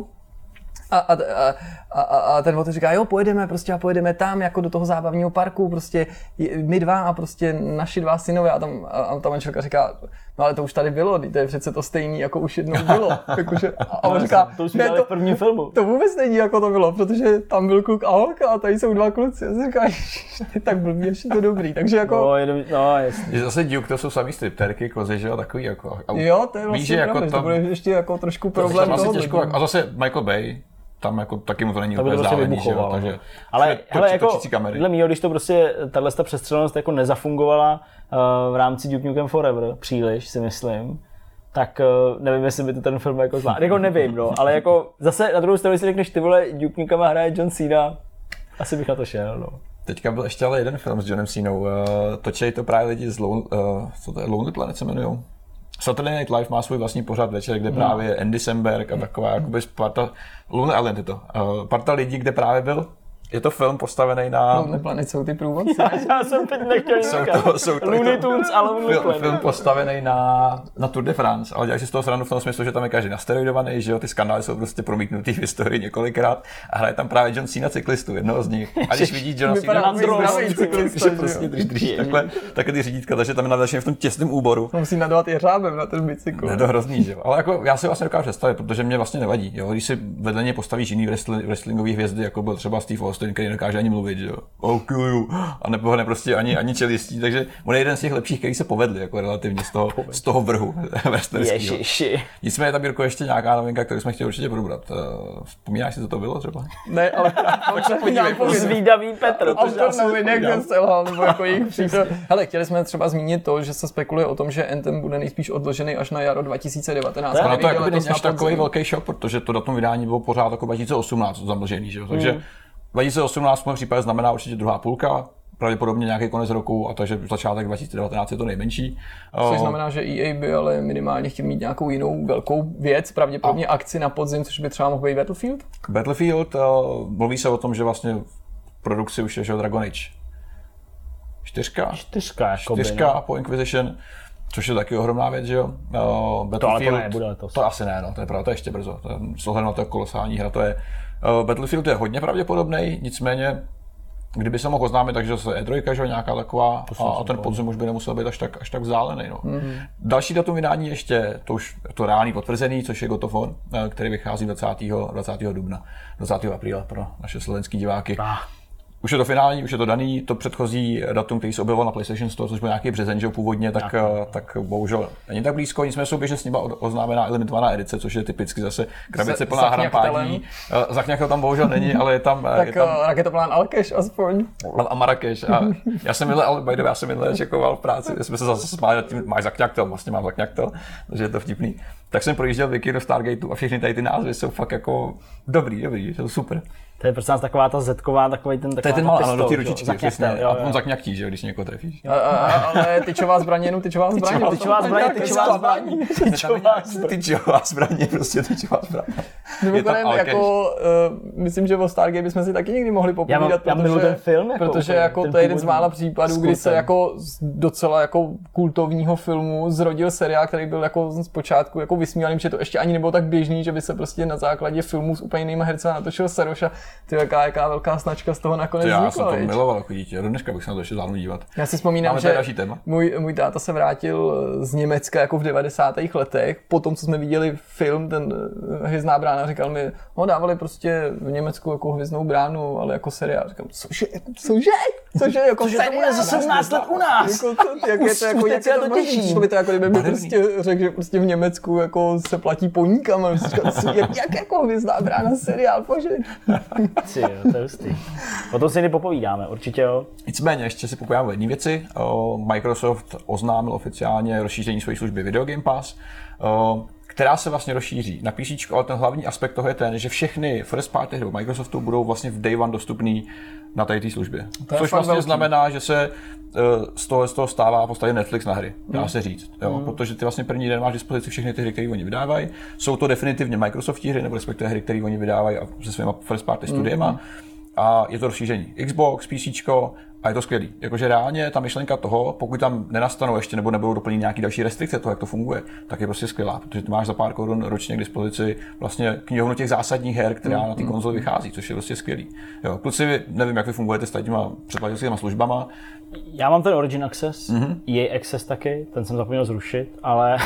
A, a, a, a, a ten otec říká, jo, pojedeme prostě a pojedeme tam jako do toho zábavního parku, prostě my dva a prostě naši dva synové a tam, a ta manželka říká, no ale to už tady bylo, to je přece to stejný, jako už jednou bylo. Jakože, a on říká, to už jsme dali v prvním filmu. To vůbec není, jako to bylo, protože tam byl kluk a holka a tady jsou dva kluci. A říká, ty tak blbý, ještě to dobrý, takže jako... No, jedem, no jasně. Zase Duke, to jsou samý stripterky, kozy, že jo, takový jako... A jo, to je vlastně víš, pravda, jako to bude ještě jako trošku problém toho. Těžko, a zase Michael Bay, tam jako taky mu to není úplně prostě vzdálený, že jo, takže ale hele, jako dle mýho, když to prostě tahle přestřelenost jako nezafungovala uh, v rámci Duke Nukem Forever příliš, si myslím, tak uh, nevím, jestli by to ten film jako zvládl. Jako nevím, no, ale jako zase na druhou stranu, když si řekneš, ty vole, Duke Nukem hraje John Cena, asi bych na to šel, no. Teďka byl ještě ale jeden film s Johnem Cenou, uh, točej to právě lidi z Lone, uh, co to je, Lonely Planet se jmenujou. Saturday Night Live má svůj vlastní pořad večer, kde právě Andy Samberg a taková jakoby parta, Lonely Island je to, uh, parta lidí, kde právě byl. Je to film postavený na... Lonely Planet jsou ty průvodci. Já, já jsem teď nechtěl říkat. Looney Tunes a Lonely film, Planet. Film postavený na, na Tour de France, ale dělají si z toho srandu v tom smyslu, že tam je každý nasteroidovaný, že jo, ty skandály jsou prostě promítnutý v historii několikrát a hraje tam právě John Cena cyklistu, jednoho z nich. A když vidí Johna Cena cyklista, že prostě když drží takhle, takhle ty řídítka, takže tam je nadačený v tom těsném úboru. Musí nadovat i řábem na ten bicykl. Je to hrozný, že jo. Ale jako já si vlastně dokážu představit, protože mě vlastně nevadí, jo, když si vedle něj postavíš jiný wrestlingový hvězdy, jako byl třeba Steve Austin, který nedokáže ani mluvit, že jo. Oh, kill you. A nebo ne prostě ani, ani čelistí, takže on je jeden z těch lepších, který se povedli, jako relativně z toho, z toho vrhu wrestlerského. Ježiši. Nicméně tam, Jirko, ještě nějaká novinka, kterou jsme chtěli určitě probrat. Vzpomínáš si, co to bylo třeba? Ne, ale podívej, zvídavý Petr. Autor novinek ten selhal, nebo jako jejich přítel. Hele, chtěli jsme třeba zmínit to, že se spekuluje o tom, že Anthem bude nejspíš odložený až na jaro dva tisíce devatenáct. No to jako není až takový velký šok, protože to datum vydání bylo pořád jako dva tisíce osmnáct zamlžený, že jo. Takže dva tisíce osmnáct v mém případě znamená určitě druhá půlka, pravděpodobně nějaký konec roku, a takže začátek dva tisíce devatenáct je to nejmenší. Což znamená, že E A by ale minimálně chtěl mít nějakou jinou velkou věc, pravděpodobně a... akci na podzim, což by třeba mohl být Battlefield? Battlefield, uh, mluví se o tom, že vlastně v produkci už je, že Dragon Age čtyřka, čtyřka, čtyřka no. Po Inquisition, což je taky ohromná věc, že jo. Uh, Battlefield, to ale to nebude letos. To asi ne, no, to je pravda, to je ještě brzo, to je, s ohledem na to kolosální hra, to je. Uh, Battlefield je hodně pravděpodobný, nicméně kdyby se mohl oznámit, takže se E tři, že nějaká taková, a, a ten podzim už by nemusel být až tak, až tak vzdálený. No. Mm-hmm. Další datum vydání ještě, to už to reálný potvrzený, což je God of War, který vychází dvacátého dubna, dvacátého apríla pro naše slovenský diváky. Ah. Už je to finální, už je to daný, to předchozí datum, který se objevil na PlayStation Store, což byl nějaký březen, že původně, tak, tak bohužel není tak blízko, nicméně souběžně s nima oznámená limitovaná edice, což je typicky zase krabice plná hrampání. Zachňachtel tam bohužel není, ale je tam... tak je tam raketoplán Alkeš aspoň. A, a Marrakeš. A já jsem minule, ale by the way, já jsem minule čekoval v práci, jsme se zase smáli nad tím, máš zakňaktel, vlastně mám zakňaktel, takže je to vtipný. tak jsem projížděl wiki do Stargateu a všechny tady ty názvy jsou fakt jako dobrý, dobrý, jsou super. To je prostě nás taková ta zetková, takový ten taková To je ten malý, ano, do ty ručičky, zakněte, přesně. jo, A jo. on zakňaktí, že jo, když někoho trefíš. A, a, ale tyčová zbraň, jenom tyčová zbraň. Tyčová zbraň, tyčová zbraň. Tyčová zbraň. Tyčová zbraň, prostě tyčová zbraň. Mimochodem, jako, uh, myslím, že o Stargate bychom si taky někdy mohli popovídat, já, já protože, ten film, jako protože úplně, jako to je jeden z mála případů, kdy se jako z docela jako kultovního filmu zrodil seriál, který byl jako zpočátku jako vysmívaný, že to ještě ani nebylo tak běžný, že by se prostě na základě filmu s úplně jinýma hercema natočil Seroš a ty jaká, jaká velká značka z toho nakonec Já vznikla. jsem to viď? miloval jako dítě, do dneška bych se na to ještě zvládnul dívat. Já si vzpomínám, Máme že další téma. můj, můj táta se vrátil z Německa jako v devadesátých letech, po tom, co jsme viděli film, ten Hvězdná brána, říkal mi, no dávali prostě v Německu jako Hvězdnou bránu, ale jako seriál. Říkám, cože, cože, cože, jako Cože to bude za sedmnáct let u nás? Jako to, jak je to, jako, Už jak teď je se to to možný? těším. Přišlo mi to jako, kdyby mi prostě řekl, že prostě v Německu jako se platí poníkama. Říkal, co, jak, jak jako Hvězdná brána seriál, bože. Ty jo, to je hustý. O tom si někdy popovídáme, určitě jo. Nicméně, ještě si popovídáme o jedné věci. O, Microsoft oznámil oficiálně rozšíření své služby Video Game Pass, o, která se vlastně rozšíří na P C, ale ten hlavní aspekt toho je ten, že všechny first party hry Microsoftu budou vlastně v Day One dostupný na tady té službě. Což vlastně velký. Znamená, že se z toho, z toho stává v podstatě Netflix na hry, dá mm. se říct. Jo? Mm. Protože ty vlastně první den máš dispozici všechny ty hry, které oni vydávají. Jsou to definitivně Microsoftí hry, nebo respektive hry, které oni vydávají se svýma first party studiema. Mm. A je to rozšíření Xbox, PCčko a je to skvělý. Jakože reálně ta myšlenka toho, pokud tam nenastanou ještě nebo nebudou doplněny nějaký další restrikce toho, jak to funguje, tak je prostě skvělá, protože ty máš za pár korun ročně k dispozici vlastně knihovnu těch zásadních her, která mm. na té konzoli vychází, což je prostě skvělý. Jo, kluci, nevím, jak vy fungujete s těma předplatitelskými službama. Já mám ten Origin Access, mm-hmm. E A Access taky, ten jsem zapomněl zrušit, ale,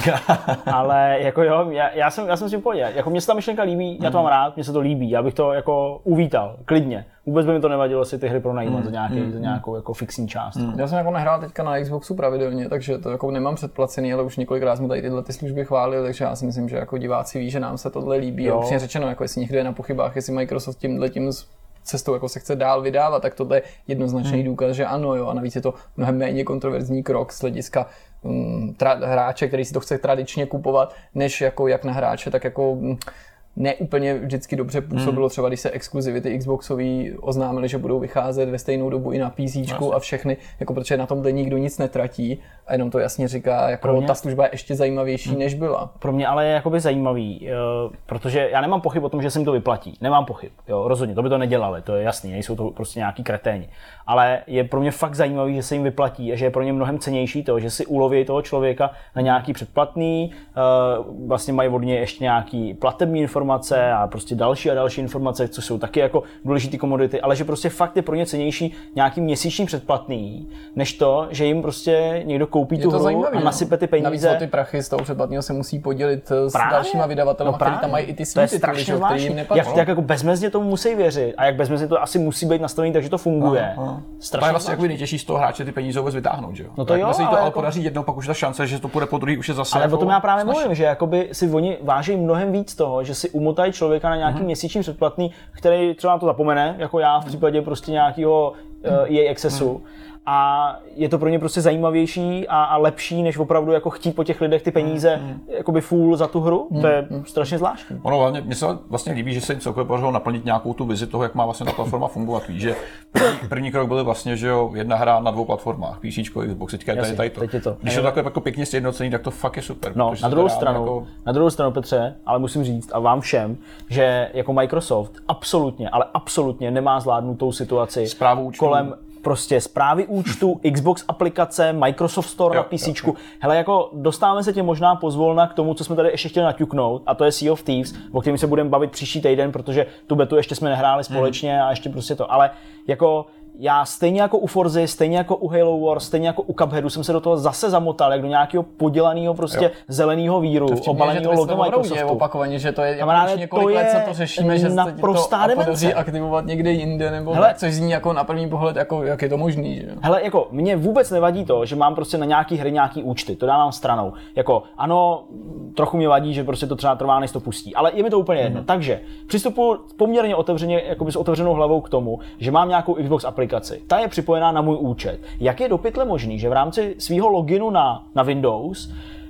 ale jako jo, já, já jsem, já jsem si v pohodě. Jako mně se ta myšlenka líbí, mm-hmm. já to mám rád, mně se to líbí, já bych to jako uvítal, klidně. Vůbec by mi to nevadilo si ty hry pronajímat mm-hmm. za, nějaký, za nějakou jako fixní část. Mm. Já jsem jako nehrál teďka na Xboxu pravidelně, takže to jako nemám předplacený, ale už několikrát jsme tady tyhle ty služby chválili, takže já si myslím, že jako diváci ví, že nám se tohle líbí. Jo. A upřímně řečeno, jako jestli někdo je na pochybách, jestli Microsoft tímhletím cestou jako se chce dál vydávat, tak tohle je jednoznačný hmm. důkaz, že ano, jo, a navíc je to mnohem méně kontroverzní krok z hlediska um, tra- hráče, který si to chce tradičně kupovat, než jako jak na hráče, tak jako um, neúplně vždycky dobře působilo, třeba když se exkluzivity Xboxový oznámili, že budou vycházet ve stejnou dobu i na PCčku a všechny, jako protože na tomhle nikdo nic netratí a jenom to jasně říká, jako mě, ta služba je ještě zajímavější, hmm. než byla. Pro mě ale je jakoby zajímavý, protože já nemám pochyb o tom, že se jim to vyplatí. Nemám pochyb, jo, rozhodně, to by to nedělali, to je jasný, nejsou to prostě nějaký kreténi. Ale je pro mě fakt zajímavý, že se jim vyplatí a že je pro ně mnohem cennější to, že si uloví toho člověka na nějaký předplatný, vlastně mají od něj ještě nějaký platební informace a prostě další a další informace, co jsou taky jako důležité komodity, ale že prostě fakt je pro ně cennější nějaký měsíční předplatný, než to, že jim prostě někdo koupí tu hru zajímavý, a nasype ty peníze. Navíc o ty prachy z toho předplatného se musí podělit s právě? dalšíma vydavatelema, no kteří tam mají i ty svý tituly, který jim nepatří. Jak, jak jako bezmezně tomu musí věřit a jak bezmezně to asi musí být nastavený, takže to funguje. Aha. To je vlastně jako nejtěžší z toho hráče ty peníze vůbec vytáhnout, že jo? No to jo, se to ale ale jako... podaří jednou, pak už ta šance, že to půjde po druhý, už je zase. Ale jako o tom já právě snaží. mluvím, že jakoby si oni váží mnohem víc toho, že si umotají člověka na nějaký mm-hmm. měsíční předplatný, který třeba na to zapomene, jako já v případě prostě nějakého uh, E A Accessu. Mm-hmm. A je to pro ně prostě zajímavější a, a lepší, než opravdu jako chtít po těch lidech ty peníze mm. jakoby full za tu hru. Mm. To je mm. strašně zvláštní. Ono hlavně, mně se vlastně líbí, že se jim celkově podařilo naplnit nějakou tu vizi toho, jak má vlastně ta platforma fungovat. Víš, že první, první krok byl vlastně, že jo, jedna hra na dvou platformách, PCčko, Xbox, teďka je tady to. to. Když je to takhle jako pěkně sjednocený, tak to fakt je super. No, na druhou stranu, jako... na druhou stranu, Petře, ale musím říct a vám všem, že jako Microsoft absolutně, ale absolutně nemá zvládnutou situaci kolem prostě správy účtu, Xbox aplikace, Microsoft Store jo, na PCčku. Jo, jo. Hele, jako dostáváme se tě možná pozvolna k tomu, co jsme tady ještě chtěli naťuknout, a to je Sea of Thieves, o kterém se budeme bavit příští týden, protože tu betu ještě jsme nehráli společně mm. a ještě prostě to. Ale jako já stejně jako u Forzy, stejně jako u Halo Wars, stejně jako u Cupheadu jsem se do toho zase zamotal, jak do nějakého podělaného prostě zeleného víru, obaleného logem Microsoftu. Opakovaně, že to je jako už několik let, co to řešíme, že se to podaří aktivovat někde jinde, nebo hele, což zní jako na první pohled, jako jak je to možný, že? Hele, jako mně vůbec nevadí to, že mám prostě na nějaký hry nějaký účty, to dávám stranou. Jako ano, trochu mě vadí, že prostě to třeba trvá, než to pustí, ale je mi to úplně jedno. Mm-hmm. Takže přistupuji poměrně otevřeně, jakoby s otevřenou hlavou k tomu, že mám nějakou Xbox aplikaci. Ta je připojená na můj účet. Jak je do pytle možný, že v rámci svého loginu na, na Windows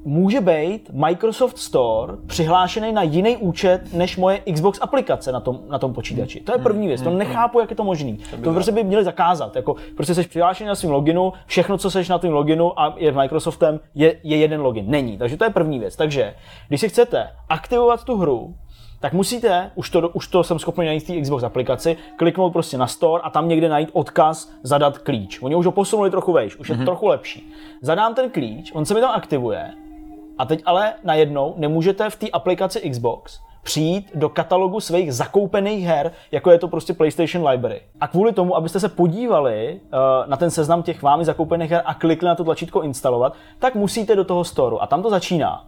může být Microsoft Store přihlášený na jiný účet než moje Xbox aplikace na tom, na tom počítači. To je první věc, to nechápu, jak je to možný. To prostě by měli zakázat. Jako, prostě jsi přihlášený na svým loginu, všechno, co seš na tom loginu a je Microsoftem, je, je jeden login. Není. Takže to je první věc. Takže, když si chcete aktivovat tu hru, tak musíte, už to, už to jsem schopný najít v té Xbox aplikaci, kliknout prostě na Store a tam někde najít odkaz, zadat klíč. Oni už ho posunuli trochu vejš, už je mm-hmm. trochu lepší. Zadám ten klíč, on se mi tam aktivuje a teď ale najednou nemůžete v té aplikaci Xbox přijít do katalogu svých zakoupených her, jako je to prostě PlayStation Library. A kvůli tomu, abyste se podívali uh, na ten seznam těch vámi zakoupených her a klikli na to tlačítko instalovat, tak musíte do toho Storeu a tam to začíná.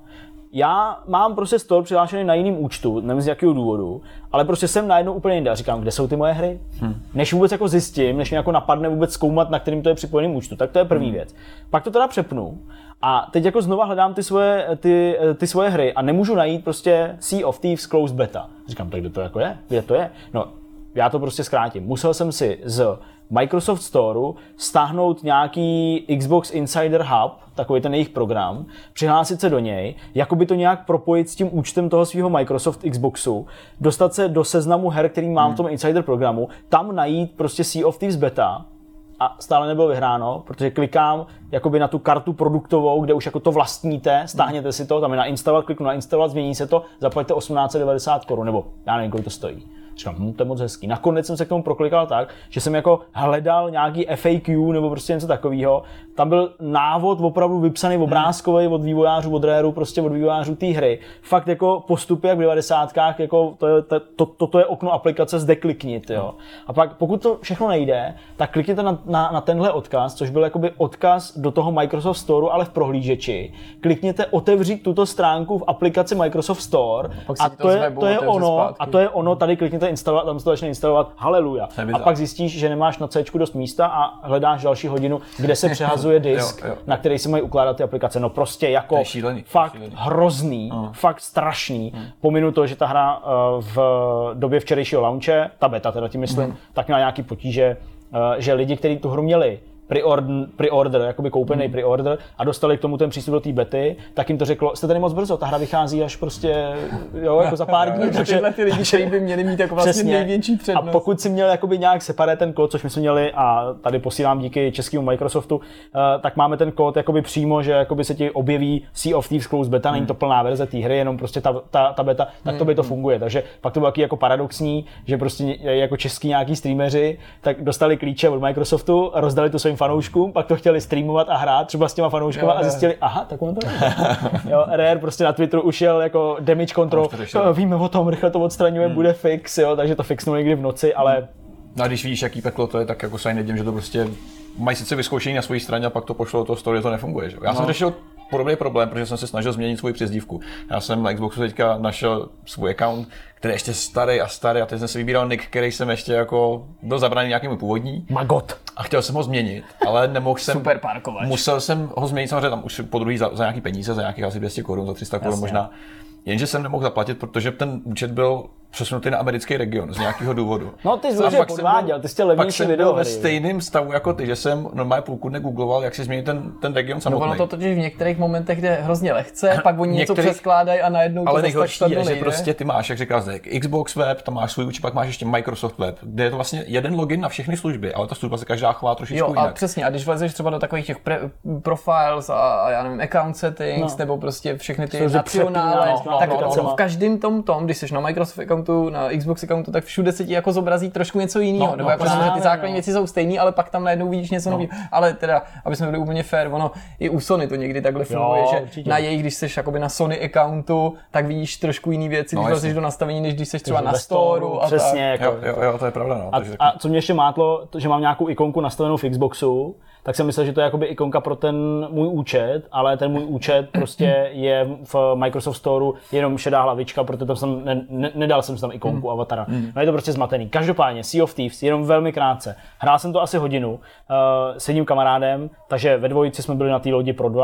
Já mám prostě Store přihlášený na jiným účtu, nevím z jakého důvodu, ale prostě jsem najednou úplně jinde a říkám, kde jsou ty moje hry? Hmm. Než vůbec jako zjistím, než mě jako napadne vůbec zkoumat, na kterým to je připojený účtu, tak to je první hmm. věc. Pak to teda přepnu a teď jako znova hledám ty svoje, ty, ty svoje hry a nemůžu najít prostě Sea of Thieves Closed Beta. Říkám, tak kde to jako je? Kde to je? No, já to prostě zkrátím. Musel jsem si z Microsoft Storeu stáhnout nějaký Xbox Insider Hub, takový ten jejich program, přihlásit se do něj, jakoby to nějak propojit s tím účtem toho svého Microsoft Xboxu, dostat se do seznamu her, který mám hmm. v tom Insider programu, tam najít prostě Sea of Thieves Beta a stále nebylo vyhráno, protože klikám jakoby na tu kartu produktovou, kde už jako to vlastníte, stáhněte si to, tam je nainstalovat, kliknu na instalovat, změní se to, zaplaťte osmnáct set devadesát korun, nebo já nevím, kolik to stojí. Říkám, hm, to je moc hezký. Nakonec jsem se k tomu proklikal tak, že jsem jako hledal nějaký F A Q nebo prostě něco takového. Tam byl návod opravdu vypsaný obrázkový od vývojářů, od Rareu, prostě od vývojářů té hry. Fakt jako postupy jak v devadesátkách, jako to je, to, to, toto je okno aplikace, zde kliknit, jo. A pak pokud to všechno nejde, tak klikněte na, na, na tenhle odkaz, což byl jakoby odkaz do toho Microsoft Storeu, ale v prohlížeči. Klikněte otevřít tuto stránku v aplikaci Microsoft Store a, a to, je, to je ono, zpátky. a to je ono, tady klikněte instalovat, tam se to začne instalovat, haleluja. A pak zjistíš, že nemáš na Cčku dost místa a hledáš další hodinu, kde se přehazuje disk, jo, jo. na který se mají ukládat ty aplikace. No prostě jako šílený, fakt šílený. hrozný, uh. fakt strašný. Uh. Pominu to, že ta hra uh, v době včerejšího launche, ta beta teda tím myslím, uh. tak měla nějaký potíže, uh, že lidi, kteří tu hru měli Pre-order, pre-order, jakoby koupený hmm. pre-order a dostali k tomu ten přístup do té bety, tak jim to řeklo, jste tady moc brzo, ta hra vychází až prostě jo, jako za pár dní. Takže tyhle ty lidi, kteří by měli mít jako vlastně přesně, největší přednost. A pokud si měl jakoby nějak separé ten kód, což my jsme měli a tady posílám díky českému Microsoftu, uh, tak máme ten kód jakoby přímo, že jakoby se ti objeví Sea of Thieves Closed Beta, hmm. není to plná verze té hry, jenom prostě ta, ta, ta beta, tak to by to funguje. Takže pak to bylo taky jako paradoxní, že prostě jako český nějaký streameři tak dostali klíče od Microsoftu, rozdali to svým fanouškům, pak to chtěli streamovat a hrát třeba s těma fanouškama a zjistili, aha, tak ono to je. Jo, Rare prostě na Twitteru ušel jako damage control, to, víme o tom, rychle to odstraňuje, hmm. bude fix, jo, takže to fixnuli někdy v noci, ale... No a když vidíš, jaký peklo to je, tak jako se nedělím, že to prostě mají sice vyzkoušení na své straně a pak to pošlo do toho story, to nefunguje, že? Já no. jsem řešil podobný problém, protože jsem se snažil změnit svou přezdívku. Já jsem na Xboxu teďka našel svůj account, který je ještě starý a starý a teď jsem si vybíral nick, který jsem ještě jako byl zabraný nějakému původní. Magot. A chtěl jsem ho změnit, ale nemohl jsem. Super parkovač. Musel jsem ho změnit samozřejmě tam už po druhý za, za nějaký peníze, za nějakých asi dvě stě korun, za tři sta korun možná. Jenže jsem nemohl zaplatit, protože ten účet byl přesunutý na americký region z nějakého důvodu. No ty jsi podváděl, ty jsi levnější video. Pak jsem byl ve stejném stavu jako ty, že jsem normálně půlku negoogloval, jak si změnit ten, ten region samotný. No ono to totiž v některých momentech jde hrozně lehce, pak oni něco přeskládají a najednou to zase tak snadno nejde. Ale prostě ty máš, jak říkal Zek, Xbox web, tam máš svůj účet, pak máš ještě Microsoft web, kde je to vlastně jeden login na všechny služby, ale ta služba se každá chová trošičku jo, jinak. A přesně, a když vlezeš třeba do takových těch pre- profiles a, a já nevím, account settings, no. nebo prostě všechny ty nacionále, tak v každém tom tom, když jsi na Microsoft accountu, na Xbox accountu, tak všude se ti jako zobrazí trošku něco jiného. No, nebo no, jako právě, že ty základní no. věci jsou stejné, ale pak tam najednou vidíš něco no. nového. Ale teda, aby jsme byli úplně fair, ono i u Sony to někdy takhle funguje, jo, že určitě. Na jejich, když jsi jakoby na Sony accountu, tak vidíš trošku jiné věci, no, když jsi do nastavení, než když jsi třeba na Storeu. Přesně, tak. Jako, jo, jo, jo, to je pravda. No. A, a co mě ještě mátlo, to, že mám nějakou ikonku nastavenou v Xboxu, tak jsem myslel, že to je jakoby ikonka pro ten můj účet, ale ten můj účet prostě je v Microsoft Storeu jenom šedá hlavička, protože tam jsem ne, ne, nedal jsem tam ikonku mm. avatara. Mm. No je to prostě zmatený. Každopádně Sea of Thieves, jenom velmi krátce. Hrál jsem to asi hodinu uh, s jedním kamarádem, takže ve dvojici jsme byli na té lodi pro dva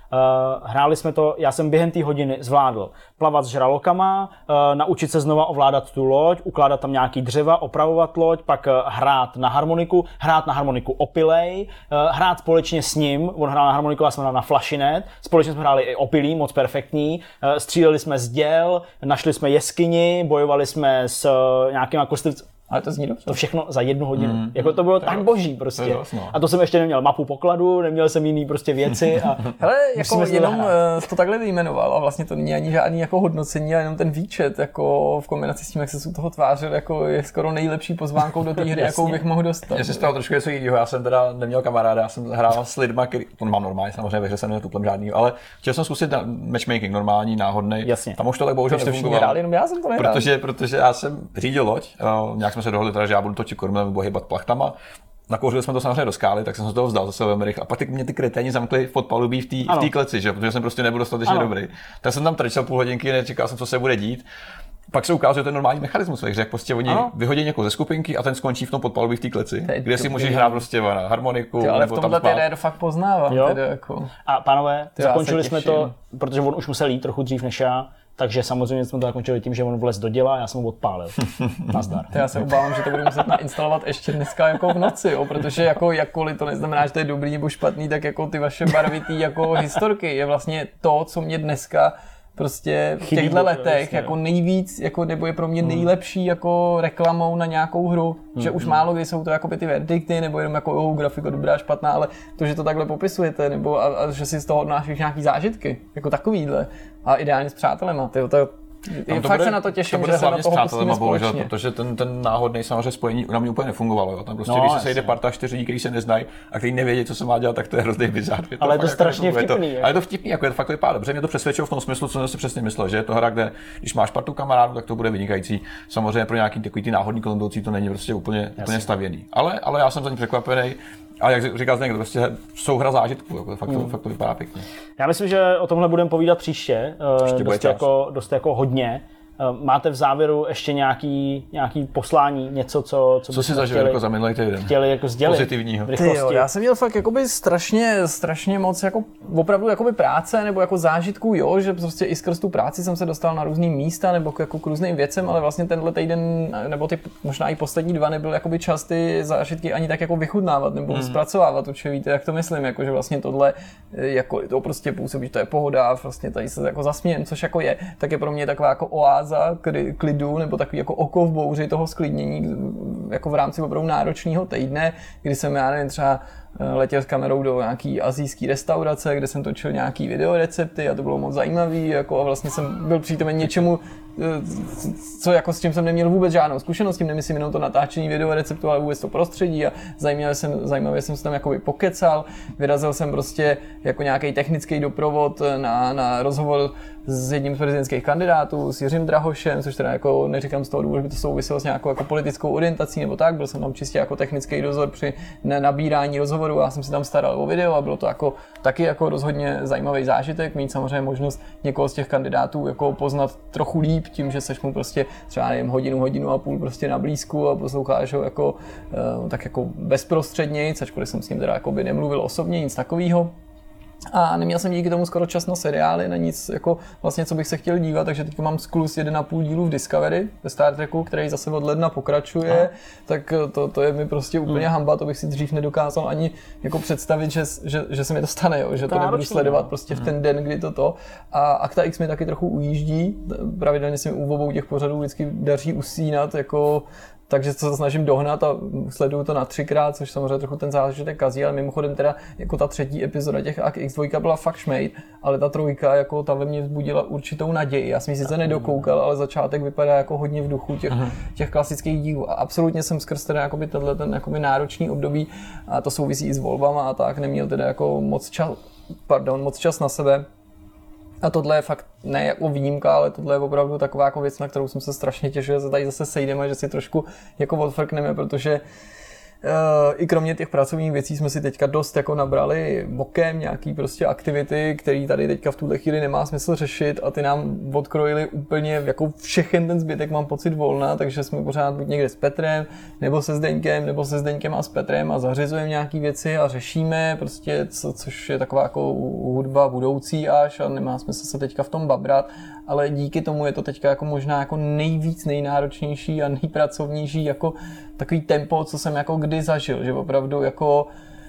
hráli jsme to, já jsem během té hodiny zvládl plavat s žralokama, naučit se znova ovládat tu loď, ukládat tam nějaký dřeva, opravovat loď, pak hrát na harmoniku, hrát na harmoniku opilej, hrát společně s ním, on hrál na harmoniku, já jsem hrál na flašinet, společně jsme hráli i opilý, moc perfektní, stříleli jsme z děl, našli jsme jeskyni, bojovali jsme s nějakým kostlivcem. Ale to zní dobře. To všechno za jednu hodinu. Mm. Jako to bylo to tak boží prostě. To to a to jsem ještě neměl mapu pokladu, neměl jsem jiný prostě věci. A hele, jako jenom to takhle vyjmenoval a vlastně to není ani žádný jako hodnocení, a jenom ten výčet jako v kombinaci s tím, jak se z toho tvářil, jako je skoro nejlepší pozvánkou do té hry, jakou bych mohl dostat. Já si stalo trošku něco jiného. Já jsem teda neměl kamaráda, já jsem hrál s lidma, který to mám normálně, samozřejmě, ve hře jsem netuplem žádný, ale chtěl jsem zkusit matchmaking normální, náhodný. Jasně. Tam už to tak bohužel nefungovalo. Jenom já jsem to nehrál. Protože, protože já jsem řídil loď, nějak jsme se dohodli, teda, že já budu točit kormidlem nebo hýbat plachtama. Nakouřili jsme to samozřejmě do skály, tak jsem se toho vzdal zase velmi rychle. A pak ty, mě ty kreténi zamkli v podpalubí v té kleci, že? Protože jsem prostě nebyl dostatečně ano. dobrý. Tak jsem tam trčel půl hodinky, nečekal jsem, co se bude dít. Pak se ukázalo, že to je normální mechanismus, takže jak prostě oni ano. vyhodí někoho ze skupinky a ten skončí v tom podpalubí v té kleci, kde si můžeš hrát prostě na harmoniku. Ty, ale nebo v tomhle tam teda fakt poznávám. Teda jako. A pánové, ty, zakončili jsme to, protože on už musel jít trochu dřív než já. Takže samozřejmě jsme to zakončili tím, že on vlez do děla a já jsem ho odpálil. Nazdar. To já se obávám, že to budu muset nainstalovat ještě dneska jako v noci, jo, protože jako jakkoliv to neznamená, že to je dobrý nebo špatný, tak jako ty vaše barvitý jako historky je vlastně to, co mě dneska prostě v těchto letech jasně, jako nejvíc, jako, nebo je pro mě nejlepší jako reklamou na nějakou hru, hmm. že už málo kdy jsou to jako ty verdikty, nebo jenom jako oh, grafika dobrá, špatná, ale to, že to takhle popisujete, nebo a, a že si z toho odnášíš nějaký zážitky, jako takovýhle, a ideálně s přátelema, tyjo, to je, fakt bude, se na to těším, to že se na toho pustíme bohužel, protože ten, ten náhodný samozřejmě spojení na mě úplně nefungovalo. Jo. Tam prostě, no, když se sejde parta čtyř lidí, kteří se neznají a kteří nevědí, co se má dělat, tak to je hrozný bizár. Je to ale je to jako strašně jako, vtipný. Je to, ale je to vtipný, jako je to fakt vypadá dobře. Mě to přesvědčilo v tom smyslu, co jsem si přesně myslel, že je to hra, kde když máš partu kamarádů, tak to bude vynikající. Samozřejmě pro nějaký takový ty náhodný kolem to není prostě úplně, úplně stavěný. Ale, ale já jsem za ní překvapený. A jak říkal Zdeněk, to prostě souhra zážitků, jako fakt, to, mm. fakt to vypadá pěkně. Já myslím, že o tomhle budeme povídat příště, Ještě dost, jako, dost jako hodně. Máte v závěru ještě nějaký, nějaký poslání, něco, co, co, co si zažil jako za minulý týden? Chtěli jako sdělit pozitivního. Jo, já jsem měl fakt jakoby strašně, strašně moc jako opravdu jakoby práce nebo jako zážitků, jo, že prostě i skrz tu práci jsem se dostal na různý místa nebo jako k různým věcem, ale vlastně tenhle týden nebo ty možná i poslední dva nebyl jakoby čas ty zážitky ani tak jako vychutnávat nebo hmm. zpracovávat, určitě víte, jak to myslím, jako že vlastně tohle jako to prostě působí, že to je pohoda, vlastně tady se jako zasmějem, což jako je, tak je pro mě taková jako oáza klidu nebo takový jako oko v bouři toho sklidnění jako v rámci opravdu náročného týdne, kdy jsem, já nevím, třeba letěl s kamerou do nějaký asijský restaurace, kde jsem točil nějaký videorecepty a to bylo moc zajímavý, jako a vlastně jsem byl přítomen něčemu, co jako s čím jsem neměl vůbec žádnou zkušenost, tím nemyslím jenom to natáčení videoreceptu, ale vůbec to prostředí a zajímavě jsem, zajímavě jsem se tam jakoby pokecal, vyrazil jsem prostě jako nějaký technický doprovod na, na rozhovor s jedním z prezidentských kandidátů, s Jiřím Drahošem, což teda jako neříkám z toho důvodu, že by to souviselo s nějakou jako politickou orientací nebo tak, byl jsem tam čistě jako technický dozor při nabírání rozhovoru, já jsem si tam staral o video a bylo to jako taky jako rozhodně zajímavý zážitek, mít samozřejmě možnost někoho z těch kandidátů jako poznat trochu líp tím, že seš mu prostě třeba nevím, hodinu, hodinu a půl prostě na blízku a posloucháš ho jako tak jako bezprostředně, ačkoliv jsem s ním teda jako by nemluvil osobně, nic takového. A neměl jsem díky tomu skoro čas na seriály, na nic, jako vlastně, co bych se chtěl dívat, takže teď mám skluz jeden a půl dílu v Discovery, ve Star Treku, který zase od ledna pokračuje, a. tak to, to je mi prostě úplně hmm. hamba, to bych si dřív nedokázal ani jako představit, že, že, že se mi to stane, jo, že to, to nebudu sledovat no. prostě v ten den, kdy to to. A Akta X mi taky trochu ujíždí, pravidelně se mi u obou těch pořadů vždycky daří usínat, jako takže se to snažím dohnat a sleduju to na třikrát, což samozřejmě trochu ten zážitek kazí, ale mimochodem teda jako ta třetí epizoda těch X dva byla fakt šmejt, ale ta trojka jako ta ve mně vzbudila určitou naději. Já jsem ji sice nedokoukal, ale začátek vypadá jako hodně v duchu těch, těch klasických dílů. A absolutně jsem skrz teda jakoby tenhle ten jakoby náročný období, a to souvisí i s volbama a tak, neměl teda jako moc čas, pardon, moc čas na sebe. A tohle je fakt ne jako výjimka, ale tohle je opravdu taková jako věc, na kterou jsem se strašně těšil, že se tady zase sejdeme, že si trošku jako odfrkneme, protože i kromě těch pracovních věcí jsme si teďka dost jako nabrali bokem nějaký prostě aktivity, které tady teďka v tuhle chvíli nemá smysl řešit a ty nám odkrojili úplně jako všechen ten zbytek, mám pocit, volna, takže jsme pořád buď někde s Petrem, nebo se Zdeňkem, nebo se Zdeňkem a s Petrem a zařizujeme nějaký věci a řešíme prostě, co, což je taková jako hudba budoucí až a nemá smysl se teďka v tom babrat, ale díky tomu je to teďka jako možná jako nejvíc nejnáročnější a nejpracovnější jako takový tempo, co jsem jako kdy zažil, že opravdu jako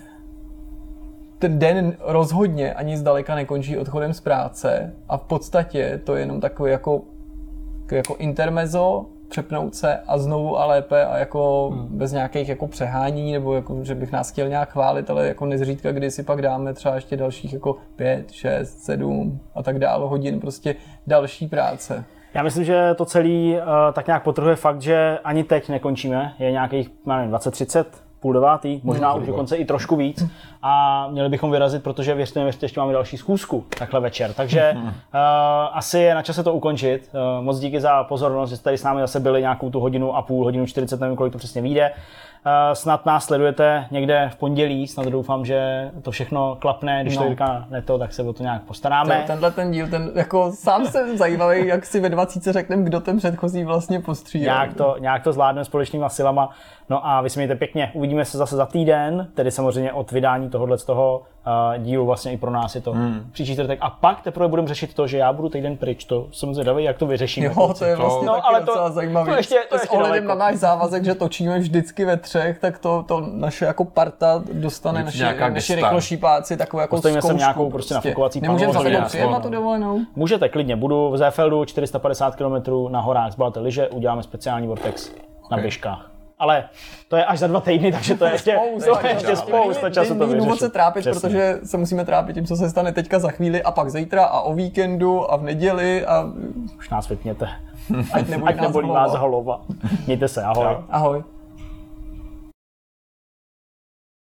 ten den rozhodně ani zdaleka nekončí odchodem z práce a v podstatě to je jenom takový jako, jako intermezzo, přepnout se a znovu a lépe a jako hmm. bez nějakých jako přehání nebo jako, že bych nás chtěl nějak chválit, ale jako nezřídka, kdy si pak dáme třeba ještě dalších jako pět, šest, sedm a tak dále hodin prostě další práce. Já myslím, že to celý uh, tak nějak potrhuje fakt, že ani teď nekončíme, je nějakých nevím, dvacet třicet, půl devátý, možná no, už dokonce i trošku víc a měli bychom vyrazit, protože věřte, věřte, ještě máme další schůzku takhle večer, takže uh, asi je na čase to ukončit. Uh, moc díky za pozornost, že jste tady s námi zase byli nějakou tu hodinu a půl, hodinu čtyřicet, nevím, kolik to přesně vyjde. Uh, snad nás sledujete někde v pondělí, snad doufám, že to všechno klapne, když no. to Jirka neto, tak se o to nějak postaráme. To, tenhle ten díl, ten jako sám jsem zajímavý, jak si ve dvacítce řekneme, kdo ten předchozí vlastně postřídal. Nějak to, nějak to zvládneme společnýma silama. No a vy se mějte pěkně, uvidíme se zase za týden, tedy samozřejmě od vydání tohohle z toho uh, dílu vlastně i pro nás je to hmm. příští čtvrtek. A pak teprve budeme řešit to, že já budu týden pryč, to jsem zvědavý, jak to vyřešíme. Jo, to je vlastně no, taky ale docela to, zajímavý. To ještě, to ještě s ohledem na náš závazek, že točíme vždycky ve třech, tak to, to naše jako parta dostane naši, naši rychlošípáci takovou jako Postavíme zkoušku. sem nějakou prostě nafukovací panu. Nemůžeme za sebou přijet na tu dovolenou? Můžete klidně, budu v Zeefeldu čtyři sta padesát kilometrů na horách, zbalte lyže, uděláme speciální vortex na běžkách. Ale to je až za dva týdny, takže to je ještě spousta, to je ještě spousta času to vyřešit. Důvod se trápit, přesně. Protože se musíme trápit tím, co se stane teďka za chvíli a pak zítra a o víkendu a v neděli a... Už nás vypněte. Ať, Ať nebolí vás hlava. Mějte se, ahoj. Ahoj.